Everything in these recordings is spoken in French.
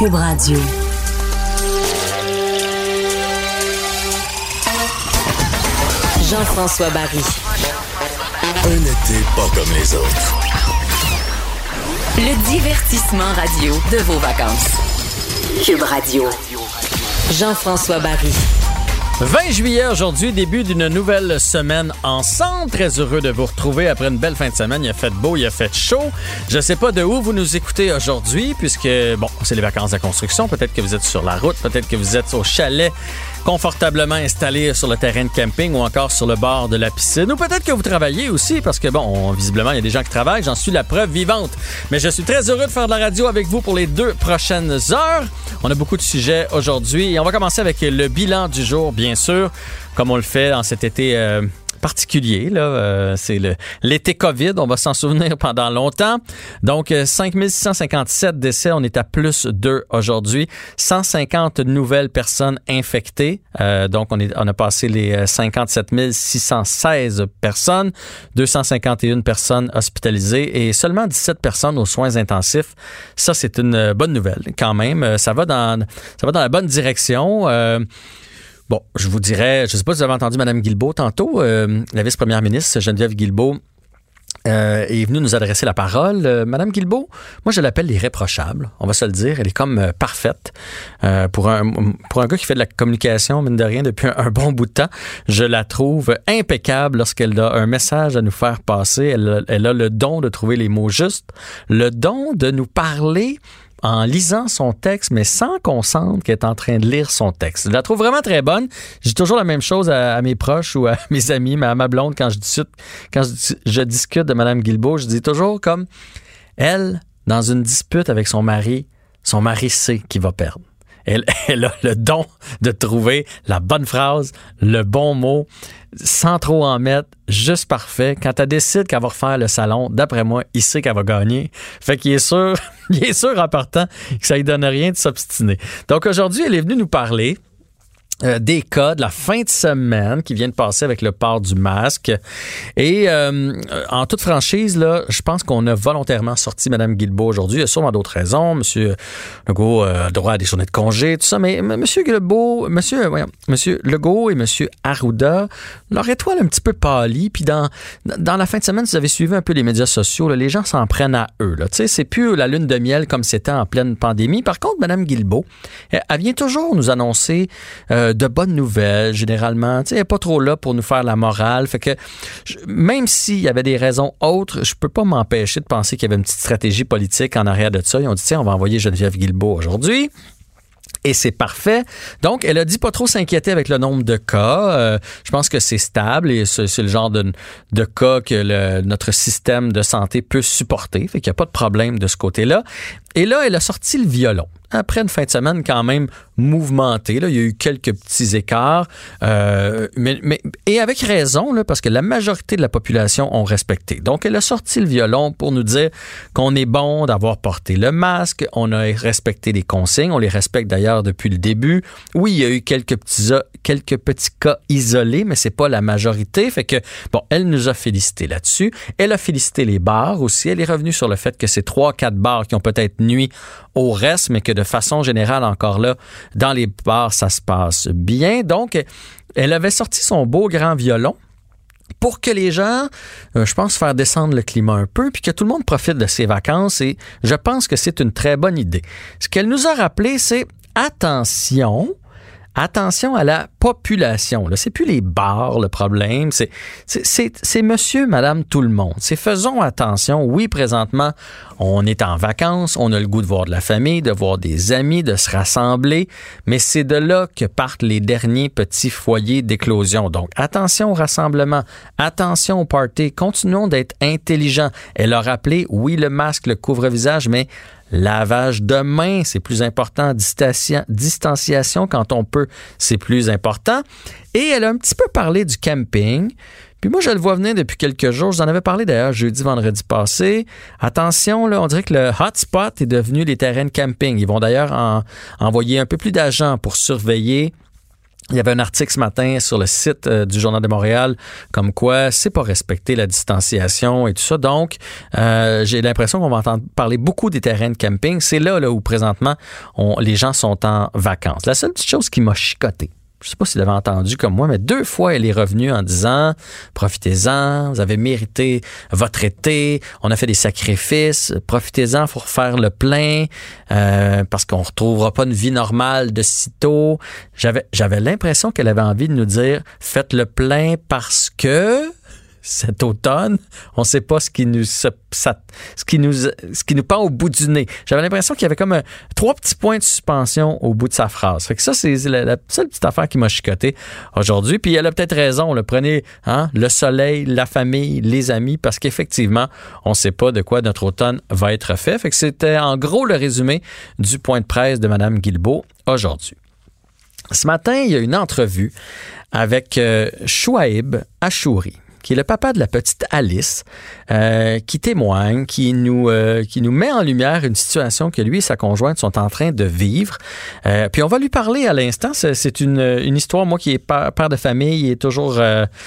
Cube Radio. Jean-François Barry. Un été pas comme les autres. Le divertissement radio de vos vacances. Cube Radio. Jean-François Barry. 20 juillet aujourd'hui, début d'une nouvelle semaine ensemble. Très heureux de vous retrouver après une belle fin de semaine. Il a fait beau, il a fait chaud. Je ne sais pas de où vous nous écoutez aujourd'hui, puisque, bon, c'est les vacances de la construction. Peut-être que vous êtes sur la route, peut-être que vous êtes au chalet confortablement installé sur le terrain de camping ou encore sur le bord de la piscine. Ou peut-être que vous travaillez aussi, parce que, bon, visiblement, il y a des gens qui travaillent. J'en suis la preuve vivante. Mais je suis très heureux de faire de la radio avec vous pour les 2 prochaines heures. On a beaucoup de sujets aujourd'hui et on va commencer avec le bilan du jour, bien sûr, comme on le fait dans cet été particulier. Là, c'est l'été COVID, on va s'en souvenir pendant longtemps. Donc, 5657 décès, on est à plus 2 aujourd'hui. 150 nouvelles personnes infectées. Donc, on a passé les 57 616 personnes. 251 personnes hospitalisées et seulement 17 personnes aux soins intensifs. Ça, c'est une bonne nouvelle quand même. Ça va dans la bonne direction. Bon, je vous dirais, je ne sais pas si vous avez entendu Mme Guilbeault tantôt, la vice-première ministre Geneviève Guilbeault est venue nous adresser la parole. Mme Guilbeault, moi je l'appelle l'irréprochable, on va se le dire, elle est comme parfaite. Pour un gars qui fait de la communication, mine de rien, depuis un bon bout de temps, je la trouve impeccable lorsqu'elle a un message à nous faire passer. Elle a le don de trouver les mots justes, le don de nous parler en lisant son texte, mais sans qu'on sente qu'elle est en train de lire son texte. Je la trouve vraiment très bonne. Je dis toujours la même chose à mes proches ou à mes amis, mais à ma blonde, quand je discute de Mme Guilbeault, je dis toujours comme elle, dans une dispute avec son mari sait qu'il va perdre. Elle a le don de trouver la bonne phrase, le bon mot, sans trop en mettre, juste parfait. Quand elle décide qu'elle va refaire le salon, d'après moi, il sait qu'elle va gagner. Fait qu'il est sûr en partant que ça lui donne rien de s'obstiner. Donc aujourd'hui, elle est venue nous parler des cas de la fin de semaine qui viennent de passer avec le port du masque. Et en toute franchise, là, je pense qu'on a volontairement sorti Mme Guilbeault aujourd'hui. Il y a sûrement d'autres raisons. M. Legault a droit à des journées de congé, tout ça. Mais M. Legault et M. Arruda, leur étoile un petit peu pâlie. Puis dans la fin de semaine, si vous avez suivi un peu les médias sociaux, là, les gens s'en prennent à eux. Là. C'est plus la lune de miel comme c'était en pleine pandémie. Par contre, Mme Guilbeault, elle vient toujours nous annoncer de bonnes nouvelles, généralement. Elle n'est pas trop là pour nous faire la morale. Fait que même s'il y avait des raisons autres, je peux pas m'empêcher de penser qu'il y avait une petite stratégie politique en arrière de ça. Ils ont dit, tiens, on va envoyer Geneviève Guilbeault aujourd'hui. Et c'est parfait. Donc, elle a dit pas trop s'inquiéter avec le nombre de cas. Je pense que c'est stable et c'est le genre de cas que notre système de santé peut supporter. Fait qu'il n'y a pas de problème de ce côté-là. Et là, elle a sorti le violon. Après une fin de semaine quand même mouvementée, là, il y a eu quelques petits écarts, et avec raison, là, parce que la majorité de la population ont respecté. Donc, elle a sorti le violon pour nous dire qu'on est bon d'avoir porté le masque, on a respecté les consignes, on les respecte d'ailleurs depuis le début. Oui, il y a eu quelques petits cas isolés, mais c'est pas la majorité. Fait que, bon, elle nous a félicité là-dessus. Elle a félicité les bars aussi. Elle est revenue sur le fait que c'est 3-4 bars qui ont peut-être nuit au reste, mais que de façon générale, encore là, dans les bars, ça se passe bien. Donc, elle avait sorti son beau grand violon pour que les gens, je pense, faire descendre le climat un peu, puis que tout le monde profite de ses vacances, et je pense que c'est une très bonne idée. Ce qu'elle nous a rappelé, c'est attention à la population. Là, c'est plus les bars le problème, c'est monsieur, madame, tout le monde. C'est faisons attention. Oui, présentement, on est en vacances, on a le goût de voir de la famille, de voir des amis, de se rassembler, mais c'est de là que partent les derniers petits foyers d'éclosion. Donc, attention au rassemblement, attention au party, continuons d'être intelligents. Elle a rappelé, oui, le masque, le couvre-visage, mais lavage de mains, c'est plus important. Distanciation, quand on peut, c'est plus important. Et elle a un petit peu parlé du camping. Puis moi, je le vois venir depuis quelques jours. Je vous en avais parlé d'ailleurs jeudi, vendredi passé. Attention, là, on dirait que le hotspot est devenu les terrains de camping. Ils vont d'ailleurs envoyer un peu plus d'agents pour surveiller Il y avait un article ce matin sur le site du Journal de Montréal comme quoi c'est pas respecter la distanciation et tout ça. Donc, j'ai l'impression qu'on va entendre parler beaucoup des terrains de camping. C'est là où présentement les gens sont en vacances. La seule petite chose qui m'a chicoté, je ne sais pas si vous l'avez entendu comme moi, mais 2 fois, elle est revenue en disant « Profitez-en, vous avez mérité votre été, on a fait des sacrifices, profitez-en, il faut refaire le plein, parce qu'on ne retrouvera pas une vie normale de sitôt. » J'avais l'impression qu'elle avait envie de nous dire « Faites le plein parce que... » cet automne, on ne sait pas ce qui nous pend au bout du nez. J'avais l'impression qu'il y avait comme 3 petits points de suspension au bout de sa phrase. Fait que ça, c'est la seule petite affaire qui m'a chicoté aujourd'hui. Puis elle a peut-être raison. Prenez le soleil, la famille, les amis, parce qu'effectivement, on ne sait pas de quoi notre automne va être fait. Fait que c'était en gros le résumé du point de presse de Mme Guilbeault aujourd'hui. Ce matin, il y a une entrevue avec Chouaib Achouri, qui est le papa de la petite Alice, qui témoigne, qui nous met en lumière une situation que lui et sa conjointe sont en train de vivre. Puis on va lui parler à l'instant. C'est une histoire, moi qui est père de famille, est toujours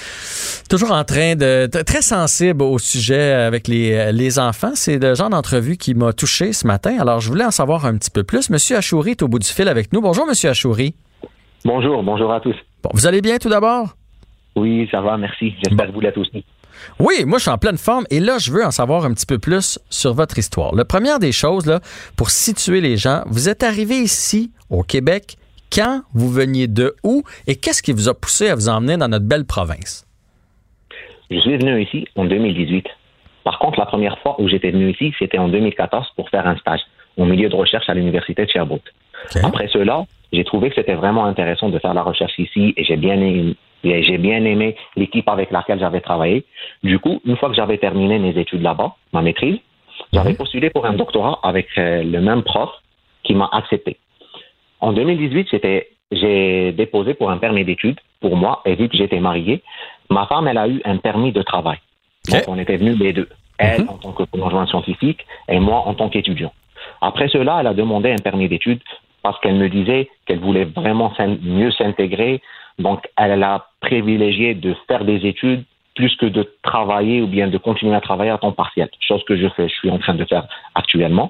en train de... très sensible au sujet avec les enfants. C'est le genre d'entrevue qui m'a touché ce matin. Alors, je voulais en savoir un petit peu plus. Monsieur Achouri est au bout du fil avec nous. Bonjour, Monsieur Achouri. Bonjour à tous. Bon, vous allez bien tout d'abord? Oui, ça va, merci. J'espère que vous l'êtes aussi. Oui, moi, je suis en pleine forme et là, je veux en savoir un petit peu plus sur votre histoire. La première des choses, là, pour situer les gens, vous êtes arrivé ici, au Québec, quand, vous veniez de où et qu'est-ce qui vous a poussé à vous emmener dans notre belle province? Je suis venu ici en 2018. Par contre, la première fois où j'étais venu ici, c'était en 2014 pour faire un stage au milieu de recherche à l'Université de Sherbrooke. Okay. Après cela, j'ai trouvé que c'était vraiment intéressant de faire la recherche ici et j'ai bien aimé l'équipe avec laquelle j'avais travaillé. Du coup, une fois que j'avais terminé mes études là-bas, ma maîtrise, j'avais postulé pour un doctorat avec le même prof qui m'a accepté. En 2018, j'ai déposé pour un permis d'études pour moi et vu que j'étais marié, ma femme, elle a eu un permis de travail. Okay. Donc, on était venus les deux. Elle en tant que conjoint scientifique et moi en tant qu'étudiant. Après cela, elle a demandé un permis d'études parce qu'elle me disait qu'elle voulait vraiment mieux s'intégrer. Donc, elle a privilégié de faire des études plus que de travailler ou bien de continuer à travailler à temps partiel. Chose que je suis en train de faire actuellement.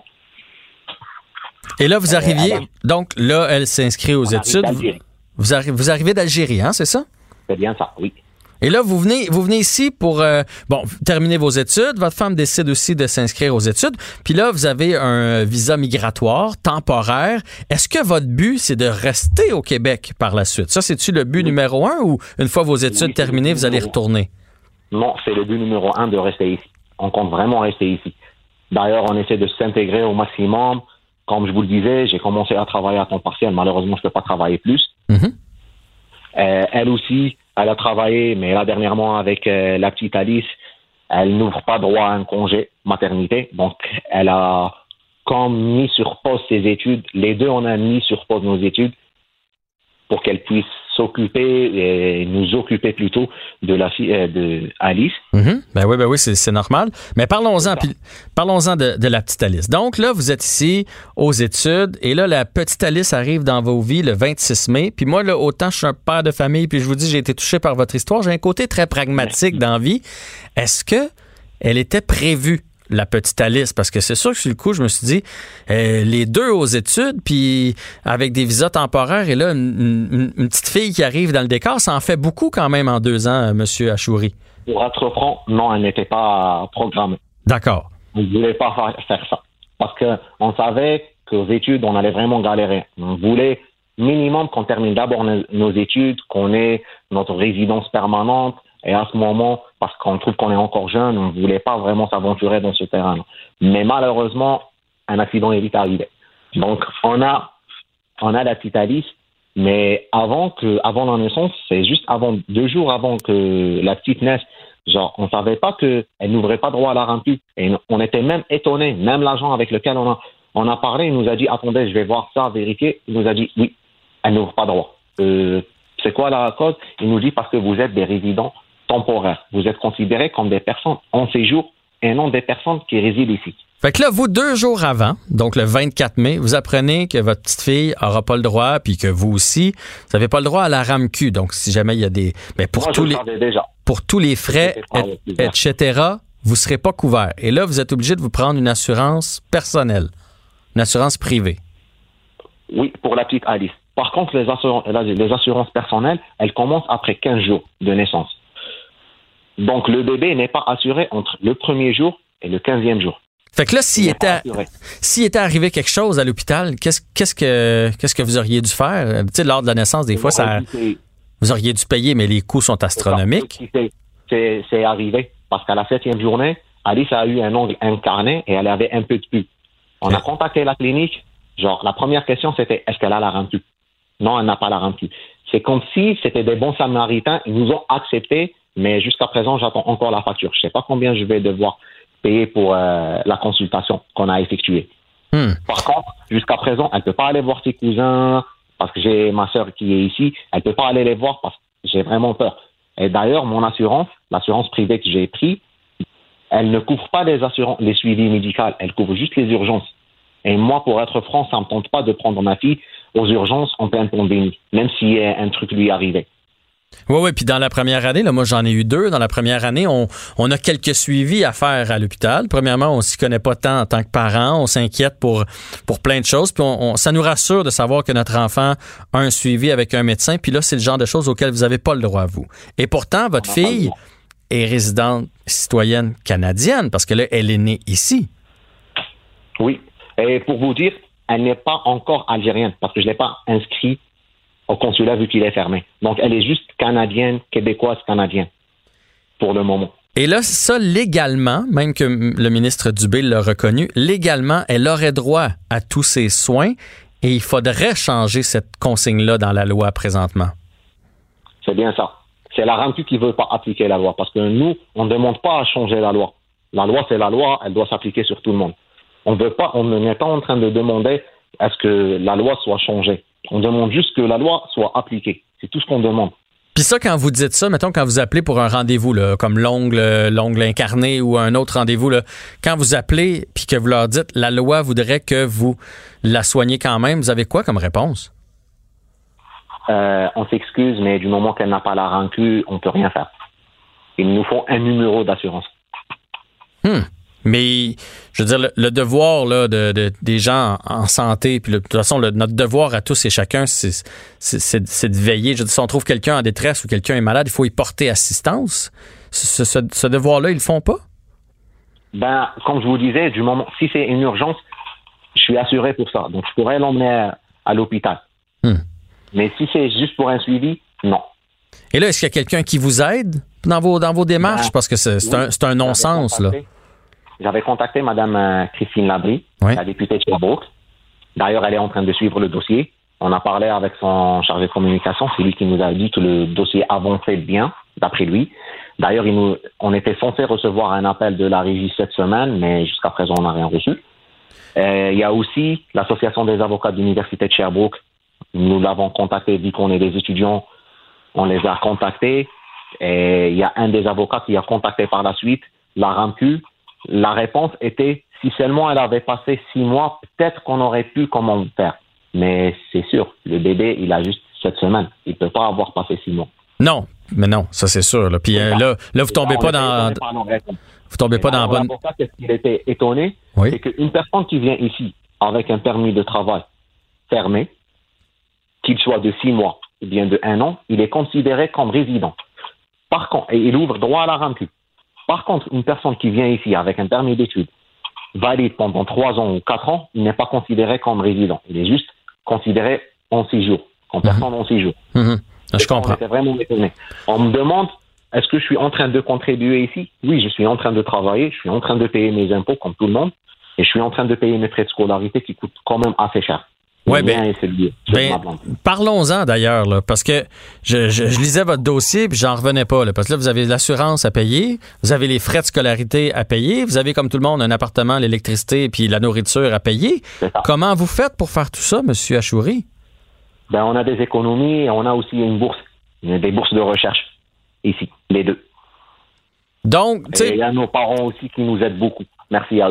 Et là, vous arriviez... donc, là, elle s'inscrit aux études. Vous arrivez d'Algérie, hein, c'est ça? C'est bien ça, oui. Et là, vous venez ici pour terminer vos études. Votre femme décide aussi de s'inscrire aux études. Puis là, vous avez un visa migratoire temporaire. Est-ce que votre but, c'est de rester au Québec par la suite? Ça, c'est-tu le but numéro 1 ou une fois vos études terminées, vous allez retourner? Non, c'est le but numéro 1 de rester ici. On compte vraiment rester ici. D'ailleurs, on essaie de s'intégrer au maximum. Comme je vous le disais, j'ai commencé à travailler à temps partiel. Malheureusement, je ne peux pas travailler plus. Mm-hmm. Elle aussi, elle a travaillé, mais là, dernièrement, avec la petite Alice, elle n'ouvre pas droit à un congé maternité. Donc, elle a comme mis sur pause ses études. Les deux, on a mis sur pause nos études pour qu'elle puisse s'occuper, et nous occuper plutôt de la fille de Alice. Mm-hmm. Ben oui, c'est normal. Mais parlons-en de la petite Alice. Donc là, vous êtes ici aux études et là, la petite Alice arrive dans vos vies le 26 mai. Puis moi, là, autant je suis un père de famille, puis je vous dis, j'ai été touché par votre histoire, j'ai un côté très pragmatique dans la vie. Est-ce que elle était prévue, la petite Alice? Parce que c'est sûr que sur le coup, je me suis dit, les deux aux études, puis avec des visas temporaires, et là, une petite fille qui arrive dans le décor, ça en fait beaucoup quand même en 2 ans, M. Achouri. Pour être franc, non, elle n'était pas programmée. D'accord. On ne voulait pas faire ça. Parce qu'on savait qu'aux études, on allait vraiment galérer. On voulait minimum qu'on termine d'abord nos études, qu'on ait notre résidence permanente. Et à ce moment, parce qu'on trouve qu'on est encore jeune, on ne voulait pas vraiment s'aventurer dans ce terrain. Mais malheureusement, un accident est vite arrivé. Donc, on a la petite Alice, mais avant la naissance, c'est juste 2 jours avant que la petite naisse, genre, on ne savait pas qu'elle n'ouvrait pas droit à la remplie. Et on était même étonnés. Même l'agent avec lequel on a parlé, il nous a dit, attendez, je vais voir ça, vérifier. Il nous a dit, oui, elle n'ouvre pas droit. C'est quoi la cause? Il nous dit, parce que vous êtes des résidents temporaires. Vous êtes considérés comme des personnes en séjour et non des personnes qui résident ici. Fait que là, vous, 2 jours avant, donc le 24 mai, vous apprenez que votre petite fille n'aura pas le droit, puis que vous aussi, vous n'avez pas le droit à la RAMQ. Donc, si jamais il y a des... Ben, pour tous les frais, etc., vous ne serez pas couvert. Et là, vous êtes obligé de vous prendre une assurance personnelle, une assurance privée. Oui, pour la petite Alice. Par contre, les assurances personnelles, elles commencent après 15 jours de naissance. Donc, le bébé n'est pas assuré entre le premier jour et le 15e jour. Fait que là, s'il était arrivé quelque chose à l'hôpital, qu'est-ce que vous auriez dû faire? Tu sais, lors de la naissance, des fois, vous auriez dû payer, mais les coûts sont astronomiques. C'est arrivé parce qu'à la 7e journée, Alice a eu un ongle incarné et elle avait un peu de pus. On a contacté la clinique. Genre, la première question, c'était est-ce qu'elle a la RAMQ? Non, elle n'a pas la RAMQ. C'est comme si c'était des bons samaritains. Ils nous ont accepté, mais jusqu'à présent, j'attends encore la facture. Je ne sais pas combien je vais devoir payer pour la consultation qu'on a effectuée. Par contre, jusqu'à présent, elle ne peut pas aller voir ses cousins parce que j'ai ma sœur qui est ici. Elle ne peut pas aller les voir parce que j'ai vraiment peur. Et d'ailleurs, mon l'assurance privée que j'ai prise, elle ne couvre pas les suivis médicaux. Elle couvre juste les urgences. Et moi, pour être franc, ça ne me tente pas de prendre ma fille aux urgences en pleine pandémie, même si un truc lui arrivait. Oui, puis dans la première année, là, moi j'en ai eu 2. Dans la première année, on a quelques suivis à faire à l'hôpital. Premièrement, on s'y connaît pas tant en tant que parent. On s'inquiète pour plein de choses. Puis ça nous rassure de savoir que notre enfant a un suivi avec un médecin. Puis là, c'est le genre de choses auxquelles vous n'avez pas le droit, vous. Et pourtant, votre fille est résidente citoyenne canadienne parce que là, elle est née ici. Oui. Et pour vous dire, elle n'est pas encore algérienne parce que je ne l'ai pas inscrite au consulat vu qu'il est fermé. Donc, elle est juste canadienne, québécoise, canadienne pour le moment. Et là, ça, légalement, même que le ministre Dubé l'a reconnu, légalement, elle aurait droit à tous ses soins et il faudrait changer cette consigne-là dans la loi présentement. C'est bien ça. C'est la RAMQ qui ne veut pas appliquer la loi parce que nous, on ne demande pas à changer la loi. La loi, c'est la loi, elle doit s'appliquer sur tout le monde. On n'est pas en train de demander à ce que la loi soit changée. On demande juste que la loi soit appliquée. C'est tout ce qu'on demande. Puis ça, quand vous dites ça, mettons, quand vous appelez pour un rendez-vous, là, comme l'ongle incarné ou un autre rendez-vous, là, quand vous appelez puis que vous leur dites la loi voudrait que vous la soigniez quand même, vous avez quoi comme réponse? On s'excuse, mais du moment qu'elle n'a pas la RAMQ, on ne peut rien faire. Il nous faut un numéro d'assurance. Mais, je veux dire, le devoir là, des gens en santé, puis de toute façon, notre devoir à tous et chacun, c'est de veiller. Je veux dire, si on trouve quelqu'un en détresse ou quelqu'un est malade, il faut y porter assistance. Ce devoir-là, ils le font pas? Ben, comme je vous disais, du moment, si c'est une urgence, je suis assuré pour ça. Donc, je pourrais l'emmener à l'hôpital. Mais si c'est juste pour un suivi, non. Et là, est-ce qu'il y a quelqu'un qui vous aide dans vos démarches? Parce que c'est un non-sens, là. J'avais contacté Mme Christine Labrie, la députée de Sherbrooke. D'ailleurs, elle est en train de suivre le dossier. On a parlé avec son chargé de communication. C'est lui qui nous a dit que le dossier avançait bien, d'après lui. D'ailleurs, on était censé recevoir un appel de la régie cette semaine, mais jusqu'à présent, on n'a rien reçu. Il y a aussi l'Association des avocats de l'Université de Sherbrooke. Nous l'avons contacté, vu qu'on est des étudiants. On les a contactés. Et il y a un des avocats qui a contacté par la suite la RAMQ. La réponse était, si seulement elle avait passé 6 mois, peut-être qu'on aurait pu comment faire. Mais c'est sûr, le bébé, il a juste 7 semaines. Il ne peut pas avoir passé 6 mois. Non, mais non, ça c'est sûr. Là. Puis là, vous tombez pas dans... Vous tombez pas dans la bonne... L'avocat, qu'est-ce qu'il était étonné, c'est qu'une personne qui vient ici avec un permis de travail fermé, qu'il soit de 6 mois ou bien de 1 an, il est considéré comme résident. Par contre, et il ouvre droit à la RAMQ. Par contre, une personne qui vient ici avec un permis d'études valide pendant 3 ans ou 4 ans, il n'est pas considéré comme résident. Il est juste considéré en séjour, comme personne en séjour. Je comprends. J'étais vraiment étonné. On me demande, est-ce que je suis en train de contribuer ici? Oui, je suis en train de travailler, je suis en train de payer mes impôts comme tout le monde, et je suis en train de payer mes frais de scolarité qui coûtent quand même assez cher. Oui, parlons-en d'ailleurs, là, parce que je lisais votre dossier puis j'en revenais pas, là, parce que là, vous avez l'assurance à payer, vous avez les frais de scolarité à payer, vous avez comme tout le monde un appartement, l'électricité puis la nourriture à payer. Comment vous faites pour faire tout ça, M. Achouri? Ben, on a des économies et on a aussi une bourse, des bourses de recherche ici, les deux. Donc, tu sais... il y a nos parents aussi qui nous aident beaucoup. Merci à eux.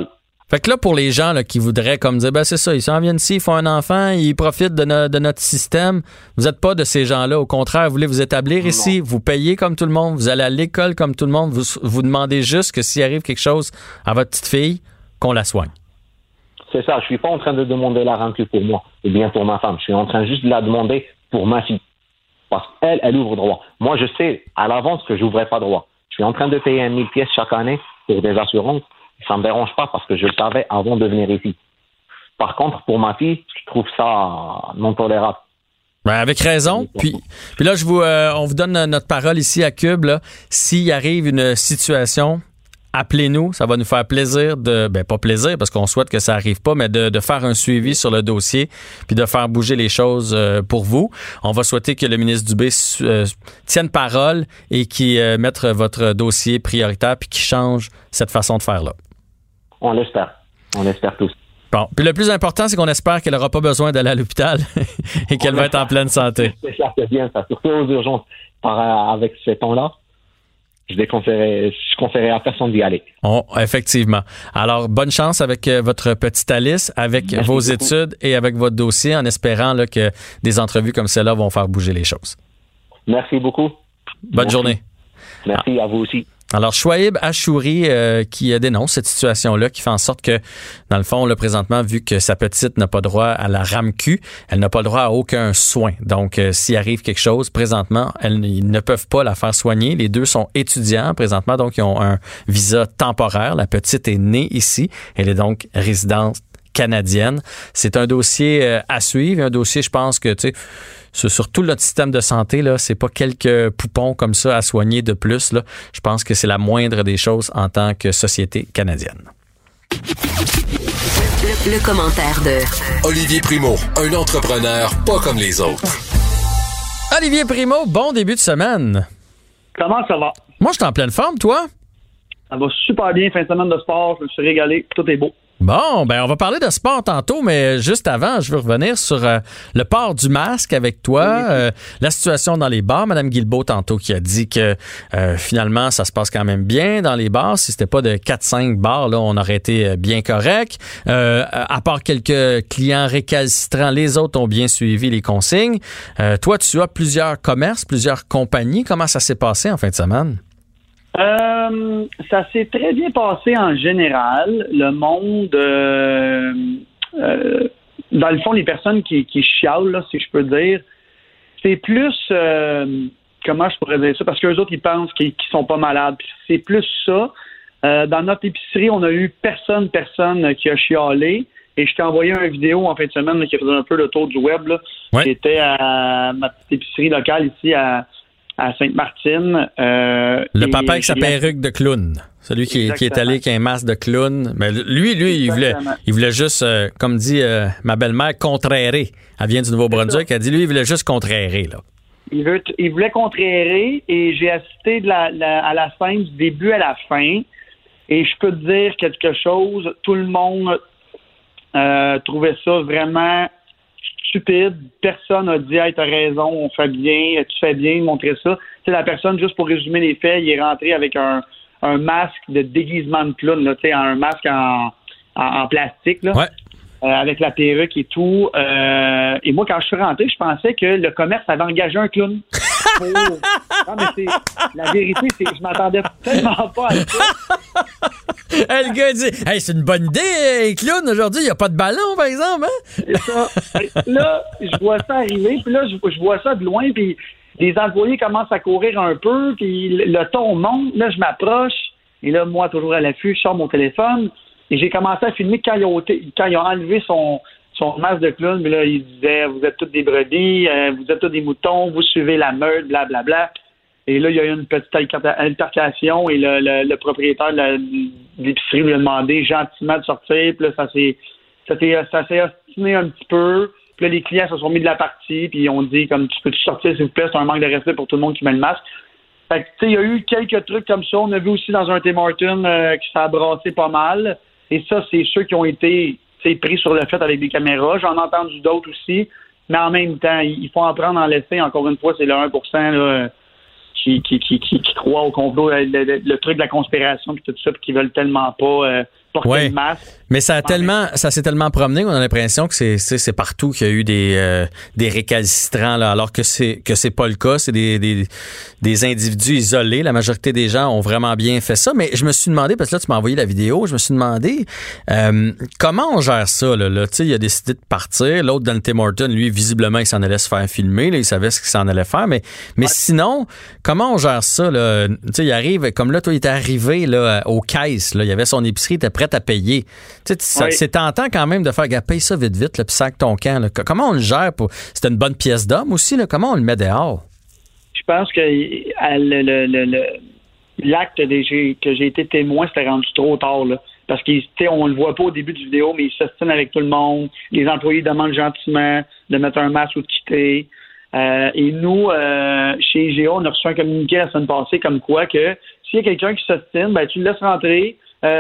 Fait que là, pour les gens là, qui voudraient comme dire, ben c'est ça, ils s'en viennent ici, ils font un enfant, ils profitent de notre système. Vous n'êtes pas de ces gens-là. Au contraire, vous voulez vous établir ici, vous payez comme tout le monde, vous allez à l'école comme tout le monde. Vous demandez juste que s'il arrive quelque chose à votre petite fille, qu'on la soigne. C'est ça. Je suis pas en train de demander la RAMQ pour moi ou bien pour ma femme. Je suis en train juste de la demander pour ma fille. Parce qu'elle, elle ouvre droit. Moi, je sais à l'avance que j'ouvrais pas droit. Je suis en train de payer 1000 pièces chaque année pour des assurances. Ça me dérange pas parce que je le savais avant de venir ici. Par contre, pour ma fille, je trouve ça non tolérable. Ben, avec raison. Puis là, on vous donne notre parole ici à Cube. Là. S'il arrive une situation, appelez-nous. Ça va nous faire plaisir pas plaisir parce qu'on souhaite que ça arrive pas, mais de faire un suivi sur le dossier puis de faire bouger les choses pour vous. On va souhaiter que le ministre Dubé tienne parole et qu'il mette votre dossier prioritaire puis qu'il change cette façon de faire là. On l'espère. On l'espère tous. Bon. Puis le plus important, c'est qu'on espère qu'elle n'aura pas besoin d'aller à l'hôpital et qu'elle va être en pleine santé. C'est ça, c'est bien ça. Surtout aux urgences. Avec ce temps-là, je conseillerais à personne d'y aller. Oh, effectivement. Alors, bonne chance avec votre petite Alice, avec Merci vos beaucoup. études et avec votre dossier, en espérant là, que des entrevues comme celle-là vont faire bouger les choses. Merci beaucoup. Bonne journée. Merci à vous aussi. Alors, Chouaib Achouri qui dénonce cette situation-là, qui fait en sorte que, dans le fond, là, présentement, vu que sa petite n'a pas droit à la RAMQ, elle n'a pas le droit à aucun soin. Donc, s'il arrive quelque chose, présentement, ils ne peuvent pas la faire soigner. Les deux sont étudiants présentement, donc ils ont un visa temporaire. La petite est née ici. Elle est donc résidente canadienne. C'est un dossier à suivre, un dossier, je pense que, tu sais, sur tout notre système de santé, là, c'est pas quelques poupons comme ça à soigner de plus. Là. Je pense que c'est la moindre des choses en tant que société canadienne. Le commentaire de Olivier Primo, un entrepreneur pas comme les autres. Olivier Primo, bon début de semaine. Comment ça va? Moi, je suis en pleine forme, toi? Ça va super bien, fin de semaine de sport, je me suis régalé, tout est beau. Bon, ben on va parler de sport tantôt, mais juste avant, je veux revenir sur le port du masque avec toi, la situation dans les bars. Mme Guilbeault tantôt qui a dit que finalement, ça se passe quand même bien dans les bars. Si c'était pas de 4-5 bars, là, on aurait été bien correct. À part quelques clients récalcitrants, les autres ont bien suivi les consignes. Toi, tu as plusieurs commerces, plusieurs compagnies. Comment ça s'est passé en fin de semaine? Ça s'est très bien passé en général. Le monde, dans le fond, les personnes qui chialent, là, si je peux dire, c'est plus, comment je pourrais dire ça, parce qu'eux autres, ils pensent qu'ils sont pas malades. Puis c'est plus ça. Dans notre épicerie, on a eu personne qui a chialé. Et je t'ai envoyé une vidéo en fin de semaine là, qui faisait un peu le tour du web. Là. Ouais. J'étais à ma petite épicerie locale ici à Sainte-Martine. Le papa avec sa perruque de clown. Celui qui est allé avec un masque de clown. Mais lui, il voulait juste, comme dit ma belle-mère, contrérer. Elle vient du Nouveau-Brunswick. Elle dit, lui, il voulait juste contrérer, là. Il voulait contrérer et j'ai assisté à la scène du début à la fin. Et je peux te dire quelque chose. Tout le monde trouvait ça vraiment stupide. Personne n'a dit « Hey, t'as raison, on fait bien, tu fais bien de montrer ça. » Tu sais, la personne, juste pour résumer les faits, il est rentré avec un masque de déguisement de clown, là, tu sais, un masque en plastique, là, Ouais. avec la perruque et tout. Et moi, quand je suis rentré, je pensais que le commerce avait engagé un clown. Non, mais la vérité, c'est que je m'attendais tellement pas à ça. Le gars dit, hey, c'est une bonne idée, clown, aujourd'hui, il n'y a pas de ballon, par exemple, hein? C'est ça. Là, je vois ça arriver, puis là, je vois ça de loin, puis les employés commencent à courir un peu, puis le ton monte. Là, je m'approche, et là, moi, toujours à l'affût, je sors mon téléphone, et j'ai commencé à filmer quand ils ont enlevé son masque de clown, mais là, il disait, vous êtes tous des brebis, vous êtes tous des moutons, vous suivez la meute, blablabla. Et là, il y a eu une petite altercation et le propriétaire de l'épicerie lui a demandé gentiment de sortir. Puis là, ça s'est ostiné un petit peu. Puis là, les clients se sont mis de la partie. Puis ils ont dit, comme, tu peux-tu sortir, s'il vous plaît? C'est un manque de respect pour tout le monde qui met le masque. Fait que, tu sais, il y a eu quelques trucs comme ça. On a vu aussi dans un Tim Hortons que ça a brassé pas mal. Et ça, c'est ceux qui ont été pris sur le fait avec des caméras. J'en ai entendu d'autres aussi. Mais en même temps, il faut en prendre en laisser. Encore une fois, c'est le 1% là, qui croient au complot, le truc de la conspiration puis tout ça, puis qui veulent tellement pas porter le masque. Mais ça s'est tellement promené qu'on a l'impression que c'est partout qu'il y a eu des récalcitrants, là, alors que c'est pas le cas. C'est des individus isolés. La majorité des gens ont vraiment bien fait ça. Mais je me suis demandé, parce que là, tu m'as envoyé la vidéo, je me suis demandé comment on gère ça, là. Tu sais, il a décidé de partir. L'autre, dans le Tim Hortons, lui, visiblement, il s'en allait se faire filmer. Là, il savait ce qu'il s'en allait faire. Mais sinon, comment on gère ça, là? Tu sais, il arrive, comme là, toi, il était arrivé là, aux caisses. Là, il avait son épicerie, il était prêt à payer. Tu sais, c'est tentant quand même de faire, paye ça vite, là, puis sac ton camp. Là. Comment on le gère? C'était une bonne pièce d'homme aussi, là. Comment on le met dehors? Je pense que l'acte que j'ai été témoin, c'était rendu trop tard, là. Parce qu'on le voit pas au début du vidéo, mais il s'ostine avec tout le monde. Les employés demandent gentiment de mettre un masque ou de quitter. Et nous, chez IGA, on a reçu un communiqué la semaine passée comme quoi que s'il y a quelqu'un qui s'ostine, tu le laisses rentrer.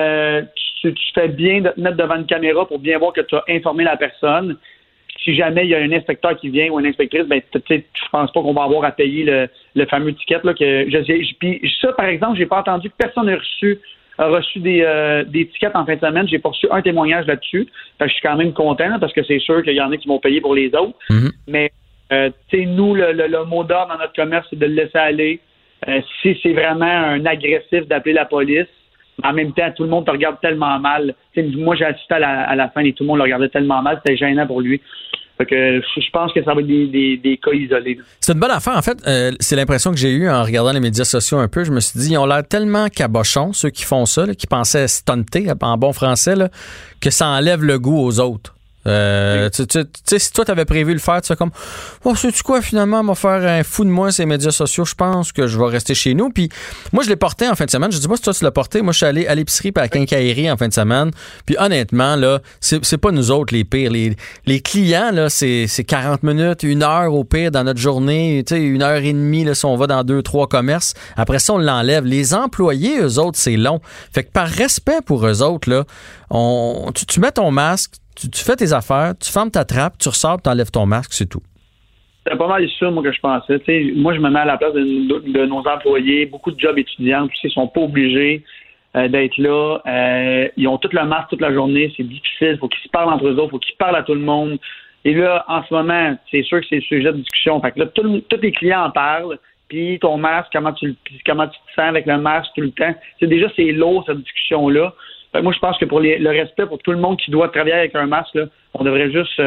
Tu fais bien de te mettre devant une caméra pour bien voir que tu as informé la personne. Si jamais il y a un inspecteur qui vient ou une inspectrice, je pense pas qu'on va avoir à payer le fameux ticket. Là, puis ça, par exemple, j'ai pas entendu que personne n'a reçu des tickets en fin de semaine. J'ai pas reçu un témoignage là-dessus. Fait que je suis quand même content là, parce que c'est sûr qu'il y en a qui vont payer pour les autres. Mm-hmm. Mais nous, le mot d'ordre dans notre commerce, c'est de le laisser aller. Si c'est vraiment un agressif, d'appeler la police. En même temps, tout le monde te regarde tellement mal. Moi, j'ai assisté à la fin et tout le monde le regardait tellement mal, c'était gênant pour lui. Fait que je pense que ça va être des cas isolés. C'est une bonne affaire. En fait, c'est l'impression que j'ai eue en regardant les médias sociaux un peu. Je me suis dit, ils ont l'air tellement cabochons, ceux qui font ça, là, qui pensaient stunter en bon français, là, que ça enlève le goût aux autres. Tu sais, si toi t'avais prévu le faire, tu fais comme sais-tu quoi, finalement, m'a faire un fou de moi ces médias sociaux, je pense que je vais rester chez nous. Puis moi je l'ai porté en fin de semaine, je dis pas si toi tu l'as porté, moi je suis allé à l'épicerie et à la quincaillerie en fin de semaine, puis honnêtement là, c'est pas nous autres les pires, les clients là, c'est 40 minutes, 1 heure au pire dans notre journée, tu sais, 1h30 là, si on va dans 2-3 commerces, après ça on l'enlève. Les employés, eux autres, c'est long. Fait que par respect pour eux autres là, tu mets ton masque, tu fais tes affaires, tu fermes ta trappe, tu ressors, tu enlèves ton masque, c'est tout. C'est pas mal ça, moi, que je pensais. T'sais, moi, je me mets à la place de nos employés. Beaucoup de jobs étudiants, ils sont pas obligés d'être là. Ils ont tout le masque toute la journée. C'est difficile. Il faut qu'ils se parlent entre eux autres. Il faut qu'ils parlent à tout le monde. Et là, en ce moment, c'est sûr que c'est le sujet de discussion. Fait que là, tous les clients en parlent. Puis ton masque, comment tu te sens avec le masque tout le temps. Déjà, c'est lourd, cette discussion-là. Moi, je pense que pour le respect pour tout le monde qui doit travailler avec un masque, là, on devrait juste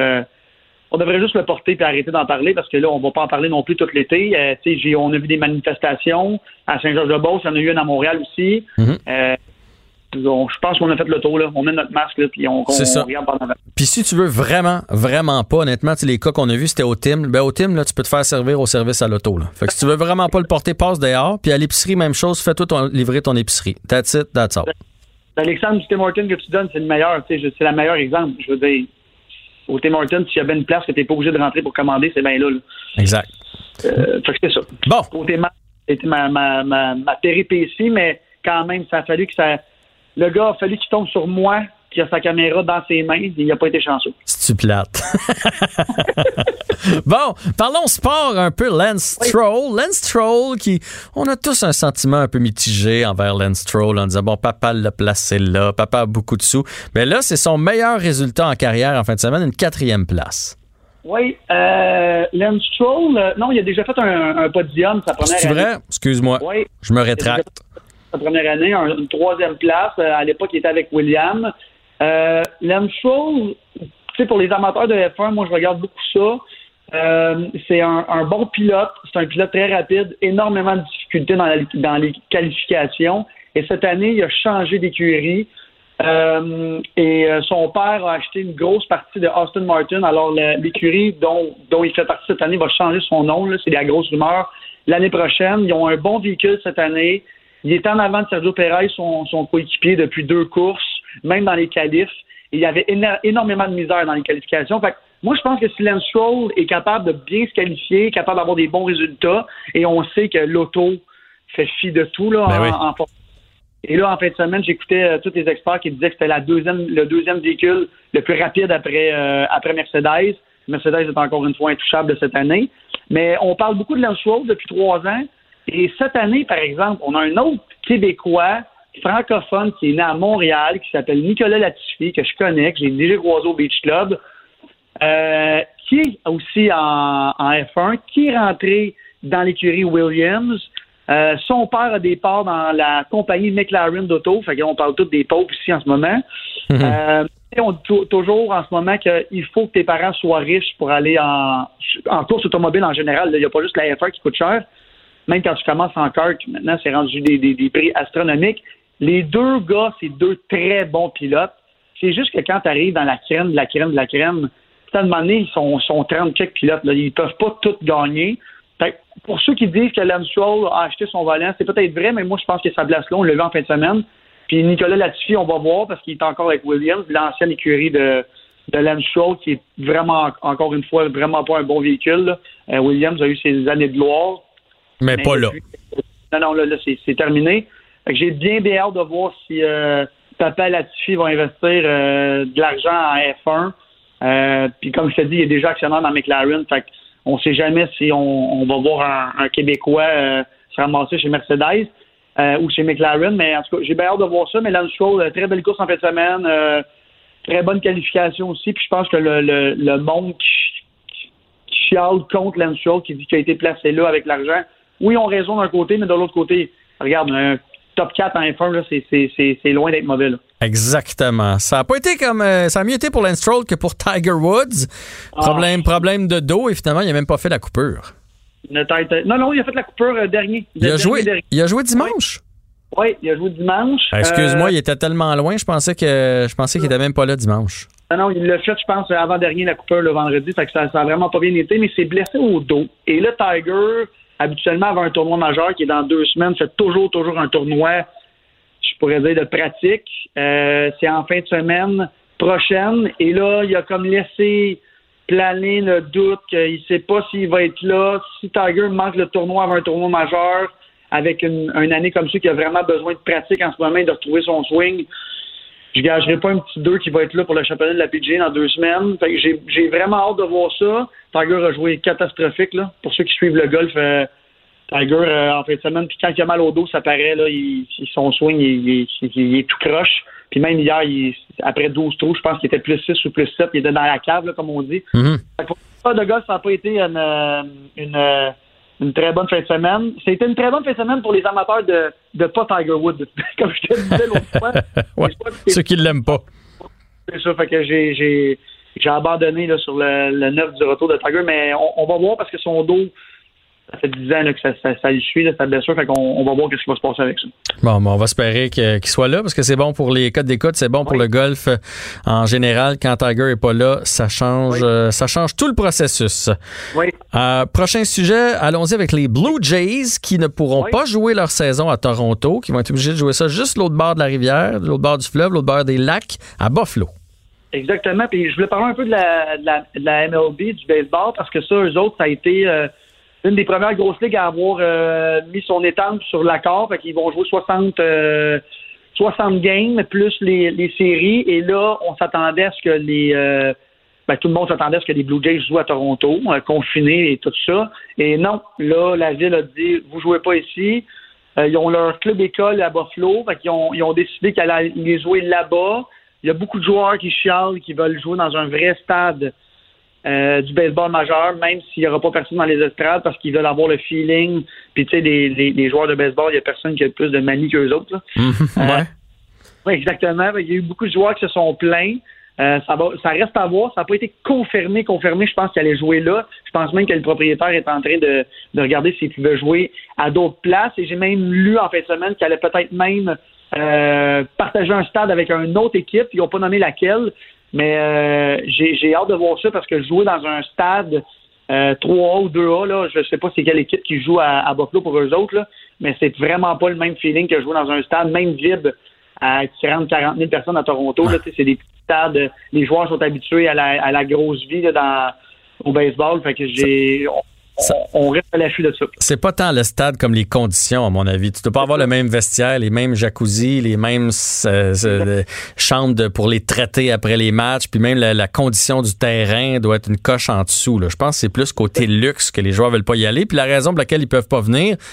le porter et arrêter d'en parler parce que là, on va pas en parler non plus tout l'été. On a vu des manifestations à Saint-Georges-de-Beauce, il y en a eu une à Montréal aussi. Mm-hmm. Je pense qu'on a fait le tour, là. On met notre masque, là, puis on regarde pendant. Puis si tu veux vraiment, vraiment pas, honnêtement, les cas qu'on a vus, c'était au Tim. Au Tim, là, tu peux te faire servir au service à l'auto, là. Fait que si tu veux vraiment pas le porter, passe dehors. Puis à l'épicerie, même chose, fais-toi livrer ton épicerie. That's it, that's all. L'exemple du Tim Hortons que tu donnes, c'est le meilleur. C'est le meilleur exemple. Je veux dire, au Tim Hortons, s'il y avait une place que tu n'es pas obligé de rentrer pour commander, c'est bien là. Exact. Fait que c'est ça. Bon. Côté c'était ma péripétie, mais quand même, ça a fallu que ça. Le gars a fallu qu'il tombe sur moi, qui a sa caméra dans ses mains, et il n'a pas été chanceux. C'est-tu plate? Bon, parlons sport un peu. Lance Stroll. Lance Stroll, on a tous un sentiment un peu mitigé envers Lance Stroll en disant, bon, papa l'a placé là, papa a beaucoup de sous. Mais là, c'est son meilleur résultat en carrière en fin de semaine, une 4e place. Oui, Lance Stroll, non, il a déjà fait un podium sa première année. C'est vrai? Excuse-moi, oui. Je me rétracte. Sa première année, une 3e place. À l'époque, il était avec Williams. Lance Stroll, pour les amateurs de F1, moi, je regarde beaucoup ça. C'est un bon pilote. C'est un pilote très rapide. Énormément de difficultés dans les qualifications. Et cette année, il a changé d'écurie. Et son père a acheté une grosse partie de Aston Martin. Alors, l'écurie dont il fait partie cette année va changer son nom. Là, c'est la grosse rumeur. L'année prochaine, ils ont un bon véhicule cette année. Il est en avant de Sergio Pérez, son coéquipier, depuis 2 courses, même dans les qualifs. Et il y avait énormément de misère dans les qualifications. Fait que moi, je pense que si Lance Stroll est capable de bien se qualifier, capable d'avoir des bons résultats, et on sait que l'auto fait fi de tout là, en Et là, en fin de semaine, j'écoutais tous les experts qui disaient que c'était le deuxième véhicule le plus rapide après Mercedes. Mercedes est encore une fois intouchable de cette année. Mais on parle beaucoup de Lance Stroll depuis 3 ans. Et cette année, par exemple, on a un autre Québécois francophone qui est né à Montréal, qui s'appelle Nicolas Latifi, que je connais, que j'ai déjà croisé au Beach Club, qui est aussi en F1, qui est rentré dans l'écurie Williams. Son père a des parts dans la compagnie McLaren d'auto, fait qu'on parle tous des pauvres ici en ce moment. On dit toujours en ce moment qu'il faut que tes parents soient riches pour aller en course automobile en général. Il n'y a pas juste la F1 qui coûte cher. Même quand tu commences en kart, maintenant, c'est rendu des prix astronomiques. Les deux gars, c'est deux très bons pilotes. C'est juste que quand tu arrives dans la crème, à un moment donné, ils sont 30 quelques pilotes. Là. Ils ne peuvent pas tous gagner. Fait que pour ceux qui disent que Lance Stroll a acheté son volant, c'est peut-être vrai, mais moi, je pense que sa place là, on l'a vu en fin de semaine. Puis Nicolas Latifi, on va voir parce qu'il est encore avec Williams, l'ancienne écurie de Lance Stroll, qui est vraiment, encore une fois, vraiment pas un bon véhicule. Williams a eu ses années de gloire. Mais pas là. Non, là, c'est terminé. Fait que j'ai bien hâte de voir si Papa Latifi va investir de l'argent en F1. Puis comme je te dis, il est déjà actionnaire dans McLaren. Fait qu'on ne sait jamais si on va voir un Québécois se ramasser chez Mercedes. Ou chez McLaren, mais en tout cas, j'ai bien hâte de voir ça. Mais Lance Stroll, très belle course en fin de semaine, très bonne qualification aussi. Puis je pense que le monde qui chiale contre Lance Stroll, qui dit qu'il a été placé là avec l'argent, oui, on raison d'un côté, mais de l'autre côté, regarde, un top 4 en F1, là, c'est loin d'être mauvais. Là. Exactement. Ça a pas été comme ça a mieux été pour Lance Stroll que pour Tiger Woods. Problème de dos, et finalement, il n'a même pas fait la coupure. Non, il a fait la coupure dernier. Il a joué dimanche? Oui, il a joué dimanche. Excuse-moi, il était tellement loin, je pensais qu'il était même pas là dimanche. Non, il l'a fait, je pense, avant-dernier, la coupure le vendredi, fait que ça a vraiment pas bien été, mais il s'est blessé au dos. Et là, Tiger, habituellement, avant un tournoi majeur qui est dans 2 semaines, fait toujours un tournoi, je pourrais dire, de pratique. C'est en fin de semaine prochaine. Et là, il a comme laissé planer le doute qu'il ne sait pas s'il va être là. Si Tiger manque le tournoi avant un tournoi majeur, avec une année comme ça qui a vraiment besoin de pratique en ce moment et de retrouver son swing, je ne gagerai pas un petit 2 qui va être là pour le championnat de la PGA dans 2 semaines. Fait que j'ai vraiment hâte de voir ça. Tiger a joué catastrophique. Là. Pour ceux qui suivent le golf, Tiger, en fin de semaine, puis quand il a mal au dos, ça paraît, là, son swing, il est tout croche. Puis même hier, après 12 trous, je pense qu'il était plus 6 ou plus 7. Il était dans la cave, là, comme on dit. Fait que pour le de golf, ça n'a pas été une très bonne fin de semaine. C'était une très bonne fin de semaine pour les amateurs de pas Tiger Woods, comme je te disais l'autre fois. Ouais, ceux qui ne l'aiment pas. C'est ça, fait que j'ai abandonné là, sur le 9 du retour de Tiger, mais on va voir parce que son dos, ça fait 10 ans là, que ça lui suit, là, sa blessure, fait qu'on va voir ce qui va se passer avec ça. Bon, on va espérer qu'il soit là, parce que c'est bon pour les codes d'écoute, c'est bon pour le golf en général. Quand Tiger n'est pas là, ça change tout le processus. Oui. Prochain sujet, allons-y avec les Blue Jays qui ne pourront pas jouer leur saison à Toronto, qui vont être obligés de jouer ça juste l'autre bord de la rivière, l'autre bord du fleuve, l'autre bord des lacs, à Buffalo. Exactement, puis je voulais parler un peu de la MLB, du baseball, parce que ça, eux autres, ça a été une des premières grosses ligues à avoir mis son étampe sur l'accord. Fait qu'ils vont jouer 60 games plus les séries. Et là, on s'attendait à ce que tout le monde s'attendait à ce que les Blue Jays jouent à Toronto, confinés et tout ça. Et non, là, la ville a dit, vous jouez pas ici. Ils ont leur club école à Buffalo. Fait qu'ils ont décidé qu'elle allait les jouer là-bas. Il y a beaucoup de joueurs qui chialent, qui veulent jouer dans un vrai stade du baseball majeur, même s'il n'y aura pas personne dans les estrades, parce qu'ils veulent avoir le feeling. Puis, tu sais, les joueurs de baseball, il n'y a personne qui a plus de manie qu'eux autres. Là. Ouais. Oui, exactement. Il y a eu beaucoup de joueurs qui se sont plaints. Ça reste à voir. Ça n'a pas été confirmé. Je pense qu'il allait jouer là. Je pense même que le propriétaire est en train de regarder s'il pouvait jouer à d'autres places. Et j'ai même lu en fin de semaine qu'il allait peut-être même partager un stade avec une autre équipe. Ils n'ont pas nommé laquelle. Mais j'ai hâte de voir ça parce que jouer dans un stade 3A ou 2A, là, je ne sais pas c'est quelle équipe qui joue à Buffalo pour eux autres, là, mais c'est vraiment pas le même feeling que jouer dans un stade, même vide, à 40 000 personnes à Toronto. Là, c'est des petits stades. Les joueurs sont habitués à la grosse vie là, au baseball. Fait que on reste à l'affût de ça. C'est pas tant le stade comme les conditions, à mon avis. Tu dois pas avoir le même vestiaire, les mêmes jacuzzi, les mêmes chambres pour les traiter après les matchs, puis même la condition du terrain doit être une coche en dessous. Là. Je pense que c'est plus côté luxe que les joueurs veulent pas y aller. Puis la raison pour laquelle ils peuvent pas venir,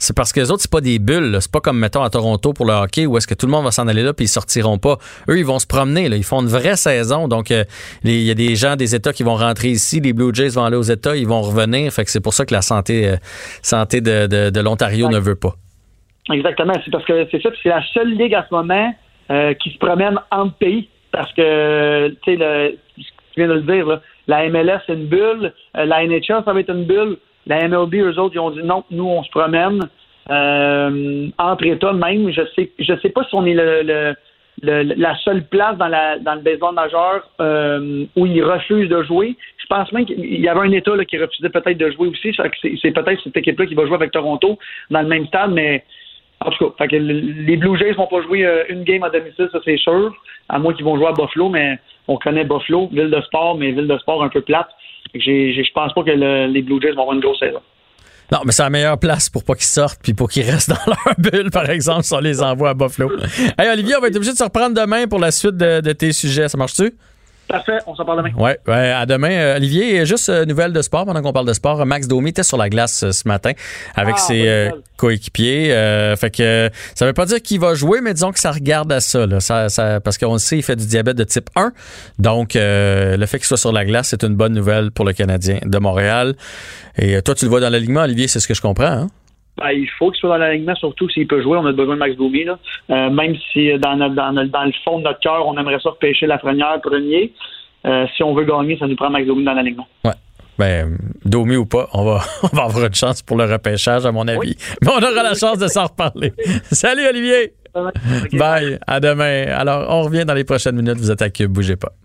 c'est parce que les autres, c'est pas des bulles. Là. C'est pas comme, mettons, à Toronto pour le hockey où est-ce que tout le monde va s'en aller là puis ils sortiront pas. Eux, ils vont se promener. Là. Ils font une vraie saison. Donc, il y a des gens des États qui vont rentrer ici. Les Blue Jays vont aller aux États. Ils vont revenir. Fait que c'est pour ça que la santé de l'Ontario ne veut pas. Exactement. C'est parce que c'est ça. C'est la seule ligue à ce moment qui se promène entre pays. Parce que, tu sais, tu viens de le dire, là, la MLS, c'est une bulle. La NHL, ça va être une bulle. La MLB, eux autres, ils ont dit non, nous, on se promène entre États même. Je sais pas si on est la seule place dans le baseball majeur où ils refusent de jouer. Je pense même qu'il y avait un État là, qui refusait peut-être de jouer aussi. C'est peut-être cette équipe-là qui va jouer avec Toronto dans le même stade, mais en tout cas, fait que les Blue Jays vont pas jouer une game à domicile, ça c'est sûr, à moins qu'ils vont jouer à Buffalo, mais on connaît Buffalo, ville de sport, mais ville de sport un peu plate. Je pense pas que les Blue Jays vont avoir une grosse saison. Non, mais c'est la meilleure place pour pas qu'ils sortent puis pour qu'ils restent dans leur bulle, par exemple, si on les envoie à Buffalo. Hey, Olivier, on va être obligé de se reprendre demain pour la suite de tes sujets. Ça marche-tu? Parfait, on s'en parle demain. Ouais, à demain. Olivier, juste nouvelle de sport, pendant qu'on parle de sport. Max Domi était sur la glace ce matin avec ses coéquipiers. Fait que ça veut pas dire qu'il va jouer, mais disons que ça regarde à ça, là. Ça, parce qu'on le sait, il fait du diabète de type 1. Donc, le fait qu'il soit sur la glace, c'est une bonne nouvelle pour le Canadien de Montréal. Et toi, tu le vois dans l'alignement, Olivier, c'est ce que je comprends, hein? Ben, il faut qu'il soit dans l'alignement, surtout s'il peut jouer. On a besoin de Max Domi, là. Même si dans le fond de notre cœur, on aimerait ça repêcher Lafrenière premier. Si on veut gagner, ça nous prend Max Domi dans l'alignement. Ouais. Ben, Domi ou pas, on va avoir une chance pour le repêchage, à mon avis. Oui. Mais on aura la chance de s'en reparler. Salut, Olivier! Okay. Bye, à demain. Alors, on revient dans les prochaines minutes. Vous êtes à Cube, bougez pas.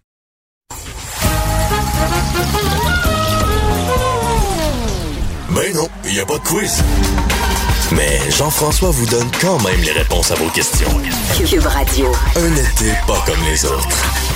Ben non, il n'y a pas de quiz. Mais Jean-François vous donne quand même les réponses à vos questions. Cube Radio. Un été pas comme les autres.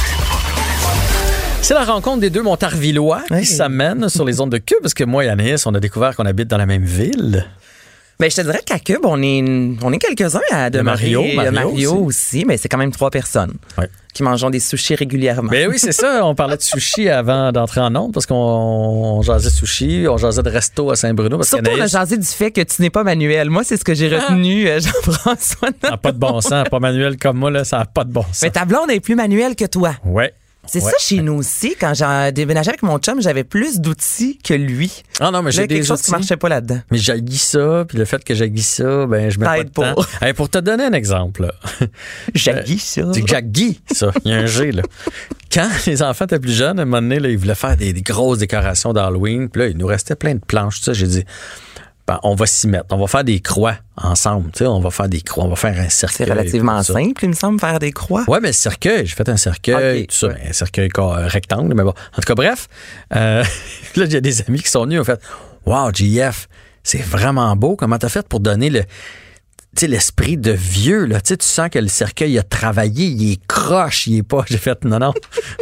C'est la rencontre des deux Montarvillois qui s'amène sur les ondes de Cube, parce que moi et Anaïs, on a découvert qu'on habite dans la même ville. Ben, je te dirais qu'à Cube, on est quelques-uns à demeurer. Mario aussi, mais c'est quand même 3 personnes qui mangent des sushis régulièrement. Ben oui, c'est ça. On parlait de sushis avant d'entrer en ondes parce qu'on jasait de sushis, on jasait de resto à Saint-Bruno. Parce surtout, on a jasé du fait que tu n'es pas Manuel. Moi, c'est ce que j'ai retenu, Jean-François. Ça n'a pas de bon sens. Pas Manuel comme moi, là, ça n'a pas de bon sens. Mais ta blonde est plus Manuel que toi. Ouais. C'est ça chez nous aussi. Quand j'ai déménagé avec mon chum, j'avais plus d'outils que lui. Ah non, mais j'ai des quelque chose qui marchait pas là-dedans. Mais j'haïs ça, puis le fait que j'haïs ça, ben je mets pas de temps. Hey, pour te donner un exemple, j'haïs ça. J'haïs ça. Il y a un G, là. Quand les enfants étaient plus jeunes, à un moment donné, là, ils voulaient faire des grosses décorations d'Halloween, puis là, il nous restait plein de planches, tout ça. J'ai dit, ben, on va s'y mettre. On va faire des croix ensemble. Tu sais, on va faire des croix. On va faire un cercueil. C'est relativement simple, il me semble, faire des croix. Oui, mais le cercueil. J'ai fait un cercueil, tout ça. Un cercueil rectangle. Mais bon. En tout cas, bref. Là, il y a des amis qui sont venus. Ils ont fait wow, JF, c'est vraiment beau. Comment t'as fait pour donner l'esprit de vieux, là. Tu sais, tu sens que le cercueil a travaillé. Il est croche. Il est pas. J'ai fait non.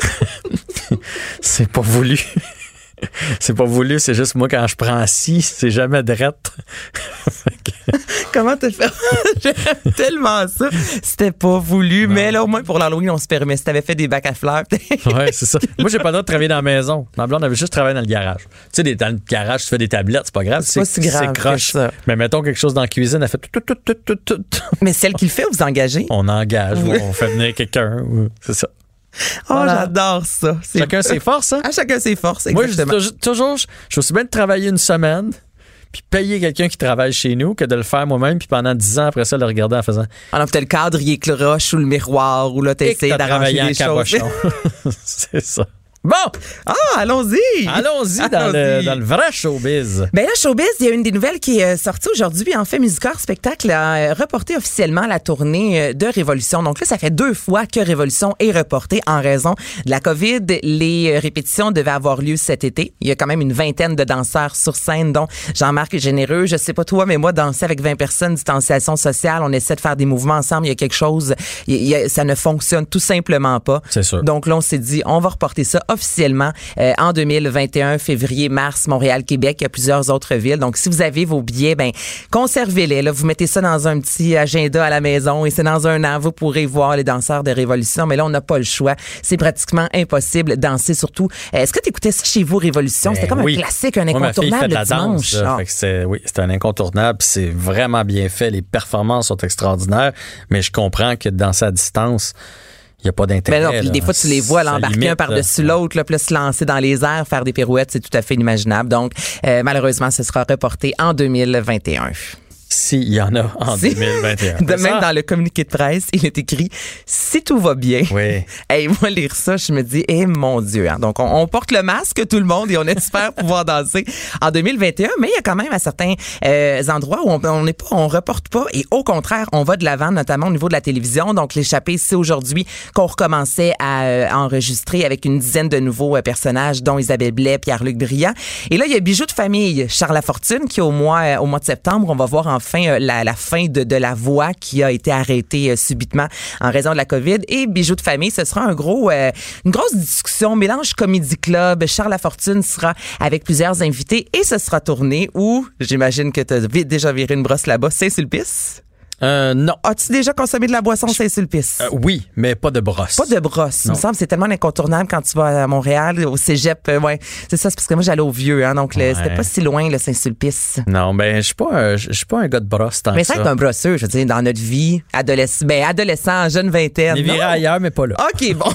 C'est pas voulu. C'est pas voulu, c'est juste moi quand je prends assis, c'est jamais drette. Comment t'as fait? J'aime tellement ça. C'était pas voulu, non. Mais là, au moins pour l'Halloween, on se permet. Si t'avais fait des bacs à fleurs. Ouais, c'est ça. Moi, j'ai pas le droit de travailler dans la maison. Ma blonde avait juste travaillé dans le garage. Tu sais, dans le garage, tu fais des tablettes, c'est pas grave. C'est pas si grave. C'est croche. Ça. Mais mettons quelque chose dans la cuisine, elle fait tout. Mais celle qui le fait, vous engagez? On engage, on fait venir quelqu'un. C'est ça. Oh, voilà. J'adore ça. Chacun ses forces, hein? À chacun ses forces, Moi, exactement. je dis toujours, je suis aussi bien de travailler une semaine puis payer quelqu'un qui travaille chez nous que de le faire moi-même puis pendant 10 ans après ça, le regarder en faisant... Alors, t'as le cadre, il écloche ou le miroir ou là, t'essayes d'arranger des choses. C'est ça. Bon! Ah, allons-y! Allons-y dans le vrai showbiz. Ben là, showbiz, il y a une des nouvelles qui est sortie aujourd'hui. En fait, Musicor Spectacle a reporté officiellement la tournée de Révolution. Donc là, ça fait 2 fois que Révolution est reportée en raison de la COVID. Les répétitions devaient avoir lieu cet été. Il y a quand même une 20aine de danseurs sur scène, dont Jean-Marc Généreux. Je sais pas toi, mais moi, danser avec 20 personnes, distanciation sociale, on essaie de faire des mouvements ensemble. Il y a quelque chose, ça ne fonctionne tout simplement pas. C'est sûr. Donc là, on s'est dit, on va reporter ça officiellement en 2021, février, mars, Montréal, Québec. Il y a plusieurs autres villes. Donc, si vous avez vos billets, conservez-les. Là, vous mettez ça dans un petit agenda à la maison et c'est dans un an, vous pourrez voir les danseurs de Révolution. Mais là, on n'a pas le choix. C'est pratiquement impossible de danser, surtout. Est-ce que tu écoutais ça chez vous, Révolution? C'était comme un classique, un incontournable le dimanche. C'est un incontournable. C'est vraiment bien fait. Les performances sont extraordinaires. Mais je comprends que danser à distance, il n'y a pas d'intérêt. Mais non, des fois, tu les vois l'embarquer un par-dessus l'autre, là, puis là, se lancer dans les airs, faire des pirouettes, c'est tout à fait inimaginable. Donc, malheureusement, ce sera reporté en 2021. S'il y en a en 2021. Même dans le communiqué de presse, il est écrit « Si tout va bien ». Oui. Et moi, lire ça, je me dis « mon Dieu hein. ». Donc, on porte le masque, tout le monde, et on espère pouvoir danser en 2021. Mais il y a quand même à certains endroits où on reporte pas. Et au contraire, on va de l'avant, notamment au niveau de la télévision. Donc, l'échappée, c'est aujourd'hui qu'on recommençait à enregistrer avec une dizaine de nouveaux personnages, dont Isabelle Blais, Pierre-Luc Briand. Et là, il y a Bijoux de famille, Charles Lafortune, qui au mois de septembre, on va voir enfin la fin de La Voix qui a été arrêtée subitement en raison de la COVID. Et Bijoux de famille, ce sera une grosse discussion, mélange comédie club. Charles Lafortune sera avec plusieurs invités et ce sera tourné où, j'imagine que tu as déjà viré une brosse là-bas, Saint-Sulpice? Non. As-tu déjà consommé de la boisson Saint-Sulpice? Oui, mais pas de brosse. Pas de brosse. Il me semble que c'est tellement incontournable quand tu vas à Montréal, au cégep. C'est ça, c'est parce que moi, j'allais au Vieux, hein, donc c'était pas si loin, le Saint-Sulpice. Non, je suis pas un gars de brosse tant que ça. Mais c'est un brosseux, je veux dire, dans notre vie, adolescent, jeune vingtaine. Les virer ailleurs, mais pas là. OK, bon.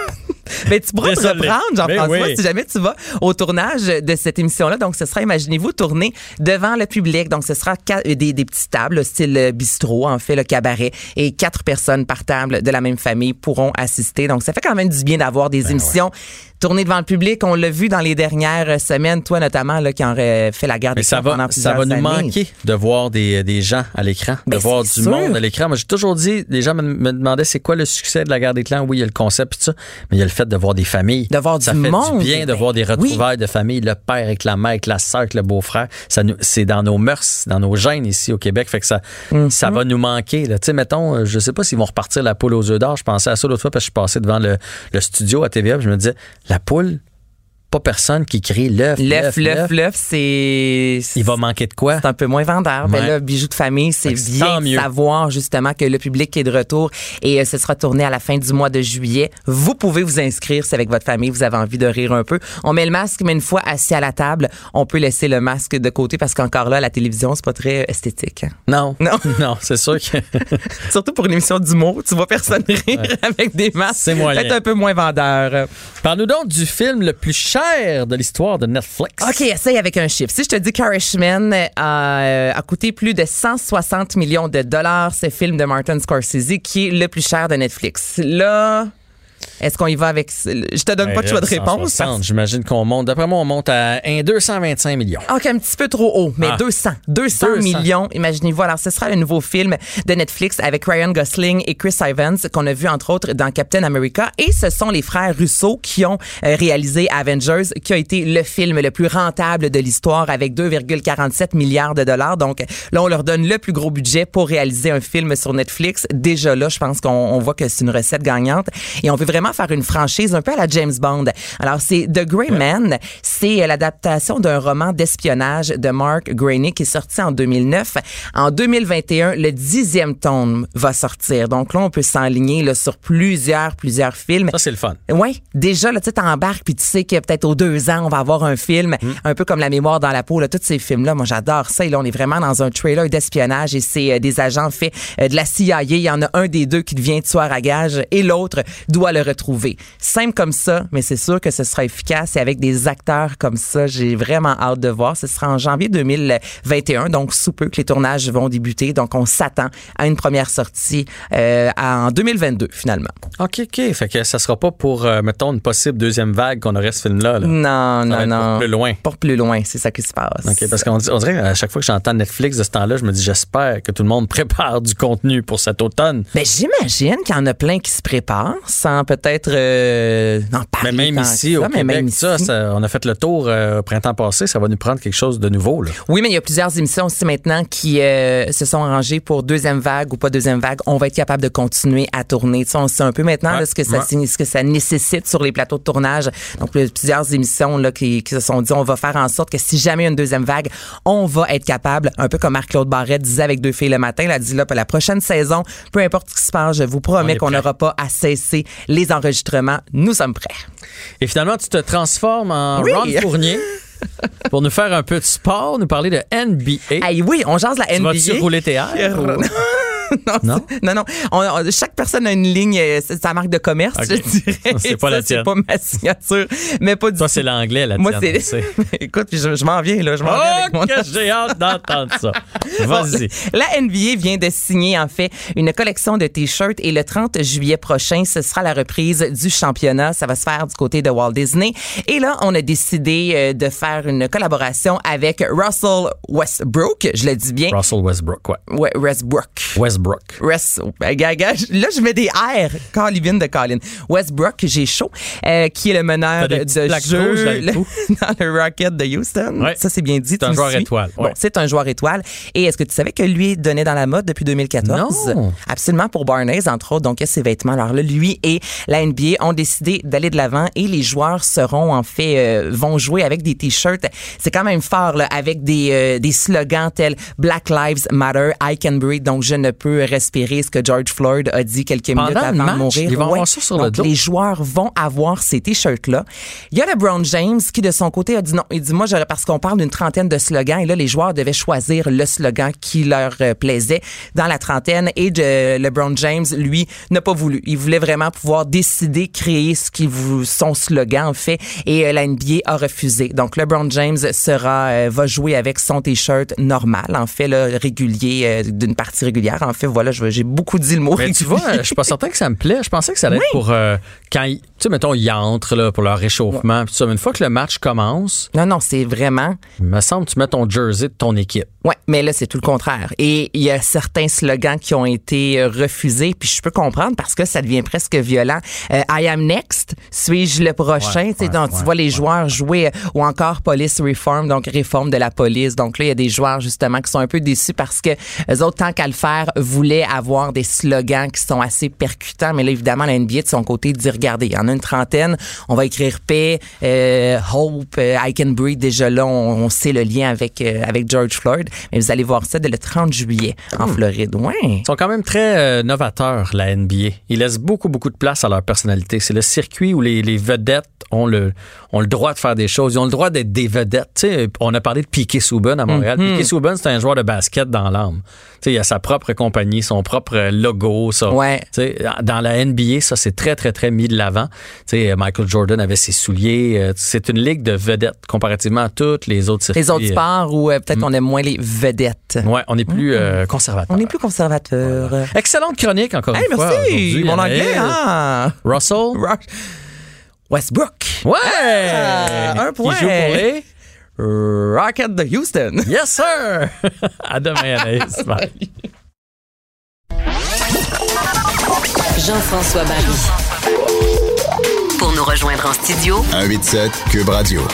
Mais tu pourras te reprendre, Jean-François, si jamais tu vas au tournage de cette émission-là. Donc, ce sera, imaginez-vous, tourné devant le public. Donc, ce sera des petites tables, style bistrot, en fait, le cabaret. Et 4 personnes par table de la même famille pourront assister. Donc, ça fait quand même du bien d'avoir des émissions tournées devant le public. On l'a vu dans les dernières semaines, toi notamment, là, qui aurait fait la guerre des camps pendant plusieurs années. Ça va nous manquer de voir des gens à l'écran, de voir du monde à l'écran. Moi, j'ai toujours dit, les gens me demandaient c'est quoi le succès de la guerre des clans. Oui, il y a le concept et tout ça, mais il y a le fait de voir des familles. De voir ça du fait monde. Du bien de voir des retrouvailles de famille, le père avec la mère, avec la sœur, avec le beau-frère. C'est dans nos mœurs, dans nos gènes ici au Québec. Fait que ça va nous manquer. Tu sais, mettons, je sais pas s'ils vont repartir la poule aux œufs d'or. Je pensais à ça l'autre fois parce que je suis passé devant le studio à TVA. Puis je me disais, la poule, pas personne qui crie l'œuf, c'est... Il va manquer de quoi? C'est un peu moins vendeur. Ouais. Mais là, Bijoux de famille, c'est bien de savoir justement que le public est de retour et ce sera tourné à la fin du mois de juillet. Vous pouvez vous inscrire si avec votre famille, vous avez envie de rire un peu. On met le masque, mais une fois assis à la table, on peut laisser le masque de côté parce qu'encore là, la télévision, c'est pas très esthétique. Hein? Non, c'est sûr que... Surtout pour une émission d'humour, tu vois personne rire avec des masques. C'est moyen. Peut-être un peu moins vendeur. Parle-nous donc du film le plus cher de l'histoire de Netflix. OK, essaye avec un chiffre. Si je te dis qu'Irishman a coûté plus de 160 millions de dollars, ce film de Martin Scorsese, qui est le plus cher de Netflix. Là... Est-ce qu'on y va avec... Je te donne pas de choix de réponse. 160, j'imagine qu'on monte. D'après moi, on monte à 225 millions. OK, un petit peu trop haut, mais 200 millions. Imaginez-vous. Alors, ce sera le nouveau film de Netflix avec Ryan Gosling et Chris Evans qu'on a vu, entre autres, dans Captain America. Et ce sont les frères Russo qui ont réalisé Avengers, qui a été le film le plus rentable de l'histoire avec 2,47 milliards de dollars. Donc, là, on leur donne le plus gros budget pour réaliser un film sur Netflix. Déjà là, je pense qu'on voit que c'est une recette gagnante. Et on veut vraiment faire une franchise un peu à la James Bond. Alors, c'est The Gray Man. C'est l'adaptation d'un roman d'espionnage de Mark Groening qui est sorti en 2009. En 2021, le 10e tome va sortir. Donc là, on peut s'enligner là, sur plusieurs films. Ça, c'est le fun. Oui. Déjà, là, tu t'embarques puis tu sais que peut-être aux 2 ans, on va avoir un film un peu comme La mémoire dans la peau. Là, tous ces films-là, moi, j'adore ça. Et là, on est vraiment dans un trailer d'espionnage et c'est des agents faits de la CIA. Il y en a un des deux qui devient tueur à gages et l'autre doit le retrouver. Simple comme ça, mais c'est sûr que ce sera efficace et avec des acteurs comme ça, j'ai vraiment hâte de voir. Ce sera en janvier 2021, donc sous peu que les tournages vont débuter. Donc, on s'attend à une première sortie en 2022, finalement. OK. Fait que ça sera pas pour, mettons, une possible deuxième vague qu'on aurait ce film-là. Là. Non. Pour plus loin. Pour plus loin, c'est ça qui se passe. OK, parce qu'on dirait qu'à chaque fois que j'entends Netflix de ce temps-là, je me dis, j'espère que tout le monde prépare du contenu pour cet automne. Ben, j'imagine qu'il y en a plein qui se préparent sans peut-être en parler. Mais même ici, au Québec, ça, on a fait le tour au printemps passé. Ça va nous prendre quelque chose de nouveau. Là. Oui, mais il y a plusieurs émissions aussi maintenant qui se sont arrangées pour deuxième vague ou pas deuxième vague. On va être capable de continuer à tourner. Tu sais, on sait un peu maintenant là, ce que ça nécessite sur les plateaux de tournage. Donc, il y a plusieurs émissions là, qui se sont dit, on va faire en sorte que si jamais il y a une deuxième vague, on va être capable, un peu comme Marc-Claude Barrette disait avec Deux filles le matin, il a dit là, pour la prochaine saison, peu importe ce qui se passe, je vous promets qu'on n'aura pas à cesser les enregistrements. Nous sommes prêts. Et finalement, tu te transformes en Ron Fournier pour nous faire un peu de sport, nous parler de NBA. Hey, oui, on jase la NBA. Vas-tu rouler tes airs? Non. Chaque personne a une ligne, c'est sa marque de commerce, je dirais. C'est pas la tienne. C'est pas ma signature, mais pas du tout. Toi, c'est l'anglais, la Moi, tienne. Écoute, je m'en viens, là. J'ai hâte d'entendre ça. Vas-y. La NBA vient de signer, en fait, une collection de T-shirts et le 30 juillet prochain, ce sera la reprise du championnat. Ça va se faire du côté de Walt Disney. Et là, on a décidé de faire une collaboration avec Russell Westbrook. Je le dis bien. Russell Westbrook, ouais. Ouais, Westbrook. Là, je mets des R. Colin de Colin. Westbrook, j'ai chaud, qui est le meneur de jeu dans le Rocket de Houston. Ouais. Ça, c'est bien dit. C'est un joueur étoile. Ouais. Bon, c'est un joueur étoile. Et est-ce que tu savais que lui donnait dans la mode depuis 2014? Non. Absolument, pour Barnes, entre autres. Donc, il y a ses vêtements. Alors là, lui et la NBA ont décidé d'aller de l'avant et les joueurs seront, en fait, vont jouer avec des T-shirts. C'est quand même fort, là, avec des slogans tels Black Lives Matter, I Can Breathe, donc je ne peux respirer, ce que George Floyd a dit quelques minutes avant de mourir. Ils vont avoir ça sur le dos. Les joueurs vont avoir ces T-shirts-là. Il y a LeBron James qui, de son côté, a dit non. Il dit, moi, parce qu'on parle d'une trentaine de slogans, et là, les joueurs devaient choisir le slogan qui leur plaisait dans la trentaine. Et LeBron James, lui, n'a pas voulu. Il voulait vraiment pouvoir décider, créer son slogan, en fait. Et la NBA a refusé. Donc, LeBron James va jouer avec son T-shirt normal, en fait, là, régulier, d'une partie régulière. En fait, voilà, j'ai beaucoup dit le mot. Mais tu vois, je suis pas certain que ça me plaît. Je pensais que ça allait être pour quand, tu sais, mettons, ils entrent là, pour leur réchauffement. Puis ça, une fois que le match commence. Non, c'est vraiment. Il me semble que tu mets ton jersey de ton équipe. Oui, mais là, c'est tout le contraire. Et il y a certains slogans qui ont été refusés, puis je peux comprendre parce que ça devient presque violent. I am next, suis-je le prochain? Tu vois les joueurs jouer, ou encore Police Reform, donc réforme de la police. Donc là, il y a des joueurs, justement, qui sont un peu déçus parce que eux autres, tant qu'à le faire, voulaient avoir des slogans qui sont assez percutants. Mais là, évidemment, la NBA, de son côté, dit, regardez, il y en a une trentaine, on va écrire paix, hope, I can breathe. Déjà là, on sait le lien avec George Floyd. Mais vous allez voir ça dès le 30 juillet en Floride. Ouais. Ils sont quand même très novateurs, la NBA. Ils laissent beaucoup de place à leur personnalité. C'est le circuit où les vedettes ont le droit de faire des choses. Ils ont le droit d'être des vedettes. Tu sais, on a parlé de Piquet Souban à Montréal. Piquet Souban, c'est un joueur de basket dans l'âme. Tu sais, il a sa propre compagnie, son propre logo. Ça. Ouais. Tu sais, dans la NBA, ça, c'est très, très, très mis de l'avant. Tu sais, Michael Jordan avait ses souliers. C'est une ligue de vedettes comparativement à toutes les autres circuits. Les autres sports où peut-être on aime moins les vedettes. Ouais, on est plus conservateur. On est plus conservateur. Voilà. Excellente chronique, encore une fois. Merci. Mon anglais, hein? Russell Westbrook. Ouais! Un point. Qui joue pour les Rocket de Houston. Yes, sir! À demain, Anaïs. Bye. Jean-François Barry. Pour nous rejoindre en studio, 187 Cube Radio.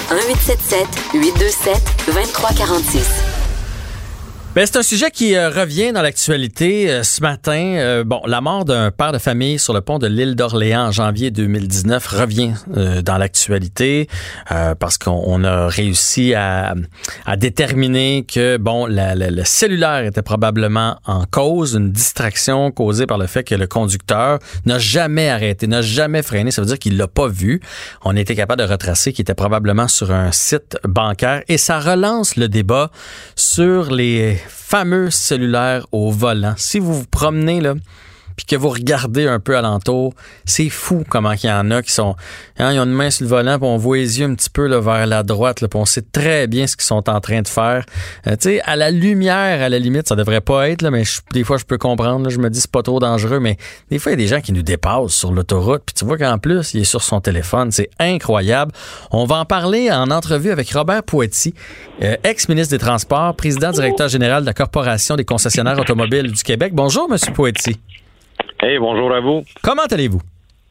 1877-827-2346. Ben, c'est un sujet qui revient dans l'actualité ce matin. La mort d'un père de famille sur le pont de l'île d'Orléans en janvier 2019 revient dans l'actualité parce qu'on a réussi à déterminer que le cellulaire était probablement en cause, une distraction causée par le fait que le conducteur n'a jamais arrêté, n'a jamais freiné. Ça veut dire qu'il l'a pas vu. On a été capable de retracer qu'il était probablement sur un site bancaire et ça relance le débat sur les fameux cellulaires au volant. Si vous vous promenez là, puis que vous regardez un peu alentour, c'est fou comment il y en a qui sont... ils ont une main sur le volant, puis on voit les yeux un petit peu là, vers la droite, là, puis on sait très bien ce qu'ils sont en train de faire. Tu sais, à la lumière, à la limite, ça devrait pas être, là, mais des fois, je peux comprendre. Là, je me dis, c'est pas trop dangereux, mais des fois, il y a des gens qui nous dépassent sur l'autoroute, puis tu vois qu'en plus, il est sur son téléphone. C'est incroyable. On va en parler en entrevue avec Robert Poetti, ex-ministre des Transports, président-directeur général de la Corporation des concessionnaires « automobiles du Québec. Bonjour, M. Poetti. Hey, bonjour à vous. Comment allez-vous?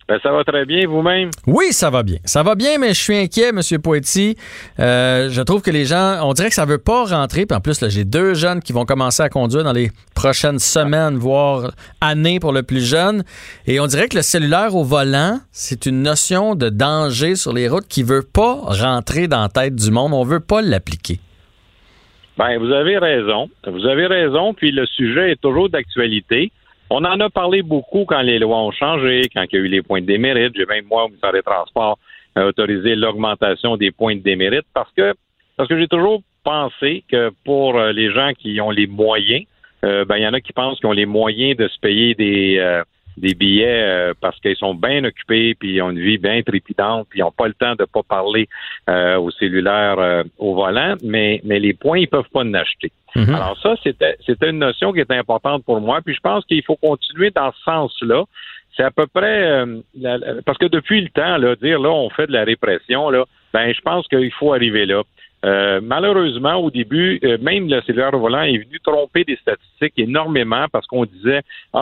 Ben, ça va très bien, vous-même? Oui, ça va bien. Ça va bien, mais je suis inquiet, M. Poitiers. Je trouve que les gens, on dirait que ça veut pas rentrer. Puis en plus, là, j'ai 2 jeunes qui vont commencer à conduire dans les prochaines semaines, voire années pour le plus jeune. Et on dirait que le cellulaire au volant, c'est une notion de danger sur les routes qui veut pas rentrer dans la tête du monde. On veut pas l'appliquer. Ben, vous avez raison. Vous avez raison, puis le sujet est toujours d'actualité. On en a parlé beaucoup quand les lois ont changé, quand il y a eu les points de démérite. J'ai même, moi, au ministère des Transports, autorisé l'augmentation des points de démérite parce que j'ai toujours pensé que pour les gens qui ont les moyens, il y en a qui pensent qu'ils ont les moyens de se payer des billets parce qu'ils sont bien occupés, puis ils ont une vie bien trépidante, puis ils n'ont pas le temps de pas parler au cellulaire au volant, mais les points, ils peuvent pas en acheter. Mm-hmm. Alors ça, c'était une notion qui était importante pour moi, puis je pense qu'il faut continuer dans ce sens-là. C'est à peu près parce que depuis le temps, là, dire là, on fait de la répression, là, je pense qu'il faut arriver là. Malheureusement, au début, même le cellulaire au volant est venu tromper des statistiques énormément parce qu'on disait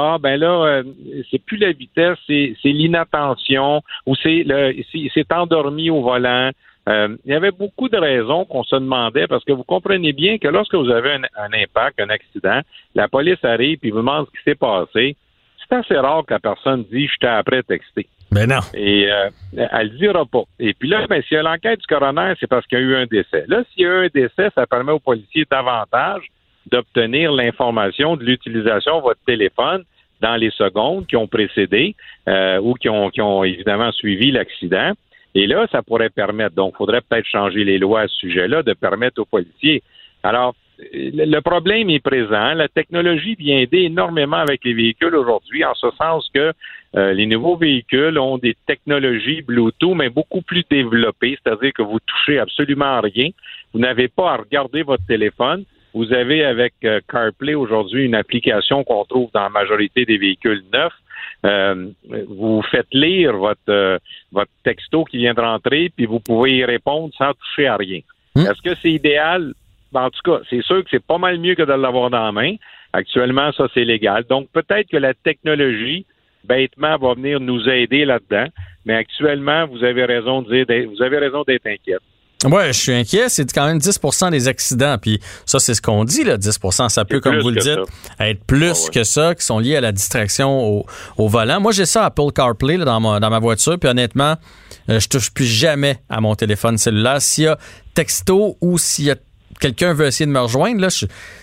c'est plus la vitesse, c'est l'inattention ou c'est endormi au volant. Il y avait beaucoup de raisons qu'on se demandait parce que vous comprenez bien que lorsque vous avez un impact, un accident, la police arrive et vous demande ce qui s'est passé. C'est assez rare que la personne dise « je t'ai après texté ». Ben non. Et elle le dira pas. Et puis là, s'il y a l'enquête du coroner, c'est parce qu'il y a eu un décès. Là, s'il y a eu un décès, ça permet aux policiers davantage d'obtenir l'information de l'utilisation de votre téléphone dans les secondes qui ont précédé ou qui ont évidemment suivi l'accident. Et là, ça pourrait permettre, donc il faudrait peut-être changer les lois à ce sujet-là, de permettre aux policiers. Alors, le problème est présent. La technologie vient aider énormément avec les véhicules aujourd'hui, en ce sens que les nouveaux véhicules ont des technologies Bluetooth, mais beaucoup plus développées, c'est-à-dire que vous touchez absolument rien. Vous n'avez pas à regarder votre téléphone. Vous avez avec CarPlay aujourd'hui une application qu'on trouve dans la majorité des véhicules neufs. Vous faites lire votre texto qui vient de rentrer, puis vous pouvez y répondre sans toucher à rien. Est-ce que c'est idéal? En tout cas, c'est sûr que c'est pas mal mieux que de l'avoir dans la main. Actuellement, ça, c'est légal. Donc, peut-être que la technologie, bêtement, va venir nous aider là-dedans. Mais actuellement, vous avez raison d'être inquiète. Oui, je suis inquiet. C'est quand même 10 % des accidents. Puis ça, c'est ce qu'on dit, là, 10 %. Ça peut, comme vous le dites, être plus que ça, qui sont liés à la distraction au volant. Moi, j'ai ça Apple CarPlay là, dans ma voiture. Puis honnêtement, je touche plus jamais à mon téléphone cellulaire. S'il y a texto ou s'il y a quelqu'un veut essayer de me rejoindre, là,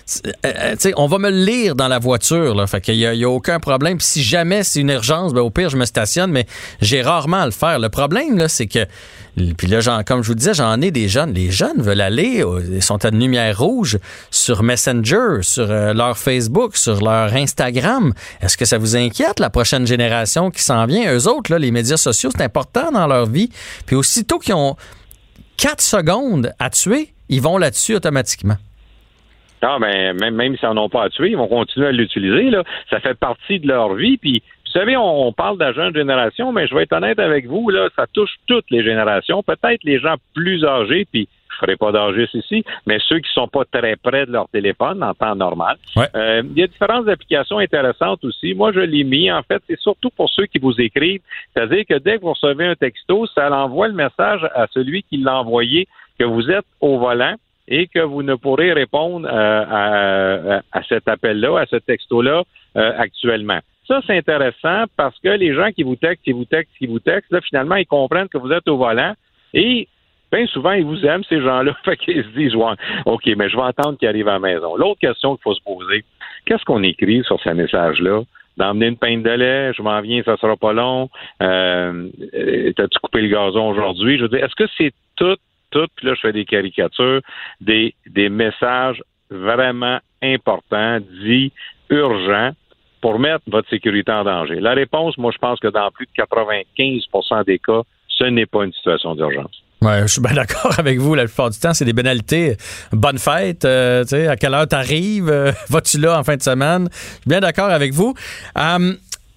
on va me le lire dans la voiture, là, fait qu'il y a aucun problème. Puis si jamais c'est une urgence, au pire, je me stationne, mais j'ai rarement à le faire. Le problème, là, c'est que, puis là, comme je vous le disais, j'en ai des jeunes. Les jeunes veulent aller, ils sont à une lumière rouge sur Messenger, sur leur Facebook, sur leur Instagram. Est-ce que ça vous inquiète, la prochaine génération qui s'en vient? Eux autres, là, les médias sociaux, c'est important dans leur vie. Puis aussitôt qu'ils ont 4 secondes à tuer, ils vont là-dessus automatiquement. Non, mais même s'ils n'en ont pas à tuer, ils vont continuer à l'utiliser. Là. Ça fait partie de leur vie. Puis, vous savez, on parle de la jeune génération, mais je vais être honnête avec vous, là, ça touche toutes les générations. Peut-être les gens plus âgés, puis je ne ferai pas d'âgés ici, mais ceux qui ne sont pas très près de leur téléphone en temps normal. Ouais. Il y a différentes applications intéressantes aussi. Moi, je l'ai mis. En fait, c'est surtout pour ceux qui vous écrivent. C'est-à-dire que dès que vous recevez un texto, ça envoie le message à celui qui l'a envoyé que vous êtes au volant et que vous ne pourrez répondre à cet appel-là, à ce texto-là actuellement. Ça, c'est intéressant parce que les gens qui vous textent, là, finalement, ils comprennent que vous êtes au volant et bien souvent, ils vous aiment, ces gens-là. Fait qu'ils se disent, ouais, OK, mais je vais attendre qu'ils arrivent à la maison. L'autre question qu'il faut se poser, qu'est-ce qu'on écrit sur ce message-là? D'emmener une pinte de lait, je m'en viens, ça sera pas long. T'as-tu coupé le gazon aujourd'hui? Je veux dire, est-ce que c'est tout, puis là, je fais des caricatures, des messages vraiment importants, dits urgents, pour mettre votre sécurité en danger? La réponse, moi, je pense que dans plus de 95% des cas, ce n'est pas une situation d'urgence. Ouais, je suis bien d'accord avec vous. La plupart du temps, c'est des banalités. Bonne fête, tu sais, à quelle heure t'arrives? Vas-tu là en fin de semaine? Je suis bien d'accord avec vous.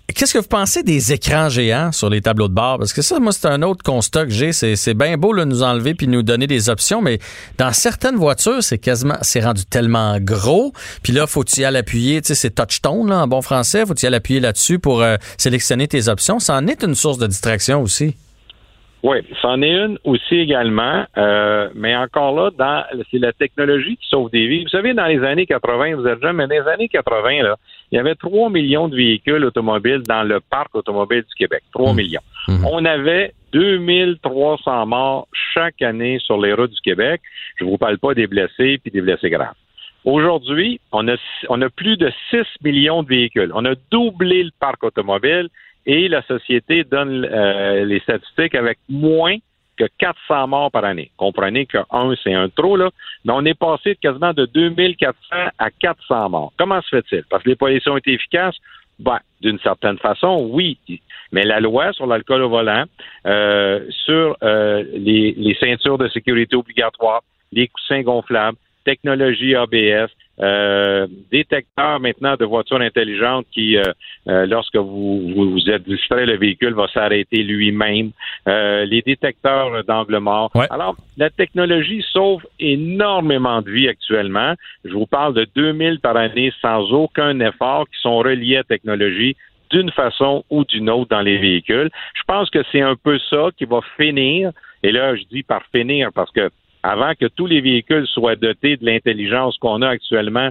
Qu'est-ce que vous pensez des écrans géants sur les tableaux de bord? Parce que ça, moi, c'est un autre constat que j'ai. C'est bien beau là, nous enlever puis nous donner des options, mais dans certaines voitures, c'est rendu tellement gros. Puis là, faut-tu y aller appuyer, tu sais, c'est touchtone là, en bon français. Faut-tu y aller appuyer là-dessus pour sélectionner tes options? Ça en est une source de distraction aussi. Oui, c'en est une aussi également, mais encore là, c'est la technologie qui sauve des vies. Vous savez, dans les années 80, vous êtes jeune, mais dans les années 80, là, il y avait 3 millions de véhicules automobiles dans le parc automobile du Québec. 3 millions. On avait 2300 morts chaque année sur les routes du Québec. Je ne vous parle pas des blessés puis des blessés graves. Aujourd'hui, on a plus de 6 millions de véhicules. On a doublé le parc automobile. Et la société donne les statistiques avec moins que 400 morts par année. Comprenez que 1, c'est un trop, là. Mais on est passé quasiment de 2400 à 400 morts. Comment se fait-il? Parce que les policiers ont été efficaces? Ben, d'une certaine façon, oui. Mais la loi sur l'alcool au volant, sur les ceintures de sécurité obligatoires, les coussins gonflables, technologie ABS, détecteurs maintenant de voitures intelligentes qui, lorsque vous êtes distrait, le véhicule va s'arrêter lui-même, les détecteurs d'angle mort. Ouais. Alors, la technologie sauve énormément de vies actuellement. Je vous parle de 2000 par année sans aucun effort qui sont reliés à la technologie d'une façon ou d'une autre dans les véhicules. Je pense que c'est un peu ça qui va finir, et là, je dis par finir parce que avant que tous les véhicules soient dotés de l'intelligence qu'on a actuellement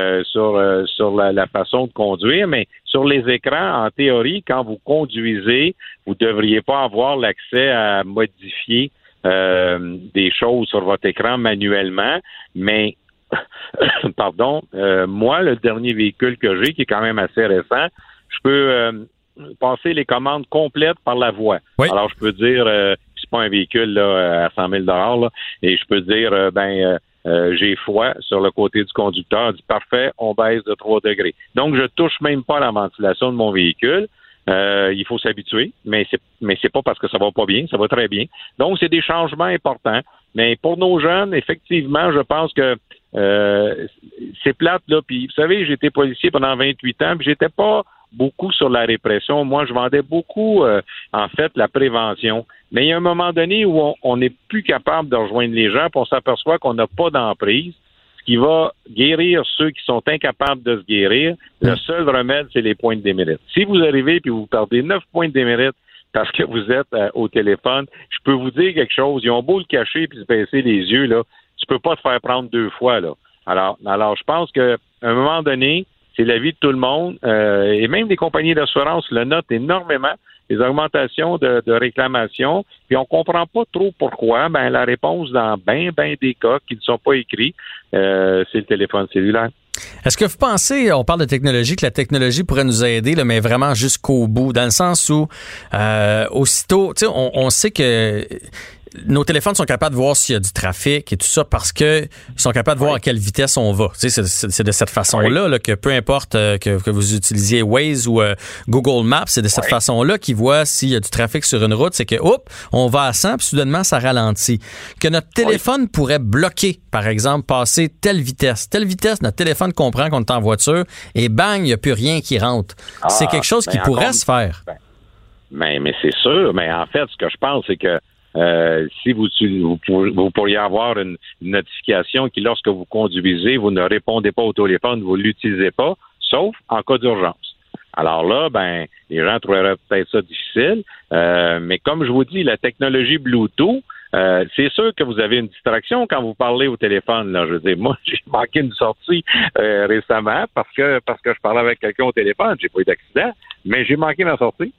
sur la façon de conduire, mais sur les écrans, en théorie, quand vous conduisez, vous ne devriez pas avoir l'accès à modifier des choses sur votre écran manuellement, mais pardon, moi, le dernier véhicule que j'ai, qui est quand même assez récent, je peux passer les commandes complètes par la voix. Oui. Alors, je peux dire, c'est pas un véhicule là, à 100 000 là, et je peux dire, j'ai foi sur le côté du conducteur, dit parfait, on baisse de 3 degrés. Donc, je touche même pas à la ventilation de mon véhicule. Il faut s'habituer, mais c'est pas parce que ça va pas bien, ça va très bien. Donc, c'est des changements importants. Mais pour nos jeunes, effectivement, je pense que c'est plate, là. Puis, vous savez, j'ai été policier pendant 28 ans, puis j'étais pas beaucoup sur la répression. Moi, je vendais beaucoup, en fait, la prévention. Mais il y a un moment donné où on n'est plus capable de rejoindre les gens, puis on s'aperçoit qu'on n'a pas d'emprise, ce qui va guérir ceux qui sont incapables de se guérir. Le seul remède, c'est les points de démérite. Si vous arrivez puis vous perdez 9 points de démérite parce que vous êtes au téléphone, je peux vous dire quelque chose. Ils ont beau le cacher puis se baisser les yeux, là, tu peux pas te faire prendre 2 fois, là. Alors, je pense qu'à un moment donné, c'est la vie de tout le monde, et même les compagnies d'assurance le notent énormément, les augmentations de réclamations, puis on comprend pas trop pourquoi. Ben la réponse dans ben des cas qui ne sont pas écrits, c'est le téléphone cellulaire. Est-ce que vous pensez, on parle de technologie, que la technologie pourrait nous aider, là, mais vraiment jusqu'au bout, dans le sens où aussitôt, tu sais, on sait que nos téléphones sont capables de voir s'il y a du trafic et tout ça parce que ils sont capables de voir à quelle vitesse on va. Tu sais, c'est de cette façon-là là, que peu importe que vous utilisiez Waze ou Google Maps, c'est de cette façon-là qu'ils voient s'il y a du trafic sur une route, c'est que on va à 100 puis soudainement ça ralentit. Que notre téléphone pourrait bloquer, par exemple, passer telle vitesse, notre téléphone comprend qu'on est en voiture et bang, il n'y a plus rien qui rentre. C'est quelque chose qui pourrait se faire. Mais c'est sûr, mais en fait, ce que je pense, c'est que si vous pourriez avoir une notification qui, lorsque vous conduisez, vous ne répondez pas au téléphone, vous ne l'utilisez pas, sauf en cas d'urgence. Alors là, les gens trouveraient peut-être ça difficile, mais comme je vous dis, la technologie Bluetooth, c'est sûr que vous avez une distraction quand vous parlez au téléphone. Là, je veux dire, moi, j'ai manqué une sortie récemment parce que je parlais avec quelqu'un au téléphone. J'ai pas eu d'accident, mais j'ai manqué ma sortie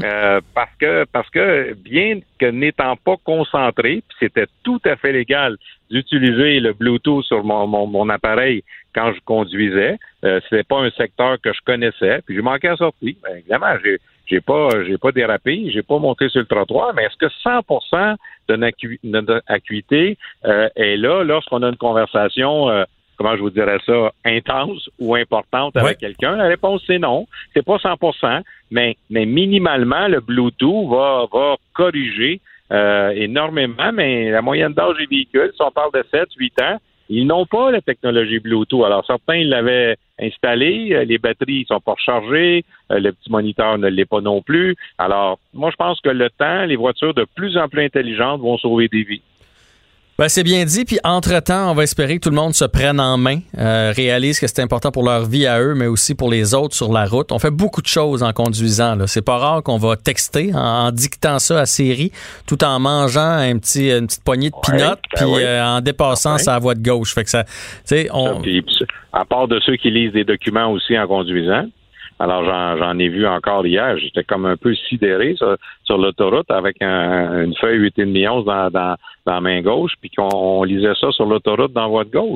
parce que bien que n'étant pas concentré, puis c'était tout à fait légal d'utiliser le Bluetooth sur mon appareil quand je conduisais. C'était pas un secteur que je connaissais, puis j'ai manqué la sortie. Ben, évidemment, j'ai pas dérapé, j'ai pas monté sur le trottoir, mais est-ce que 100% de notre acuité est là lorsqu'on a une conversation, comment je vous dirais ça, intense ou importante avec quelqu'un? La réponse, c'est non. C'est pas 100%, mais minimalement, le Bluetooth va corriger énormément, mais la moyenne d'âge des véhicules, si on parle de 7-8 ans, Ils n'ont pas la technologie Bluetooth. Alors, certains, ils l'avaient installé, les batteries sont pas rechargées, le petit moniteur ne l'est pas non plus. Alors, moi, je pense que le temps, les voitures de plus en plus intelligentes vont sauver des vies. Ben, c'est bien dit. Puis, entre-temps, on va espérer que tout le monde se prenne en main, réalise que c'est important pour leur vie à eux, mais aussi pour les autres sur la route. On fait beaucoup de choses en conduisant, là. C'est pas rare qu'on va texter en dictant ça à Siri, tout en mangeant une petite poignée de peanuts, puis en dépassant sa voie de gauche. Fait que ça, tu sais, Puis, à part de ceux qui lisent des documents aussi en conduisant. Alors, j'en ai vu encore hier. J'étais comme un peu sidéré sur l'autoroute avec une feuille 8,5 onces dans la main gauche, puis qu'on lisait ça sur l'autoroute dans la voie de gauche.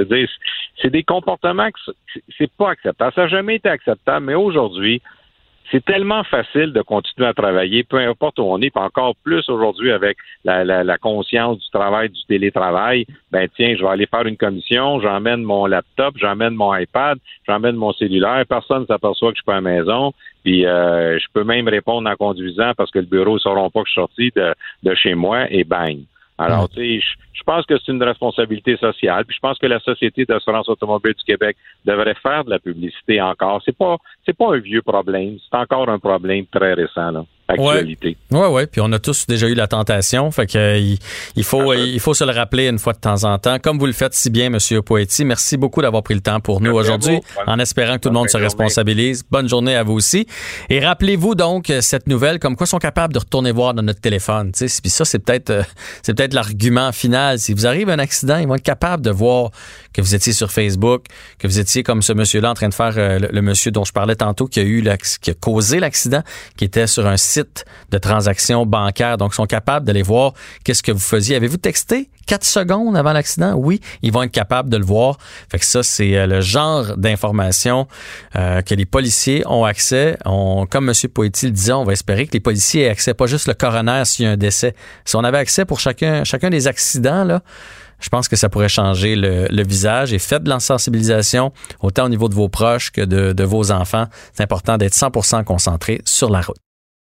C'est des comportements que c'est pas acceptable. Ça n'a jamais été acceptable, mais aujourd'hui, c'est tellement facile de continuer à travailler, peu importe où on est, puis encore plus aujourd'hui avec la conscience du travail, du télétravail. Ben tiens, je vais aller faire une commission, j'emmène mon laptop, j'emmène mon iPad, j'emmène mon cellulaire, personne ne s'aperçoit que je suis pas à la maison, puis je peux même répondre en conduisant parce que le bureau ne sauront pas que je suis sorti de chez moi et bang. Alors, tu sais, je pense que c'est une responsabilité sociale, puis je pense que la Société d'assurance automobile du Québec devrait faire de la publicité encore. C'est pas un vieux problème, c'est encore un problème très récent, là. Actualité. Ouais. Puis on a tous déjà eu la tentation. Fait que il faut se le rappeler une fois de temps en temps. Comme vous le faites si bien, M. Poetti. Merci beaucoup d'avoir pris le temps pour nous aujourd'hui, en espérant que tout le monde se responsabilise. Bonne journée à vous aussi. Et rappelez-vous donc cette nouvelle, comme quoi ils sont capables de retourner voir dans notre téléphone. Puis ça, c'est peut-être l'argument final. Si vous arrive un accident, ils vont être capables de voir que vous étiez sur Facebook, que vous étiez comme ce monsieur-là en train de faire le monsieur dont je parlais tantôt, qui a causé l'accident, qui était sur un site de transactions bancaires. Donc, ils sont capables d'aller voir qu'est-ce que vous faisiez. Avez-vous texté 4 secondes avant l'accident? Oui, ils vont être capables de le voir. Fait que ça, c'est le genre d'information que les policiers ont accès. Comme M. Poetti le disait, on va espérer que les policiers aient accès, pas juste le coroner s'il y a un décès. Si on avait accès pour chacun des accidents, là, je pense que ça pourrait changer le visage. Et faites de la sensibilisation, autant au niveau de vos proches que de vos enfants. C'est important d'être 100% concentré sur la route.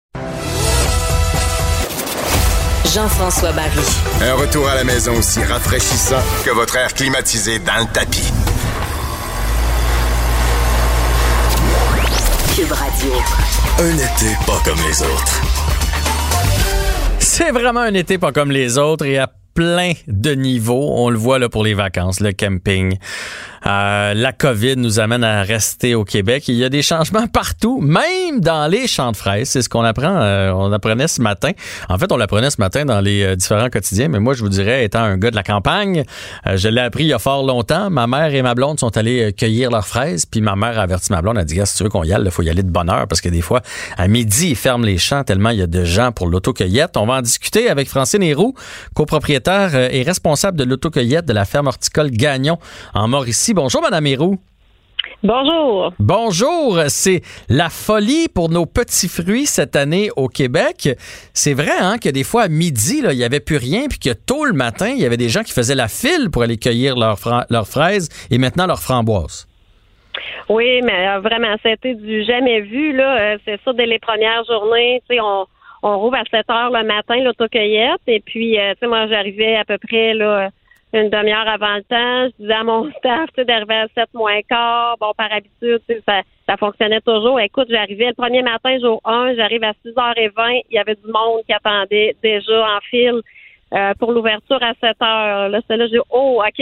Jean-François Barry. Un retour à la maison aussi rafraîchissant que votre air climatisé dans le tapis. Cube Radio. Un été pas comme les autres. C'est vraiment un été pas comme les autres et à plein de niveaux. On le voit là pour les vacances, le camping. La COVID nous amène à rester au Québec. Il y a des changements partout, même dans les champs de fraises. C'est ce qu'on apprend. On apprenait ce matin. En fait, on l'apprenait ce matin dans les différents quotidiens. Mais moi, je vous dirais, étant un gars de la campagne, je l'ai appris il y a fort longtemps. Ma mère et ma blonde sont allées cueillir leurs fraises. Puis ma mère a averti ma blonde. Elle a dit, si tu veux qu'on y aille, il faut y aller de bonne heure. Parce que des fois, à midi, ils ferment les champs tellement il y a de gens pour l'autocueillette. On va en discuter avec Francine Héroux, copropriétaire et responsable de l'autocueillette de la ferme horticole Gagnon en Mauricie. Bonjour, Mme Héroux. Bonjour. Bonjour. C'est la folie pour nos petits fruits cette année au Québec. C'est vrai hein, que des fois, à midi, là, il n'y avait plus rien, puis que tôt le matin, il y avait des gens qui faisaient la file pour aller cueillir leurs fraises et maintenant leurs framboises. Oui, mais vraiment, c'était du jamais vu. Là. C'est ça, dès les premières journées, tu sais, on rouvre à 7 heures le matin l'autocueillette, et puis, tu sais, moi, j'arrivais à peu près là une demi-heure avant le temps. Je disais à mon staff, tu sais, d'arriver à 7 moins quart. Bon, par habitude, tu sais, ça fonctionnait toujours. Écoute, j'arrivais le premier matin, jour 1, j'arrive à 6h20. Il y avait du monde qui attendait déjà en file pour l'ouverture à 7 heures. Là, c'est là, j'ai dit, oh, OK.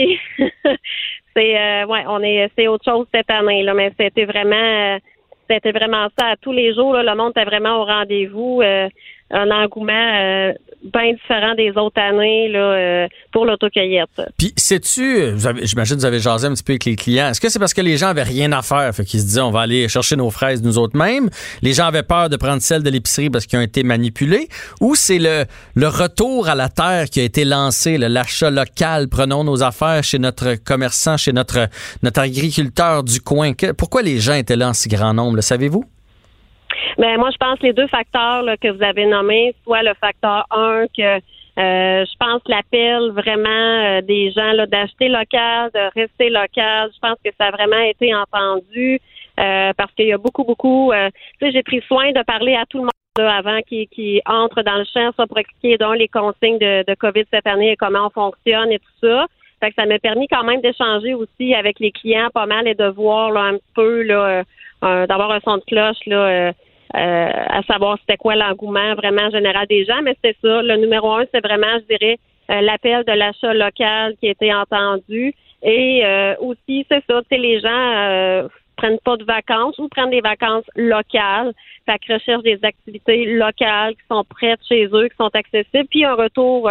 C'est autre chose cette année, là, mais c'était vraiment ça à tous les jours. Là, le monde était vraiment au rendez-vous. Un engouement bien différent des autres années là, pour l'autocueillette. Puis, j'imagine que vous avez jasé un petit peu avec les clients. Est-ce que c'est parce que les gens avaient rien à faire, fait qu'ils se disaient on va aller chercher nos fraises nous autres mêmes? Les gens avaient peur de prendre celles de l'épicerie parce qu'ils ont été manipulés? Ou c'est le retour à la terre qui a été lancé, l'achat local, prenons nos affaires chez notre commerçant, chez notre agriculteur du coin? Pourquoi les gens étaient là en si grand nombre, le savez-vous? Ben moi, je pense les deux facteurs là, que vous avez nommés, soit le facteur 1 que je pense l'appel vraiment des gens là, d'acheter local, de rester local. Je pense que ça a vraiment été entendu parce qu'il y a beaucoup, tu sais, j'ai pris soin de parler à tout le monde là, avant qui entre dans le champ, ça pour expliquer donc les consignes de COVID cette année et comment on fonctionne et tout ça. Fait que ça m'a permis quand même d'échanger aussi avec les clients pas mal et de voir là, un petit peu là, d'avoir un son de cloche là, à savoir c'était quoi l'engouement vraiment général des gens. Mais c'est ça, le numéro 1, c'est vraiment, je dirais, l'appel de l'achat local qui a été entendu. Et aussi, c'est ça, tu sais, les gens prennent pas de vacances ou prennent des vacances locales. Fait que recherchent des activités locales qui sont prêtes chez eux, qui sont accessibles. Puis un retour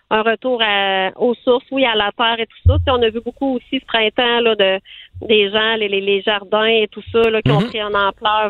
aux sources, oui, à la terre et tout ça. T'sais, on a vu beaucoup aussi ce printemps là, des gens, les jardins et tout ça là, qui ont pris une ampleur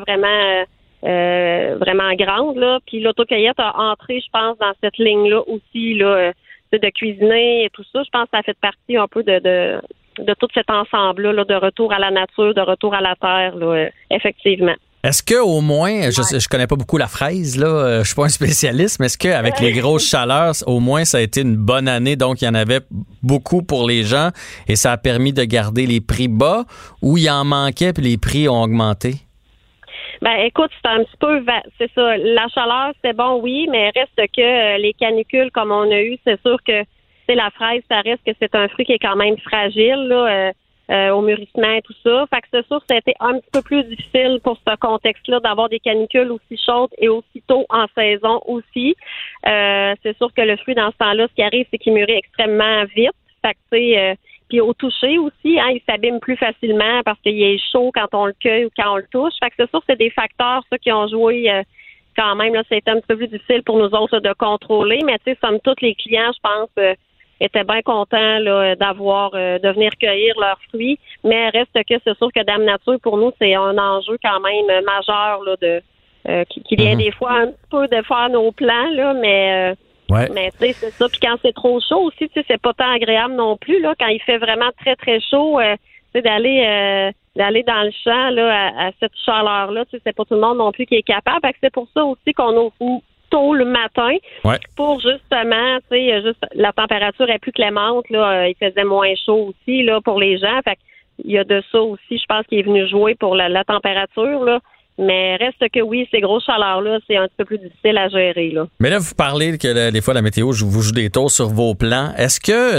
vraiment grande. Là. Puis l'autocueillette a entré, je pense, dans cette ligne-là aussi, là, de cuisiner et tout ça. Je pense que ça fait partie un peu de tout cet ensemble-là, là, de retour à la nature, de retour à la terre, là, effectivement. Est-ce que au moins, je connais pas beaucoup la fraise, là, je suis pas un spécialiste, mais est-ce qu'avec les grosses chaleurs, au moins ça a été une bonne année, donc il y en avait beaucoup pour les gens et ça a permis de garder les prix bas ou il en manquait puis les prix ont augmenté? Ben, écoute, c'est un petit peu, c'est ça, la chaleur, c'est bon, oui, mais reste que les canicules comme on a eu, c'est sûr que la fraise, ça reste que c'est un fruit qui est quand même fragile, là, au mûrissement et tout ça. Fait que c'est sûr que ça a été un petit peu plus difficile pour ce contexte-là d'avoir des canicules aussi chaudes et aussi tôt en saison aussi. C'est sûr que le fruit, dans ce temps-là, ce qui arrive, c'est qu'il mûrit extrêmement vite. Fait que, tu sais, puis au toucher aussi, hein, il s'abîme plus facilement parce qu'il est chaud quand on le cueille ou quand on le touche. Fait que c'est sûr que c'est des facteurs, ça, qui ont joué quand même. Là, c'était un petit peu plus difficile pour nous autres là, de contrôler. Mais tu sais, somme toute, les clients, je pense, étaient bien contents là, de venir cueillir leurs fruits. Mais reste que c'est sûr que Dame Nature, pour nous, c'est un enjeu quand même majeur là, qui vient des fois un petit peu de faire nos plans, là, mais mais tu sais, c'est ça. Puis quand c'est trop chaud aussi, tu sais, c'est pas tant agréable non plus, là. Quand il fait vraiment très, très chaud, tu sais, d'aller dans le champ, là, à cette chaleur-là, tu sais, c'est pas tout le monde non plus qui est capable. Fait que c'est pour ça aussi qu'on ouvre tôt le matin pour justement, tu sais, juste la température est plus clémente, là. Il faisait moins chaud aussi, là, pour les gens. Fait qu'il y a de ça aussi, je pense, qui est venu jouer pour la température, là. Mais reste que oui, ces grosses chaleurs-là, c'est un petit peu plus difficile à gérer, là. Mais là, vous parlez que des fois, la météo vous joue des tours sur vos plans. Est-ce que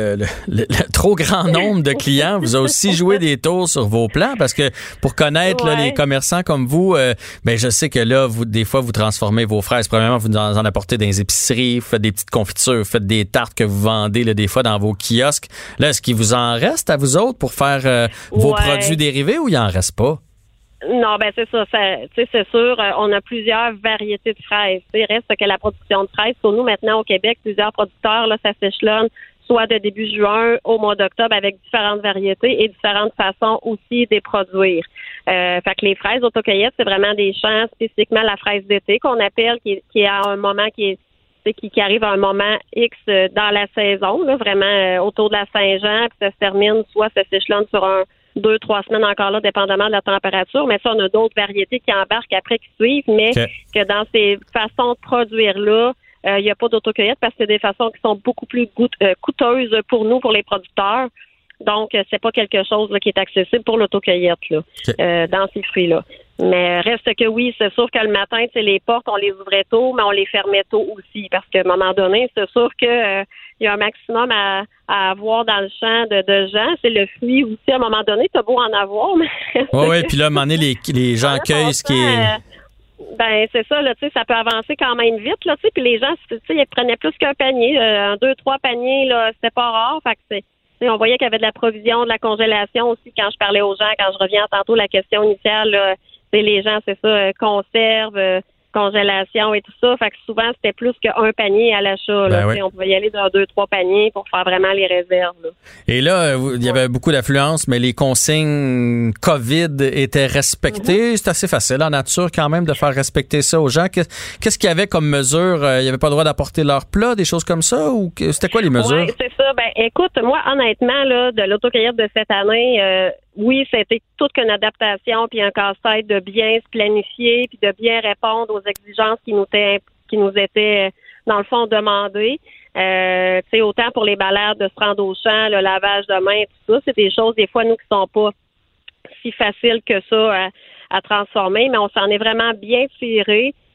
le trop grand nombre de clients vous a aussi joué des tours sur vos plans? Parce que pour connaître là, les commerçants comme vous, ben je sais que là, des fois, vous transformez vos fraises. Premièrement, vous en apportez dans les épiceries, vous faites des petites confitures, vous faites des tartes que vous vendez là, des fois dans vos kiosques. Là, est-ce qu'il vous en reste à vous autres pour faire vos produits dérivés ou il en reste pas? Non, ben c'est ça. C'est sûr, on a plusieurs variétés de fraises. Il reste que la production de fraises. Pour nous, maintenant, au Québec, plusieurs producteurs, là, ça s'échelonne soit de début juin au mois d'octobre avec différentes variétés et différentes façons aussi de les produire. Fait que les fraises autocueillettes, c'est vraiment des champs, spécifiquement la fraise d'été qu'on appelle, qui est à un moment qui arrive à un moment X dans la saison, là, vraiment autour de la Saint-Jean, puis ça se termine, soit ça s'échelonne sur 2-3 semaines encore là, dépendamment de la température. Mais ça, on a d'autres variétés qui embarquent après, qui suivent, mais que dans ces façons de produire-là, il n'y a pas d'autocueillette parce que c'est des façons qui sont beaucoup plus coûteuses pour nous, pour les producteurs. Donc, c'est pas quelque chose là, qui est accessible pour l'autocueillette là, dans ces fruits-là. Mais reste que oui, c'est sûr que le matin, les portes, on les ouvrait tôt, mais on les fermait tôt aussi. Parce qu'à un moment donné, c'est sûr que il y a un maximum à avoir dans le champ de gens. C'est le fruit aussi, à un moment donné, t'as beau en avoir, mais... Oui, puis là, à un moment donné, les gens cueillent ce qui est... Ben, c'est ça, là, tu sais, ça peut avancer quand même vite, là, tu sais, puis les gens, tu sais, ils prenaient plus qu'un panier, 2-3 paniers, là, c'était pas rare, fait que on voyait qu'il y avait de la provision, de la congélation aussi quand je parlais aux gens, quand je reviens tantôt la question initiale, là, les gens, c'est ça, conserve, congélation et tout ça. Fait que souvent, c'était plus qu'un panier à l'achat. Là, on pouvait y aller dans 2-3 paniers pour faire vraiment les réserves. Là. Et là, il y avait beaucoup d'affluence, mais les consignes COVID étaient respectées. C'est assez facile en nature quand même de faire respecter ça aux gens. Qu'est-ce qu'il y avait comme mesure? Il n'y avait pas le droit d'apporter leur plat, des choses comme ça? Ou c'était quoi les mesures? Oui, c'est ça. Ben, écoute, moi, honnêtement, là, de l'autocueillette de cette année... oui, c'était toute qu'une adaptation puis un casse-tête de bien se planifier puis de bien répondre aux exigences qui nous étaient dans le fond demandées. Tu sais, autant pour les balades de se rendre au champ, le lavage de mains, tout ça, c'est des choses des fois nous qui sont pas si faciles que ça à transformer, mais on s'en est vraiment bien tiré.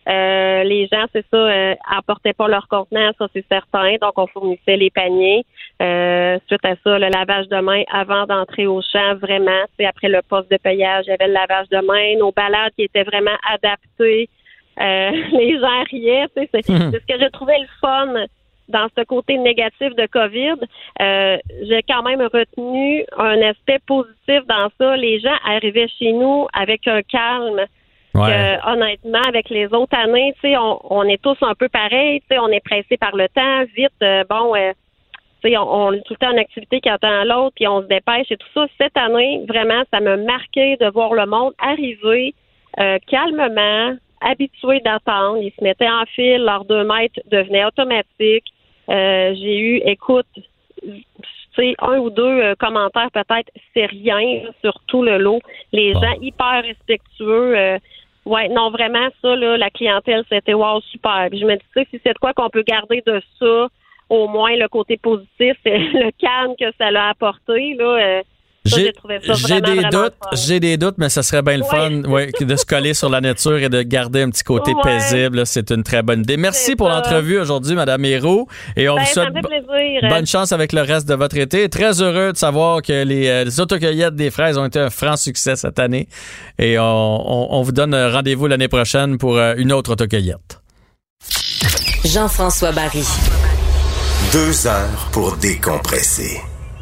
Les gens, c'est ça, apportaient pas leur contenant, ça c'est certain. Donc, on fournissait les paniers. Suite à ça, le lavage de main avant d'entrer au champ, vraiment. C'est après le poste de payage, il y avait le lavage de main, nos balades qui étaient vraiment adaptées. Les gens riaient. C'est ce que j'ai trouvé le fun dans ce côté négatif de COVID. J'ai quand même retenu un aspect positif dans ça. Les gens arrivaient chez nous avec un calme. Ouais. Honnêtement, avec les autres années, tu sais, on est tous un peu pareils, tu sais, on est pressés par le temps, vite, tu sais, on est tout le temps en activité qui attend l'autre, puis on se dépêche et tout ça. Cette année, vraiment, ça m'a marqué de voir le monde arriver calmement, habitué d'attendre. Ils se mettaient en file, leurs 2 mètres devenaient automatiques. J'ai eu, écoute, tu sais, 1 ou 2 commentaires peut-être, c'est rien, sur tout le lot. Les gens hyper respectueux. Ouais, non, vraiment, ça, là, la clientèle, c'était wow, super. Puis je me dis, tu sais, si c'est de quoi qu'on peut garder de ça, au moins le côté positif, c'est le calme que ça l'a apporté, là. J'ai des doutes, mais ça serait bien le fun de se coller sur la nature et de garder un petit côté paisible. Là, c'est une très bonne idée. Merci pour l'entrevue aujourd'hui, Mme Héroux. Et on vous souhaite bonne chance avec le reste de votre été. Très heureux de savoir que les autocueillettes des fraises ont été un franc succès cette année. Et on vous donne rendez-vous l'année prochaine pour une autre autocueillette. Jean-François Barry. 2 heures pour décompresser.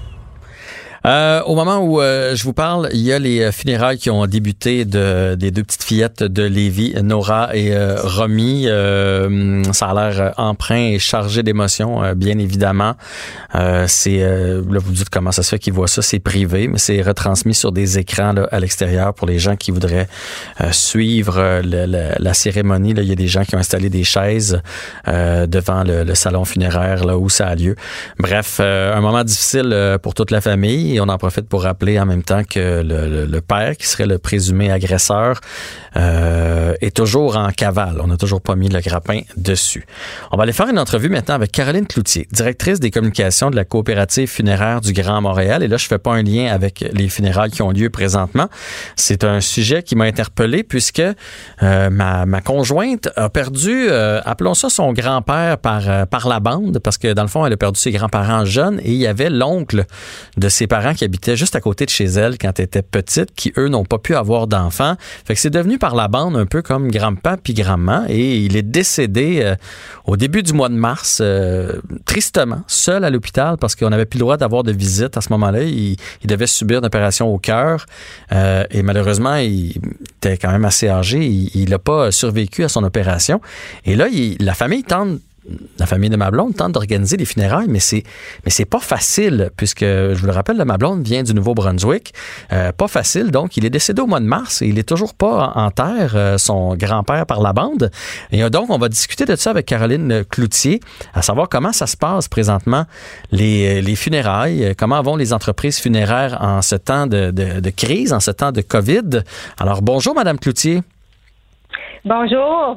Au moment où je vous parle, il y a les funérailles qui ont débuté des 2 petites fillettes de Lévis, Nora et Romy. Ça a l'air empreint et chargé d'émotions, bien évidemment. Là, vous dites comment ça se fait qu'ils voient ça, c'est privé, mais c'est retransmis sur des écrans là, à l'extérieur pour les gens qui voudraient suivre la cérémonie. Là, il y a des gens qui ont installé des chaises devant le salon funéraire là où ça a lieu. Bref, un moment difficile pour toute la famille. Et on en profite pour rappeler en même temps que le père, qui serait le présumé agresseur, est toujours en cavale. On n'a toujours pas mis le grappin dessus. On va aller faire une entrevue maintenant avec Caroline Cloutier, directrice des communications de la coopérative funéraire du Grand Montréal. Et là, je fais pas un lien avec les funérailles qui ont lieu présentement. C'est un sujet qui m'a interpellé puisque ma conjointe a perdu, appelons ça son grand-père par la bande, parce que dans le fond, elle a perdu ses grands-parents jeunes et il y avait l'oncle de ses parents qui habitaient juste à côté de chez elle quand elle était petite, qui eux n'ont pas pu avoir d'enfants. Fait que c'est devenu par la bande un peu comme grand-papa puis grand-maman, et il est décédé au début du mois de mars, tristement, seul à l'hôpital parce qu'on n'avait plus le droit d'avoir de visite à ce moment-là. Il devait subir une opération au cœur et malheureusement, il était quand même assez âgé. Il n'a pas survécu à son opération. Et là, la famille de ma blonde tente d'organiser des funérailles, mais c'est pas facile, puisque, je vous le rappelle, ma blonde vient du Nouveau-Brunswick. Pas facile, donc il est décédé au mois de mars et il est toujours pas en terre, son grand-père par la bande. Et donc, on va discuter de ça avec Caroline Cloutier, à savoir comment ça se passe présentement, les funérailles, comment vont les entreprises funéraires en ce temps de crise, en ce temps de COVID. Alors, bonjour, Madame Cloutier. Bonjour.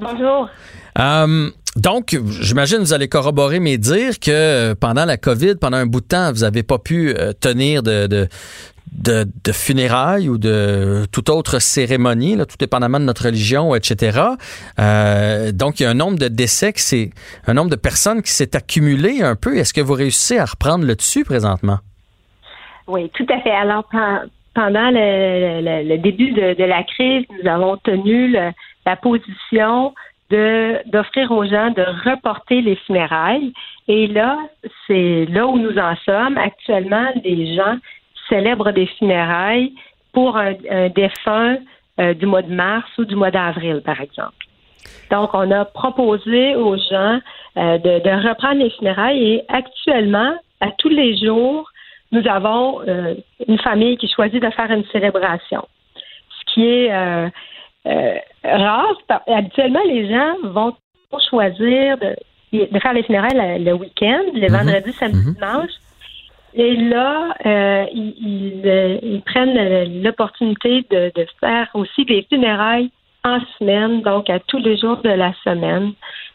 Donc, j'imagine que vous allez corroborer mes dires que pendant la COVID, pendant un bout de temps, vous n'avez pas pu tenir de funérailles ou de toute autre cérémonie, là, tout dépendamment de notre religion, etc. Donc, il y a un nombre de décès, c'est un nombre de personnes qui s'est accumulé un peu. Est-ce que vous réussissez à reprendre le dessus présentement? Oui, tout à fait. Alors, pendant le début de la crise, nous avons tenu la position d'offrir aux gens de reporter les funérailles. Et là, c'est là où nous en sommes. Actuellement, les gens célèbrent des funérailles pour un défunt du mois de mars ou du mois d'avril, par exemple. Donc, on a proposé aux gens de reprendre les funérailles et actuellement, à tous les jours, nous avons une famille qui choisit de faire une célébration. Ce qui est rare. Habituellement, les gens vont choisir de faire les funérailles le week-end, le vendredi, samedi, dimanche. Et là, ils prennent l'opportunité de faire aussi des funérailles en semaine, donc à tous les jours de la semaine.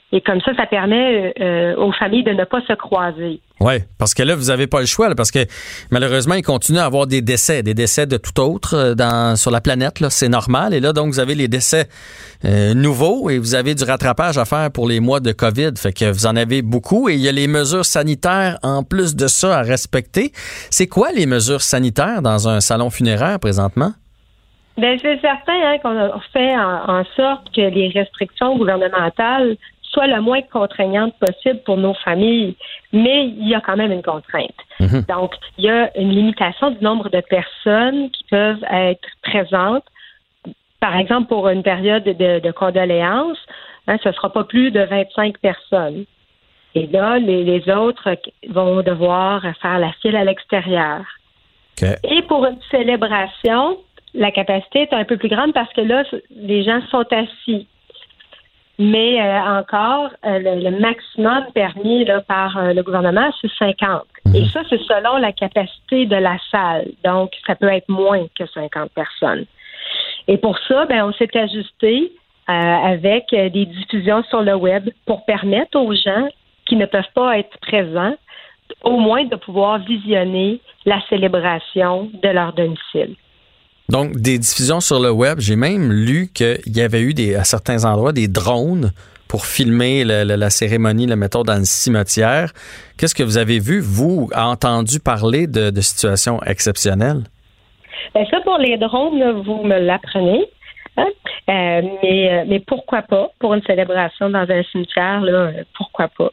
Et comme ça permet aux familles de ne pas se croiser. Oui, parce que là, vous n'avez pas le choix, là, parce que malheureusement, il continue à avoir des décès de tout autre sur la planète. Là, c'est normal. Et là, donc, vous avez les décès nouveaux et vous avez du rattrapage à faire pour les mois de COVID. Fait que vous en avez beaucoup et il y a les mesures sanitaires en plus de ça à respecter. C'est quoi les mesures sanitaires dans un salon funéraire présentement? Bien, c'est certain qu'on fait en sorte que les restrictions gouvernementales soient le moins contraignantes possible pour nos familles, mais il y a quand même une contrainte. Mm-hmm. Donc, il y a une limitation du nombre de personnes qui peuvent être présentes. Par exemple, pour une période de condoléances, ce ne sera pas plus de 25 personnes. Et là, les autres vont devoir faire la file à l'extérieur. Okay. Et pour une célébration, la capacité est un peu plus grande parce que là, les gens sont assis. Mais encore, le maximum permis là, par le gouvernement, c'est 50. Et ça, c'est selon la capacité de la salle. Donc, ça peut être moins que 50 personnes. Et pour ça, on s'est ajusté avec des diffusions sur le web pour permettre aux gens qui ne peuvent pas être présents, au moins de pouvoir visionner la célébration de leur domicile. Donc, des diffusions sur le web. J'ai même lu qu'il y avait eu à certains endroits des drones pour filmer la cérémonie, mettons, dans le cimetière. Qu'est-ce que vous avez vu, vous, entendu parler de situations exceptionnelles? Ça, pour les drones, là, vous me l'apprenez. Hein? Mais pourquoi pas? Pour une célébration dans un cimetière, là, pourquoi pas?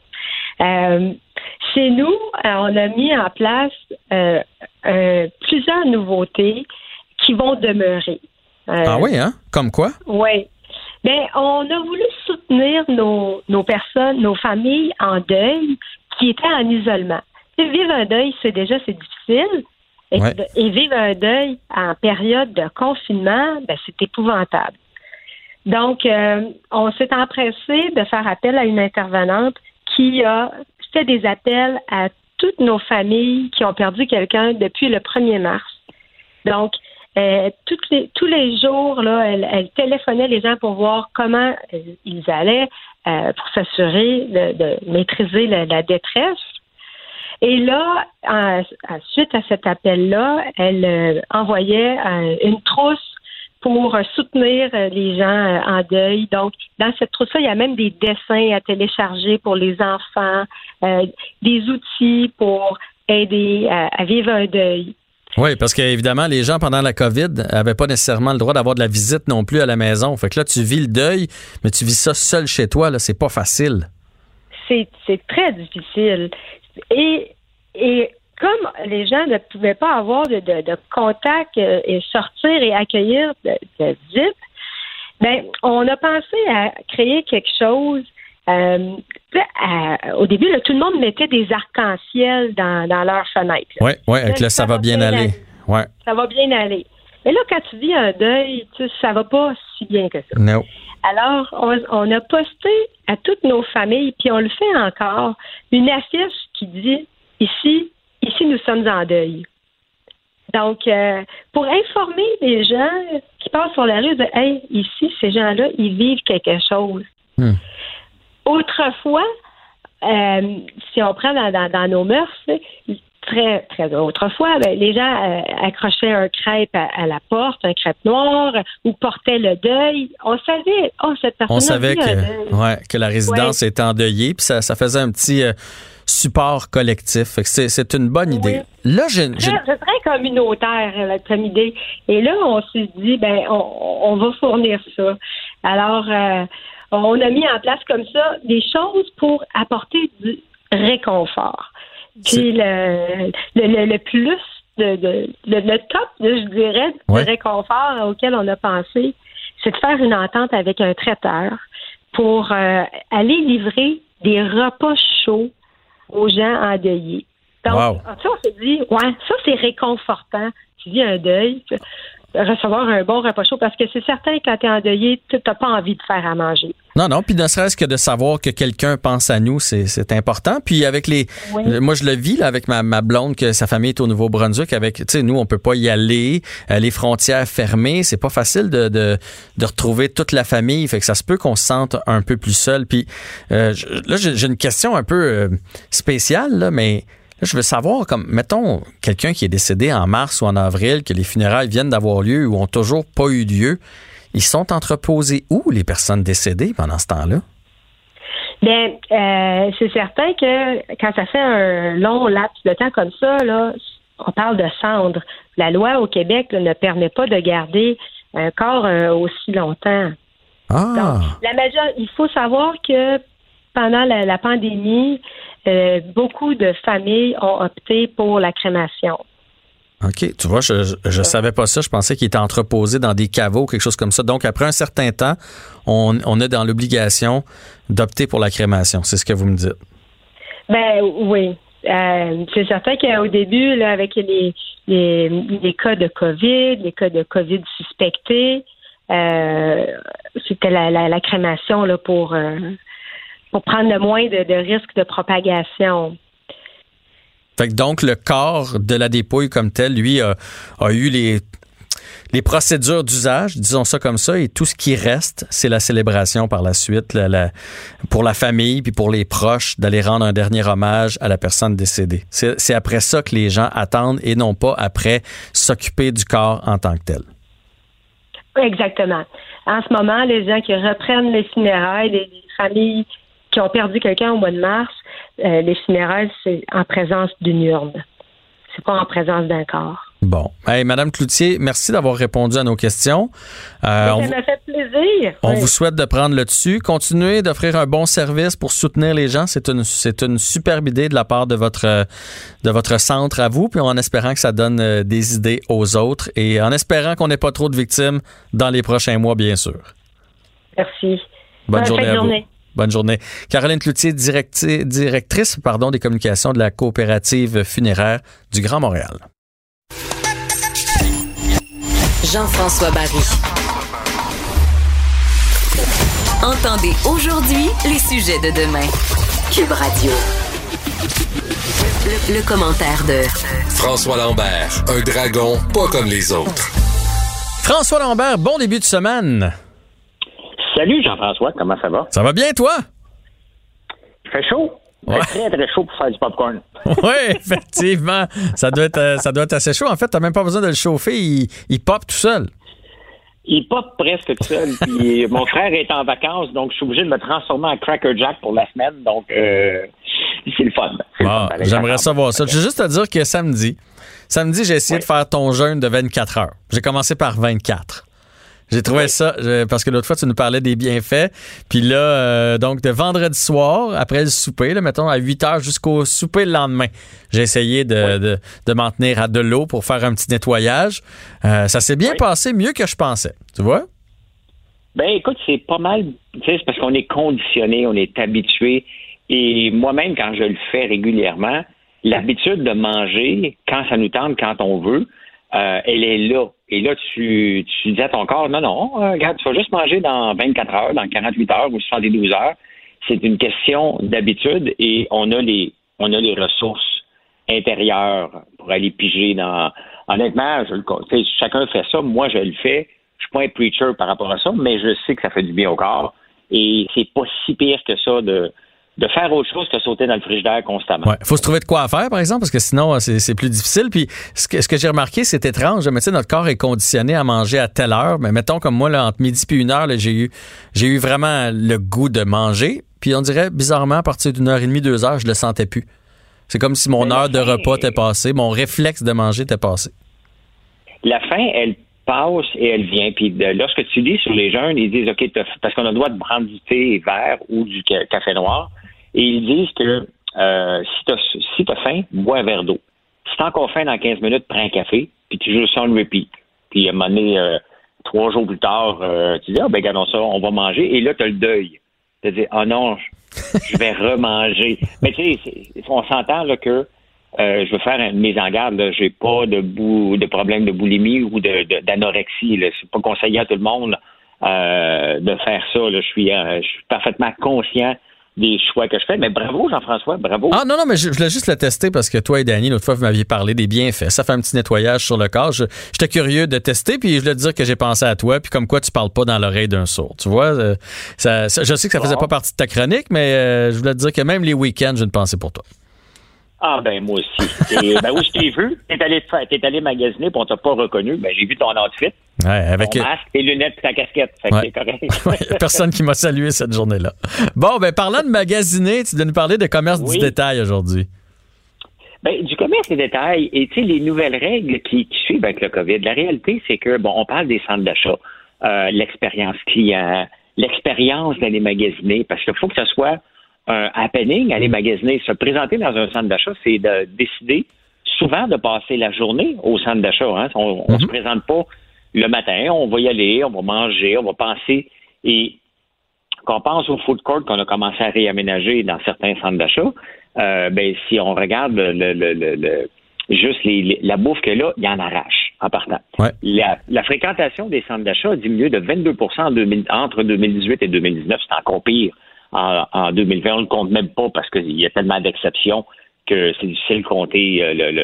Chez nous, on a mis en place plusieurs nouveautés qui vont demeurer. Ah oui, hein? Comme quoi? Oui. On a voulu soutenir nos personnes, nos familles en deuil qui étaient en isolement. Vivre un deuil, c'est difficile. Et vivre un deuil en période de confinement, c'est épouvantable. Donc, on s'est empressé de faire appel à une intervenante qui a fait des appels à toutes nos familles qui ont perdu quelqu'un depuis le 1er mars. Donc, tous les jours, là, elle téléphonait les gens pour voir comment ils allaient pour s'assurer de maîtriser la détresse. Et là, suite à cet appel-là, elle envoyait une trousse pour soutenir les gens en deuil. Donc, dans cette trousse-là, il y a même des dessins à télécharger pour les enfants, des outils pour aider à vivre un deuil. Oui, parce qu'évidemment, les gens, pendant la COVID, n'avaient pas nécessairement le droit d'avoir de la visite non plus à la maison. Fait que là, tu vis le deuil, mais tu vis ça seul chez toi. Là, c'est pas facile. C'est très difficile. Et comme les gens ne pouvaient pas avoir de contact et sortir et accueillir de visite, on a pensé à créer quelque chose. Au début, là, tout le monde mettait des arcs-en-ciel dans leurs fenêtres. Oui, avec là, ça va bien aller. Ouais. Ça va bien aller. Mais là, quand tu vis un deuil, ça va pas si bien que ça. Non. Alors, on a posté à toutes nos familles, puis on le fait encore, une affiche qui dit « Ici, nous sommes en deuil ». Donc, pour informer les gens qui passent sur la rue de « Hey, ici, ces gens-là, ils vivent quelque chose ». Autrefois, si on prend dans nos mœurs, très, très autrefois, les gens accrochaient un crêpe à la porte, un crêpe noir, ou portaient le deuil. On savait, cette personne-là. On savait que la résidence était endeuillée, puis ça faisait un petit support collectif. Fait que c'est une bonne idée. Là, c'est très communautaire comme idée. Et là, on s'est dit, on va fournir ça. Alors, on a mis en place comme ça des choses pour apporter du réconfort. Puis le plus, le top, je dirais, du réconfort auquel on a pensé, c'est de faire une entente avec un traiteur pour aller livrer des repas chauds aux gens endeuillés. Donc, ça, on s'est dit, ça, c'est réconfortant. Tu vis un deuil. recevoir un bon repas chaud parce que c'est certain que quand tu es endeuillé, tu n'as pas envie de faire à manger. Non, puis ne serait-ce que de savoir que quelqu'un pense à nous, c'est important. Puis avec moi je le vis là, avec ma blonde, que sa famille est au Nouveau-Brunswick, avec, tu sais, nous on peut pas y aller, les frontières fermées, c'est pas facile de retrouver toute la famille, fait que ça se peut qu'on se sente un peu plus seul. Puis là j'ai une question un peu spéciale là, mais là, je veux savoir, comme, mettons, quelqu'un qui est décédé en mars ou en avril, que les funérailles viennent d'avoir lieu ou ont toujours pas eu lieu, ils sont entreposés où, les personnes décédées, pendant ce temps-là? Bien, c'est certain que quand ça fait un long laps de temps comme ça, là, on parle de cendres. La loi au Québec là, ne permet pas de garder un corps aussi longtemps. Donc, il faut savoir que pendant la pandémie, beaucoup de familles ont opté pour la crémation. OK. Tu vois, je savais pas ça. Je pensais qu'il était entreposé dans des caveaux ou quelque chose comme ça. Donc, après un certain temps, on est dans l'obligation d'opter pour la crémation. C'est ce que vous me dites. Ben oui. C'est certain qu'au début, là, avec les cas de COVID, les cas de COVID suspectés, c'était la crémation là, pour prendre le moins de risques de propagation. Fait que donc, le corps de la dépouille comme tel, lui, a eu les procédures d'usage, disons ça comme ça, et tout ce qui reste, c'est la célébration par la suite, pour la famille puis pour les proches, d'aller rendre un dernier hommage à la personne décédée. C'est après ça que les gens attendent et non pas après s'occuper du corps en tant que tel. Exactement. En ce moment, les gens qui reprennent les funérailles, les familles qui ont perdu quelqu'un au mois de mars, les funérailles, c'est en présence d'une urne. C'est pas en présence d'un corps. Bon. Hey, Madame Cloutier, merci d'avoir répondu à nos questions. Ça m'a fait plaisir. On vous souhaite de prendre le dessus. Continuez d'offrir un bon service pour soutenir les gens. C'est une superbe idée de la part de votre centre à vous, puis en espérant que ça donne des idées aux autres et en espérant qu'on n'ait pas trop de victimes dans les prochains mois, bien sûr. Merci. Bonne journée à vous. Bonne journée. Caroline Cloutier, directrice des communications de la coopérative funéraire du Grand Montréal. Jean-François Barry. Entendez aujourd'hui les sujets de demain. Cube Radio. Le commentaire de François Lambert, un dragon pas comme les autres. François Lambert, bon début de semaine. Salut Jean-François, comment ça va? Ça va bien, toi? Il fait chaud. Ouais. Très, très chaud pour faire du popcorn. Oui, effectivement. Ça doit être assez chaud. En fait, t'as même pas besoin de le chauffer. Il pop tout seul. Il pop presque tout seul. Puis, mon frère est en vacances, donc je suis obligé de me transformer en Cracker Jack pour la semaine. Donc, c'est le fun. J'aimerais savoir ça. Je veux juste te dire que samedi, j'ai essayé de faire ton jeûne de 24 heures. J'ai commencé par 24. J'ai trouvé ça, parce que l'autre fois, tu nous parlais des bienfaits. Puis là, donc, de vendredi soir, après le souper, là, mettons, à 8 heures jusqu'au souper le lendemain, j'ai essayé de m'en tenir à de l'eau pour faire un petit nettoyage. Ça s'est bien passé, mieux que je pensais. Tu vois? Ben, écoute, c'est pas mal. Tu sais, c'est parce qu'on est conditionné, on est habitué. Et moi-même, quand je le fais régulièrement, l'habitude de manger quand ça nous tente, quand on veut, elle est là. Et là, tu dis à ton corps, non, regarde, tu vas juste manger dans 24 heures, dans 48 heures ou 72 heures. C'est une question d'habitude et on a les ressources intérieures pour aller piger dans... Honnêtement, chacun fait ça. Moi, je le fais. Je suis pas un preacher par rapport à ça, mais je sais que ça fait du bien au corps. Et c'est pas si pire que ça de faire autre chose que sauter dans le frigidaire constamment. Ouais, faut se trouver de quoi faire, par exemple, parce que sinon, c'est plus difficile. Puis, ce que j'ai remarqué, c'est étrange. Mais tu sais, notre corps est conditionné à manger à telle heure. Mais mettons, comme moi, là, entre midi puis 1 heure, là, j'ai eu vraiment le goût de manger. Puis, on dirait, bizarrement, à partir d'1h30, 2 heures, je le sentais plus. C'est comme si mon heure de repas était passée. Mon réflexe de manger était passé. La faim, elle passe et elle vient. Puis, lorsque tu lis sur les jeunes, ils disent, OK, parce qu'on a le droit de prendre du thé vert ou du café noir. Et ils disent que si t'as faim, bois un verre d'eau. Si t'as encore faim dans 15 minutes, prends un café, puis tu joues ça en repeat. Puis à un moment donné, 3 jours plus tard, tu dis, regardons ça, on va manger. Et là, t'as le deuil. Tu dis, non, je vais remanger. Mais tu sais, on s'entend là que je veux faire une mise en garde. Là. J'ai pas de problème de boulimie ou d'anorexie. Là. C'est pas conseillé à tout le monde de faire ça. Là. Je suis parfaitement conscient des choix que je fais. Mais bravo, Jean-François, bravo. Ah non, mais je voulais juste le tester parce que toi et Danny, l'autre fois, vous m'aviez parlé des bienfaits. Ça fait un petit nettoyage sur le corps. J'étais curieux de tester, puis je voulais te dire que j'ai pensé à toi, puis comme quoi tu parles pas dans l'oreille d'un sourd. Tu vois, je sais que ça faisait pas partie de ta chronique, mais je voulais te dire que même les week-ends, j'ai une pensée pour toi. Ah ben moi aussi. Et, oui, je t'ai vu. T'es allé magasiner, puis on t'a pas reconnu. Ben j'ai vu ton outfit. Ouais, avec ton masque, tes lunettes, ta casquette. Fait que c'est correct. Ouais, personne qui m'a salué cette journée-là. Bon, ben parlant de magasiner, tu dois nous parler de commerce du détail aujourd'hui. Ben, du commerce du détail et tu sais, les nouvelles règles qui suivent avec le COVID. La réalité, c'est que, on parle des centres d'achat, l'expérience client, l'expérience d'aller magasiner, parce qu'il faut que ce soit un happening, aller magasiner. Se présenter dans un centre d'achat, c'est de décider souvent de passer la journée au centre d'achat. Hein. On se présente pas le matin, on va y aller, on va manger, on va penser. Et quand on pense au food court qu'on a commencé à réaménager dans certains centres d'achat, si on regarde la bouffe que là, il y en arrache en partant. Ouais. La fréquentation des centres d'achat a diminué de 22% entre 2018 et 2019. C'est encore pire en 2020. On ne le compte même pas parce qu'il y a tellement d'exceptions que c'est difficile de compter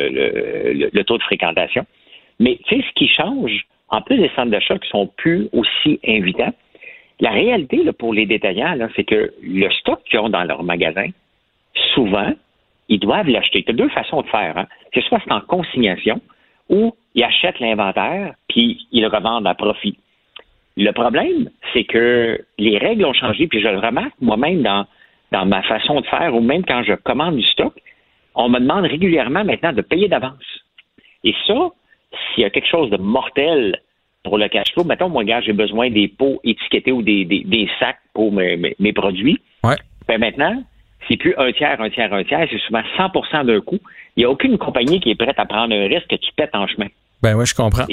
le taux de fréquentation. Mais tu sais, ce qui change, en plus des centres d'achat qui sont plus aussi invitants, la réalité là, pour les détaillants, là, c'est que le stock qu'ils ont dans leur magasin, souvent, ils doivent l'acheter. Tu as deux façons de faire. Hein. C'est soit c'est en consignation ou ils achètent l'inventaire puis ils le revendent à profit. Le problème, c'est que les règles ont changé, puis je le remarque moi-même dans ma façon de faire, ou même quand je commande du stock, on me demande régulièrement maintenant de payer d'avance. Et ça, s'il y a quelque chose de mortel pour le cash flow, mettons, moi, gars, j'ai besoin des pots étiquetés ou des sacs pour mes produits. Ouais. Ben maintenant, c'est plus un tiers, c'est souvent 100% d'un coup. Il n'y a aucune compagnie qui est prête à prendre un risque que tu pètes en chemin. Ben oui, je comprends.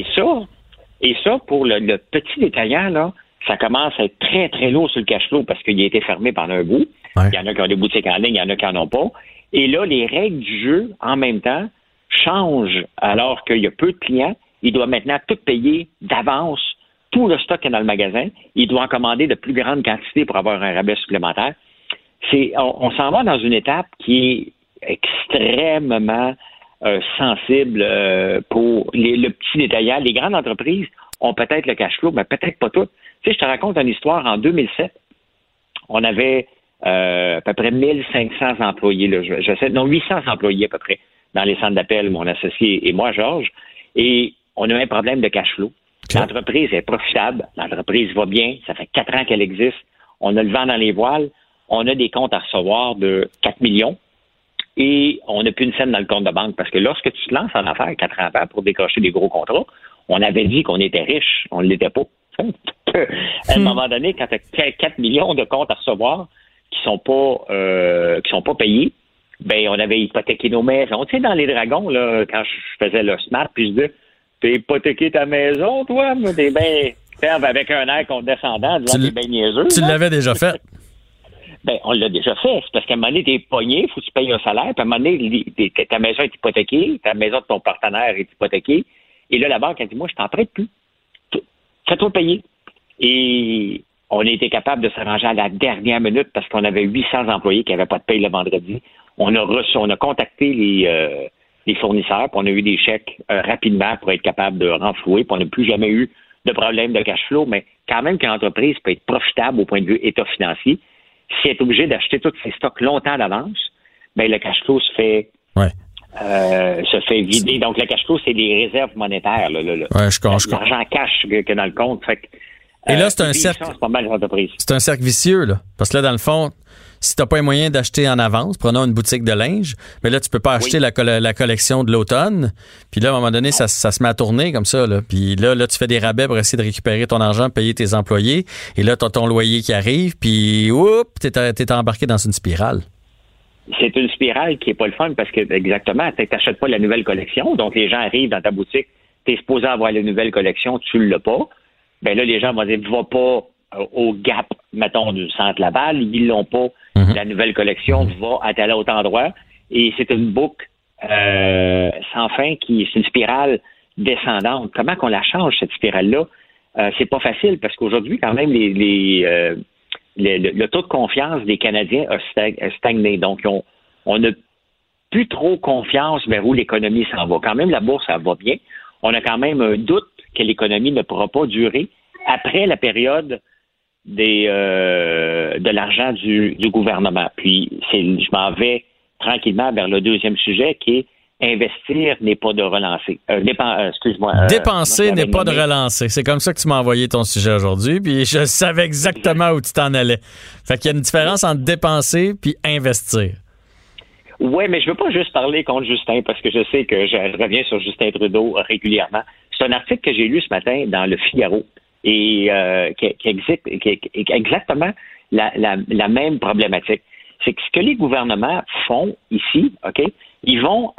Et ça, pour le petit détaillant, là, ça commence à être très, très lourd sur le cash flow parce qu'il a été fermé pendant un bout. Ouais. Il y en a qui ont des boutiques en ligne, il y en a qui n'en ont pas. Et là, les règles du jeu, en même temps, changent alors qu'il y a peu de clients. Il doit maintenant tout payer d'avance, tout le stock qu'il y a dans le magasin. Il doit en commander de plus grandes quantités pour avoir un rabais supplémentaire. On s'en va dans une étape qui est extrêmement sensible pour le petit détaillant. Les grandes entreprises ont peut-être le cash flow, mais peut-être pas toutes. Tu sais, je te raconte une histoire. En 2007, on avait à peu près 1500 employés. Là, 800 employés à peu près dans les centres d'appel, mon associé et moi, Georges. Et on a un problème de cash flow. Okay. L'entreprise est profitable. L'entreprise va bien. Ça fait 4 ans qu'elle existe. On a le vent dans les voiles. On a des comptes à recevoir de 4 millions. Et on n'a plus une scène dans le compte de banque parce que lorsque tu te lances en affaires 4 ans avant pour décrocher des gros contrats, on avait dit qu'on était riche, on ne l'était pas. À un moment donné, quand tu as 4 millions de comptes à recevoir qui sont pas payés, ben on avait hypothéqué nos maisons. Tu sais, dans les dragons, là, quand je faisais le smart, puis je disais, t'as hypothéqué ta maison, toi? T'es bien avec un air condescendant, disant t'es bien niaiseux. Tu l'avais déjà fait. Ben, on l'a déjà fait. C'est parce qu'à un moment donné, t'es pogné, faut que tu payes un salaire, puis à un moment donné, ta maison est hypothéquée, ta maison de ton partenaire est hypothéquée, et là, la banque a dit, moi, je t'en prête plus. Fais-toi payer. Et on a été capable de s'arranger à la dernière minute parce qu'on avait 800 employés qui n'avaient pas de paye le vendredi. On a contacté les fournisseurs, puis on a eu des chèques rapidement pour être capable de renflouer, puis on n'a plus jamais eu de problème de cash flow, mais quand même qu'une entreprise peut être profitable au point de vue état financier, si elle est obligée d'acheter tous ses stocks longtemps d'avance, ben le cash flow se fait vider. Donc, le cash flow, c'est des réserves monétaires. L'argent cash que dans le compte. Fait que, et là, c'est un cercle. C'est pas mal d'entreprises. C'est un cercle vicieux, là. Parce que là, dans le fond, si t'as pas les moyens d'acheter en avance, prenons une boutique de linge, mais là, tu peux pas acheter la collection de l'automne. Puis là, à un moment donné, ça se met à tourner comme ça, là. Puis là, tu fais des rabais pour essayer de récupérer ton argent, payer tes employés. Et là, t'as ton loyer qui arrive, puis t'es embarqué dans une spirale. C'est une spirale qui est pas le fun parce que, exactement, t'achètes pas la nouvelle collection. Donc, les gens arrivent dans ta boutique, t'es supposé avoir la nouvelle collection, tu l'as pas. Ben là, les gens vont dire, va pas au Gap, mettons, du centre Laval, ils l'ont pas, la nouvelle collection, va à tel autre endroit. Et c'est une boucle sans fin, c'est une spirale descendante. Comment qu'on la change, cette spirale-là? C'est pas facile parce qu'aujourd'hui, quand même, le taux de confiance des Canadiens a stagné. Donc, on n'a plus trop confiance vers où l'économie s'en va. Quand même, la bourse, ça va bien. On a quand même un doute que l'économie ne pourra pas durer après la période de l'argent du gouvernement. Puis, je m'en vais tranquillement vers le deuxième sujet qui est investir n'est pas de relancer. Dépenser n'est pas de relancer. C'est comme ça que tu m'as envoyé ton sujet aujourd'hui, puis je savais exactement où tu t'en allais. Fait qu'il y a une différence entre dépenser puis investir. Oui, mais je veux pas juste parler contre Justin, parce que je sais que je reviens sur Justin Trudeau régulièrement. C'est un article que j'ai lu ce matin dans Le Figaro et qui est exactement la même problématique. C'est que ce que les gouvernements font ici, OK, ils vont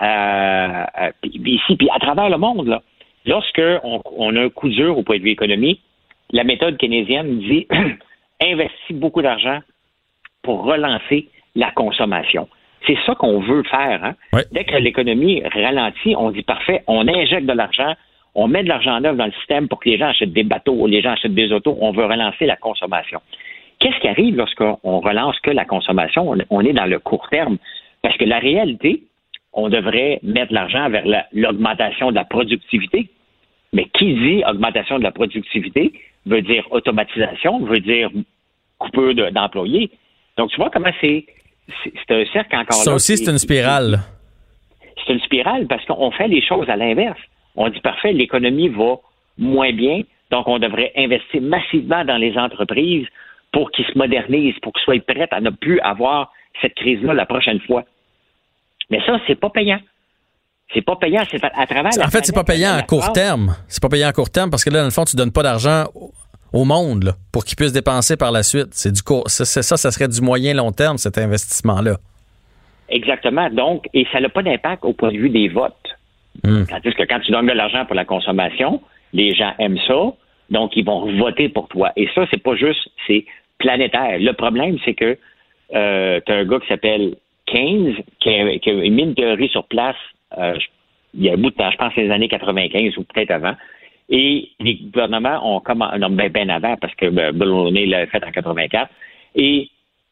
ici, puis à travers le monde, là, lorsqu'on a un coup dur au point de vue économique, la méthode keynésienne dit investis beaucoup d'argent pour relancer la consommation. C'est ça qu'on veut faire. Hein? Ouais. Dès que l'économie ralentit, on dit parfait, on injecte de l'argent, on met de l'argent neuf dans le système pour que les gens achètent des bateaux, les gens achètent des autos, on veut relancer la consommation. Qu'est-ce qui arrive lorsqu'on relance que la consommation? On est dans le court terme. Parce que la réalité, on devrait mettre l'argent vers l'augmentation de la productivité. Mais qui dit augmentation de la productivité veut dire automatisation, veut dire coupure d'employés. Donc, tu vois comment c'est un cercle encore là. Ça aussi, c'est une spirale. C'est une spirale parce qu'on fait les choses à l'inverse. On dit, parfait, l'économie va moins bien, donc on devrait investir massivement dans les entreprises pour qu'ils se modernisent, pour qu'ils soient prêts à ne plus avoir cette crise-là la prochaine fois. Mais ça, c'est pas payant. C'est pas payant, c'est à travers En fait, c'est pas payant à court terme. C'est pas payant à court terme parce que là, dans le fond, tu donnes pas d'argent au monde là, pour qu'ils puissent dépenser par la suite. C'est du court. Ça serait du moyen-long terme, cet investissement-là. Exactement. Donc, et ça n'a pas d'impact au point de vue des votes. Tandis que quand tu donnes de l'argent pour la consommation, les gens aiment ça, donc ils vont voter pour toi. Et ça, c'est pas juste, c'est planétaire. Le problème, c'est que tu as un gars qui s'appelle Keynes, qui a mis une théorie sur place il y a un bout de temps, je pense, les années 95 ou peut-être avant. Et les gouvernements ont bien avant, parce que Mulroney l'a fait en 84. Et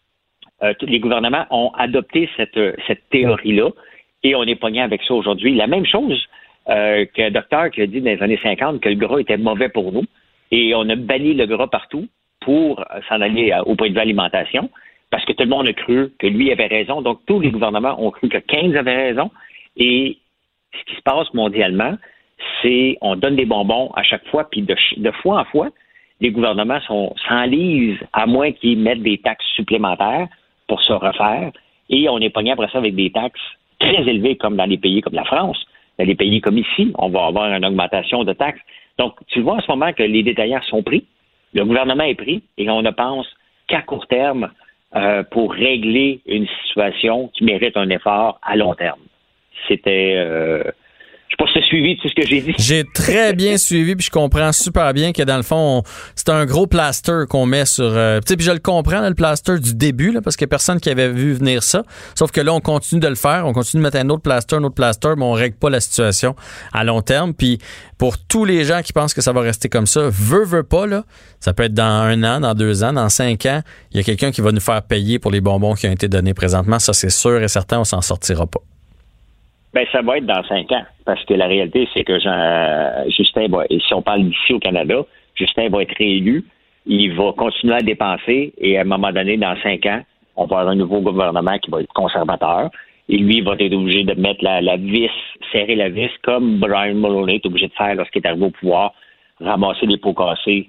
les gouvernements ont adopté cette théorie-là. Et on est pogné avec ça aujourd'hui. La même chose qu'un docteur qui a dit dans les années 50 que le gras était mauvais pour nous. Et on a banni le gras partout pour s'en aller au point de vue alimentation, parce que tout le monde a cru que lui avait raison. Donc, tous les gouvernements ont cru que Keynes avait raison. Et ce qui se passe mondialement, c'est on donne des bonbons à chaque fois, puis de fois en fois, les gouvernements s'enlisent, à moins qu'ils mettent des taxes supplémentaires pour se refaire. Et on est pogné après ça avec des taxes très élevées, comme dans les pays comme la France. Dans les pays comme ici, on va avoir une augmentation de taxes. Donc, tu vois en ce moment que les détaillants sont pris, le gouvernement est pris, et on ne pense qu'à court terme pour régler une situation qui mérite un effort à long terme. C'était... je sais pas si tu as suivi tout ce que j'ai dit. J'ai très bien suivi, puis je comprends super bien que dans le fond, c'est un gros plaster qu'on met sur... tu sais, puis je le comprends, là, le plaster du début, là, parce qu'il y a personne qui avait vu venir ça. Sauf que là, on continue de le faire, on continue de mettre un autre plaster, mais on règle pas la situation à long terme. Puis pour tous les gens qui pensent que ça va rester comme ça, veut pas, là, ça peut être dans 1 an, dans 2 ans, dans 5 ans, il y a quelqu'un qui va nous faire payer pour les bonbons qui ont été donnés présentement. Ça, c'est sûr et certain, on s'en sortira pas. Ben, ça va être dans 5 ans, parce que la réalité, c'est que Justin, et si on parle d'ici au Canada, Justin va être réélu, il va continuer à dépenser, et à un moment donné, dans 5 ans, on va avoir un nouveau gouvernement qui va être conservateur, et lui, il va être obligé de mettre la vis, serrer la vis, comme Brian Mulroney est obligé de faire lorsqu'il est arrivé au pouvoir, ramasser les pots cassés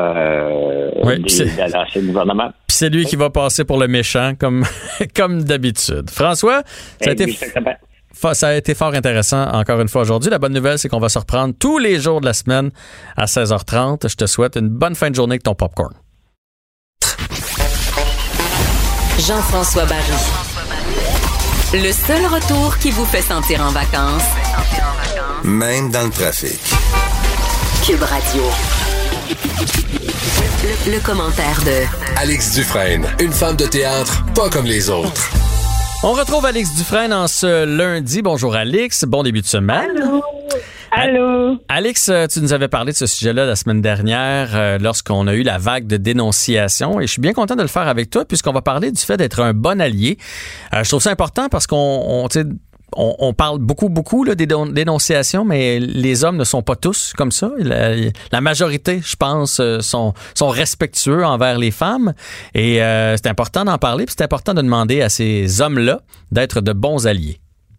de l'ancien gouvernement. Puis c'est lui qui va passer pour le méchant, comme d'habitude. François, ça a été fort intéressant encore une fois aujourd'hui. La bonne nouvelle, c'est qu'on va se reprendre tous les jours de la semaine à 16h30. Je te souhaite une bonne fin de journée avec ton popcorn. Jean-François Barry. Le seul retour qui vous fait sentir en vacances. Même dans le trafic. Cube Radio. Le commentaire de Alex Dufresne, une femme de théâtre pas comme les autres. On retrouve Alix Dufresne en ce lundi. Bonjour Alix, bon début de semaine. Allô. Allô. Alix, tu nous avais parlé de ce sujet-là la semaine dernière lorsqu'on a eu la vague de dénonciation et je suis bien content de le faire avec toi puisqu'on va parler du fait d'être un bon allié. Je trouve ça important parce qu'on parle beaucoup là, des dénonciations, mais les hommes ne sont pas tous comme ça. La majorité, je pense, sont respectueux envers les femmes. Et c'est important d'en parler, puis c'est important de demander à ces hommes-là d'être de bons alliés.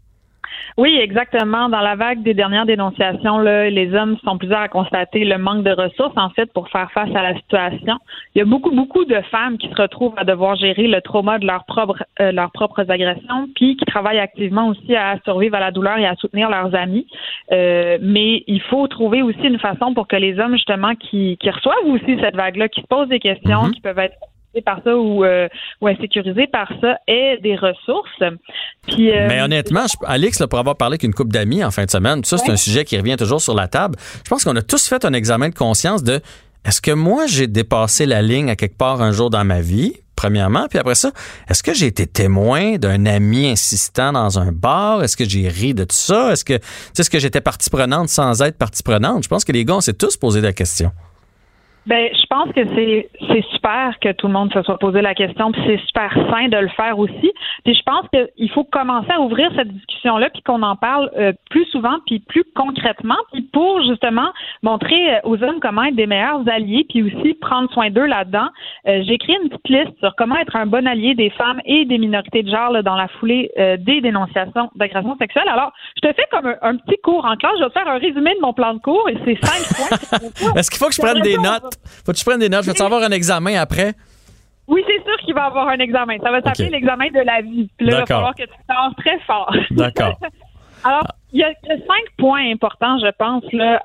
Oui, exactement. Dans la vague des dernières dénonciations, là, les hommes sont plusieurs à constater le manque de ressources, en fait, pour faire face à la situation. Il y a beaucoup de femmes qui se retrouvent à devoir gérer le trauma de leurs propres agressions, puis qui travaillent activement aussi à survivre à la douleur et à soutenir leurs amis. Mais il faut trouver aussi une façon pour que les hommes, justement, qui reçoivent aussi cette vague-là, qui se posent des questions, qui peuvent être par ça ou insécurisés par ça, aient des ressources. Puis, mais honnêtement, Alix, là, pour avoir parlé avec une couple d'amis en fin de semaine, ça, c'est un sujet qui revient toujours sur la table. Je pense qu'on a tous fait un examen de conscience de est-ce que moi, j'ai dépassé la ligne à quelque part un jour dans ma vie, premièrement, puis après ça, est-ce que j'ai été témoin d'un ami insistant dans un bar? Est-ce que j'ai ri de tout ça? Est-ce que j'étais partie prenante sans être partie prenante? Je pense que les gars, on s'est tous posé la question. Ben, je pense que c'est super que tout le monde se soit posé la question, puis c'est super sain de le faire aussi. Puis je pense qu'il faut commencer à ouvrir cette discussion-là, puis qu'on en parle plus souvent, puis plus concrètement, puis pour justement montrer aux hommes comment être des meilleurs alliés, puis aussi prendre soin d'eux là-dedans. J'ai écrit une petite liste sur comment être un bon allié des femmes et des minorités de genre là, dans la foulée des dénonciations d'agressions sexuelles. Alors, je te fais comme un petit cours en classe. Je vais te faire un résumé de mon plan de cours et c'est 5 points. Est-ce qu'il faut que je prenne des notes? Faut que tu prennes des notes. Vas-tu avoir un examen après? Oui, c'est sûr qu'il va avoir un examen. Ça va s'appeler l'examen de la vie. Puis là, il va falloir que tu t'en très fort. D'accord. Alors, il y a 5 points importants, je pense, là,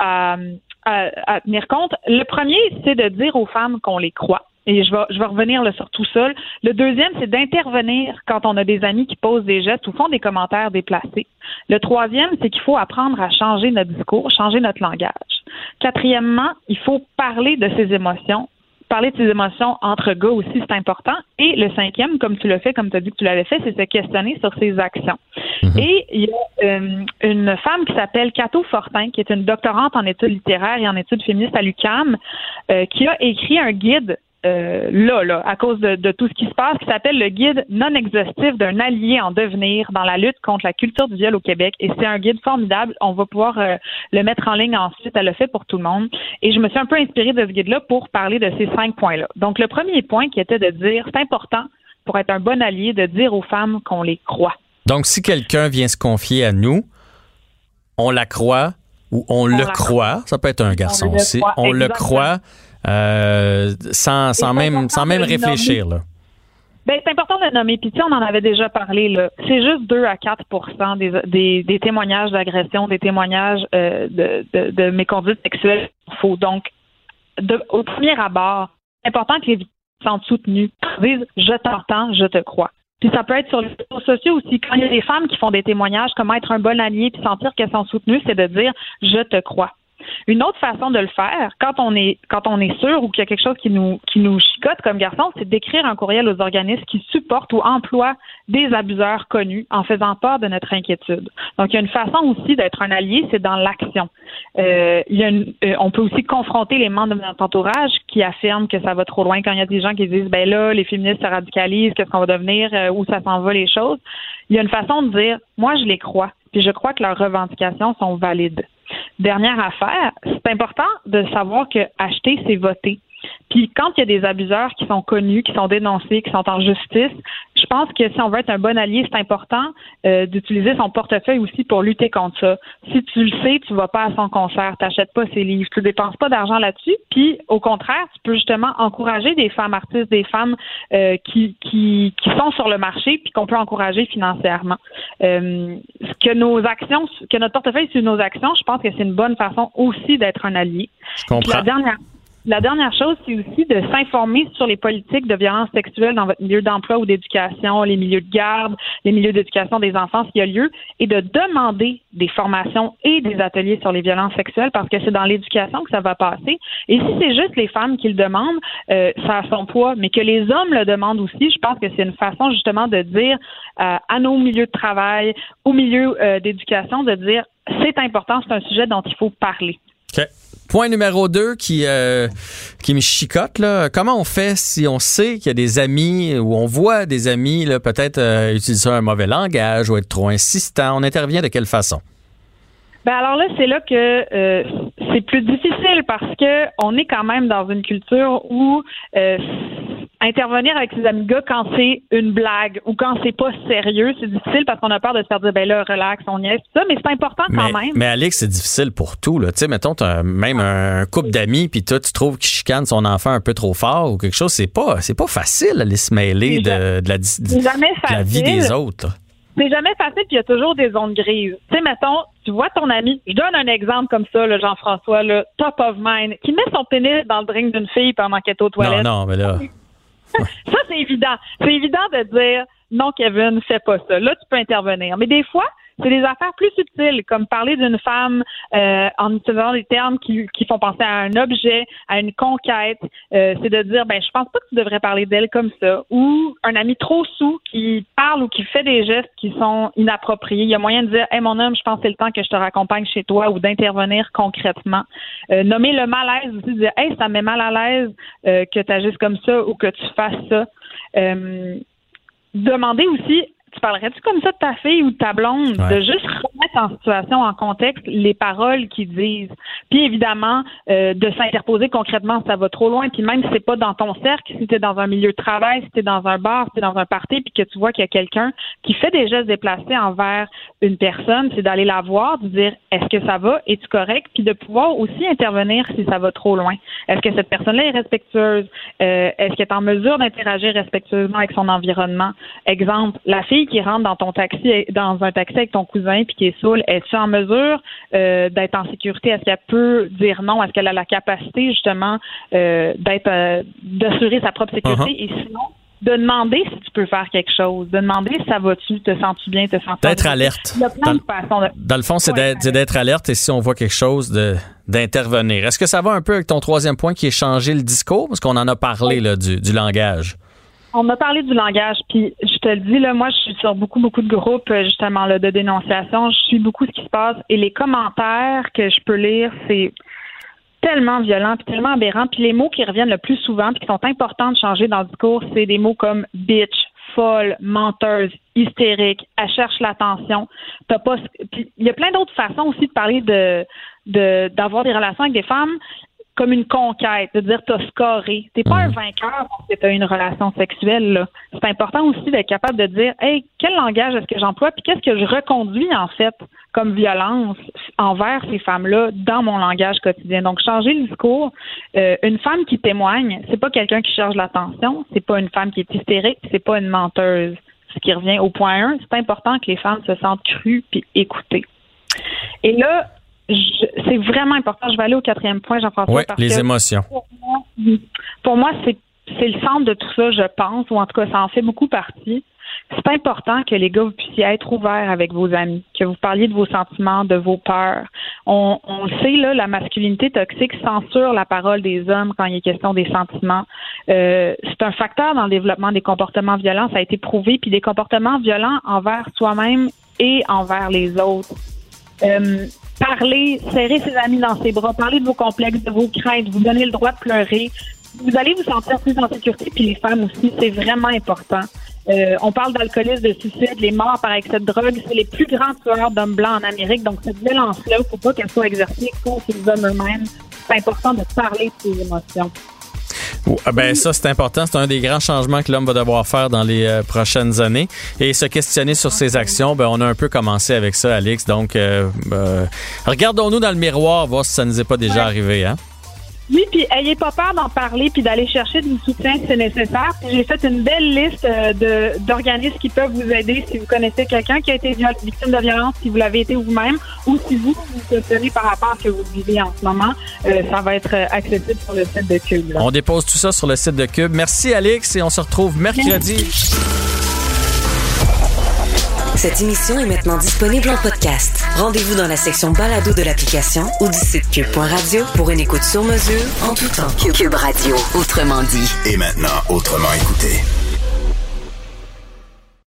à tenir compte. Le premier, c'est de dire aux femmes qu'on les croit. Et je vais revenir là, sur tout ça. Le deuxième, c'est d'intervenir quand on a des amis qui posent des gestes ou font des commentaires déplacés. Le troisième, c'est qu'il faut apprendre à changer notre discours, changer notre langage. Quatrièmement, il faut parler de ses émotions. Parler de ses émotions entre gars aussi, c'est important. Et le cinquième, comme tu l'as fait, comme tu as dit que tu l'avais fait, c'est se questionner sur ses actions. Et il y a une femme qui s'appelle Cato Fortin, qui est une doctorante en études littéraires et en études féministes à l'UQAM, qui a écrit un guide à cause de tout ce qui se passe, qui s'appelle le guide non exhaustif d'un allié en devenir dans la lutte contre la culture du viol au Québec. Et c'est un guide formidable. On va pouvoir le mettre en ligne ensuite. Elle le fait pour tout le monde. Et je me suis un peu inspirée de ce guide-là pour parler de ces 5 points-là. Donc, le premier point qui était de dire, c'est important pour être un bon allié de dire aux femmes qu'on les croit. Donc, si quelqu'un vient se confier à nous, on la croit ou on le croit. Ça peut être un garçon aussi. On le croit. Sans même réfléchir, là. Ben, c'est important de le nommer. Puis, on en avait déjà parlé, là. C'est juste 2 à 4 des témoignages d'agression, des témoignages de méconduite sexuelle faux. Donc, au premier abord, c'est important que les victimes se sentent soutenues, disent « je t'entends, je te crois ». Puis ça peut être sur les réseaux sociaux aussi. Quand il y a des femmes qui font des témoignages, comment être un bon allié puis sentir qu'elles sont soutenues, c'est de dire « je te crois ». Une autre façon de le faire, quand on est sûr ou qu'il y a quelque chose qui nous chicote comme garçon, c'est d'écrire un courriel aux organismes qui supportent ou emploient des abuseurs connus en faisant part de notre inquiétude. Donc, il y a une façon aussi d'être un allié, c'est dans l'action. On peut aussi confronter les membres de notre entourage qui affirment que ça va trop loin quand il y a des gens qui disent, ben là, les féministes se radicalisent, qu'est-ce qu'on va devenir, où ça s'en va les choses. Il y a une façon de dire, moi, je les crois, puis je crois que leurs revendications sont valides. Dernière affaire, c'est important de savoir que acheter, c'est voter. Puis quand il y a des abuseurs qui sont connus, qui sont dénoncés, qui sont en justice, je pense que si on veut être un bon allié, c'est important d'utiliser son portefeuille aussi pour lutter contre ça. Si tu le sais, tu vas pas à son concert, t'achètes pas ses livres, tu dépenses pas d'argent là-dessus. Puis au contraire, tu peux justement encourager des femmes artistes, des femmes qui sont sur le marché, puis qu'on peut encourager financièrement. Que notre portefeuille suive nos actions, je pense que c'est une bonne façon aussi d'être un allié. Je comprends. la dernière chose, c'est aussi de s'informer sur les politiques de violence sexuelle dans votre milieu d'emploi ou d'éducation, les milieux de garde, les milieux d'éducation des enfants, s'il y a lieu, et de demander des formations et des ateliers sur les violences sexuelles, parce que c'est dans l'éducation que ça va passer. Et si c'est juste les femmes qui le demandent, ça a son poids, mais que les hommes le demandent aussi, je pense que c'est une façon justement de dire à nos milieux de travail, au milieu d'éducation, de dire c'est important, c'est un sujet dont il faut parler. OK. Point numéro 2 qui me chicote, là. Comment on fait si on sait qu'il y a des amis ou on voit des amis là, peut-être utiliser un mauvais langage ou être trop insistant? On intervient de quelle façon? Ben alors là, c'est là que c'est plus difficile parce que on est quand même dans une culture où intervenir avec ses amis gars quand c'est une blague ou quand c'est pas sérieux, c'est difficile parce qu'on a peur de se faire dire ben là, relax, on niaise, tout ça, mais c'est important quand même. Mais Alex, c'est difficile pour tout, là. Tu sais, mettons, t'as même un couple d'amis puis toi, tu trouves qu'il chicane son enfant un peu trop fort ou quelque chose, c'est pas facile d'aller se mêler de la vie des autres, là. C'est jamais facile, puis il y a toujours des zones grises. Tu sais, mettons, tu vois ton ami, je donne un exemple comme ça, là, Jean-François, là, top of mind, qui met son pénis dans le drink d'une fille pendant qu'elle est aux toilettes. Non, mais là... Ça, c'est évident. C'est évident de dire non, Kevin, fais pas ça. Là, tu peux intervenir. Mais des fois, c'est des affaires plus subtiles, comme parler d'une femme en utilisant des termes qui font penser à un objet, à une conquête. C'est de dire, ben, je pense pas que tu devrais parler d'elle comme ça. Ou un ami trop saoul qui parle ou qui fait des gestes qui sont inappropriés. Il y a moyen de dire, hey, mon homme, je pense que c'est le temps que je te raccompagne chez toi, ou d'intervenir concrètement. Nommer le malaise aussi, dire, hey, ça me met mal à l'aise que tu agisses comme ça ou que tu fasses ça. Demander aussi, tu parlerais-tu comme ça de ta fille ou de ta blonde? Ouais. De juste remettre en situation, en contexte, les paroles qu'ils disent. Puis évidemment, de s'interposer concrètement si ça va trop loin. Puis même si c'est pas dans ton cercle, si t'es dans un milieu de travail, si t'es dans un bar, si t'es dans un party, puis que tu vois qu'il y a quelqu'un qui fait des gestes déplacés envers une personne, c'est d'aller la voir, de dire est-ce que ça va, es-tu correct? Puis de pouvoir aussi intervenir si ça va trop loin. Est-ce que cette personne-là est respectueuse? Est-ce qu'elle est en mesure d'interagir respectueusement avec son environnement? Exemple, la fille qui rentre dans un taxi avec ton cousin puis qui est saoul, es-tu en mesure d'être en sécurité? Est-ce qu'elle peut dire non? Est-ce qu'elle a la capacité justement d'assurer sa propre sécurité? Et sinon, de demander si tu peux faire quelque chose, de demander si ça va-tu, te sens-tu bien, te sens-tu d'être alerte. Il y a plein de façons. Dans le fond, c'est d'être alerte et si on voit quelque chose, d'intervenir. Est-ce que ça va un peu avec ton troisième point qui est changer le discours? Parce qu'on en a parlé là, du langage. On a parlé du langage, puis je te le dis, là, moi, je suis sur beaucoup de groupes, justement, là, de dénonciation. Je suis beaucoup ce qui se passe et les commentaires que je peux lire, c'est tellement violent puis tellement aberrant. Puis les mots qui reviennent le plus souvent puis qui sont importants de changer dans le discours, c'est des mots comme bitch, folle, menteuse, hystérique, elle cherche l'attention. Puis il y a plein d'autres façons aussi de parler d'avoir des relations avec des femmes comme une conquête, de dire t'as scoré. T'es pas un vainqueur parce que t'as une relation sexuelle, là. C'est important aussi d'être capable de dire hey, quel langage est-ce que j'emploie puis qu'est-ce que je reconduis en fait comme violence envers ces femmes-là dans mon langage quotidien. Donc changer le discours. Une femme qui témoigne, c'est pas quelqu'un qui cherche l'attention, c'est pas une femme qui est hystérique, c'est pas une menteuse. Ce qui revient au point 1, c'est important que les femmes se sentent crues puis écoutées. Et là, c'est vraiment important. Je vais aller au 4e point, Jean-François. Oui, les émotions. Pour moi, c'est le centre de tout ça, je pense, ou en tout cas, ça en fait beaucoup partie. C'est important que les gars, vous puissiez être ouverts avec vos amis, que vous parliez de vos sentiments, de vos peurs. On le sait, là, la masculinité toxique censure la parole des hommes quand il est question des sentiments. C'est un facteur dans le développement des comportements violents, ça a été prouvé, puis des comportements violents envers soi-même et envers les autres. Parler, serrer ses amis dans ses bras, parler de vos complexes, de vos craintes, vous donner le droit de pleurer. Vous allez vous sentir plus en sécurité, puis les femmes aussi, c'est vraiment important. On parle d'alcoolisme, de suicide, les morts par excès de drogue, c'est les plus grands tueurs d'hommes blancs en Amérique. Donc cette violence-là, il ne faut pas qu'elle soit exercée contre les hommes eux-mêmes. C'est important de parler de ses émotions. Ben ça, c'est important. C'est un des grands changements que l'homme va devoir faire dans les prochaines années. Et se questionner sur ses actions, ben on a un peu commencé avec ça, Alix. Donc, regardons-nous dans le miroir, voir si ça ne nous est pas déjà arrivé. Hein? Oui, puis ayez pas peur d'en parler puis d'aller chercher du soutien si c'est nécessaire. Puis j'ai fait une belle liste d'organismes qui peuvent vous aider si vous connaissez quelqu'un qui a été victime de violence, si vous l'avez été vous-même, ou si vous questionnez par rapport à ce que vous vivez en ce moment. Ça va être accessible sur le site de Cube. Là. On dépose tout ça sur le site de Cube. Merci, Alix, et on se retrouve mercredi. Merci. Cette émission est maintenant disponible en podcast. Rendez-vous dans la section balado de l'application ou du site cube.radio pour une écoute sur mesure en tout temps. Cube Radio, autrement dit. Et maintenant, autrement écouté.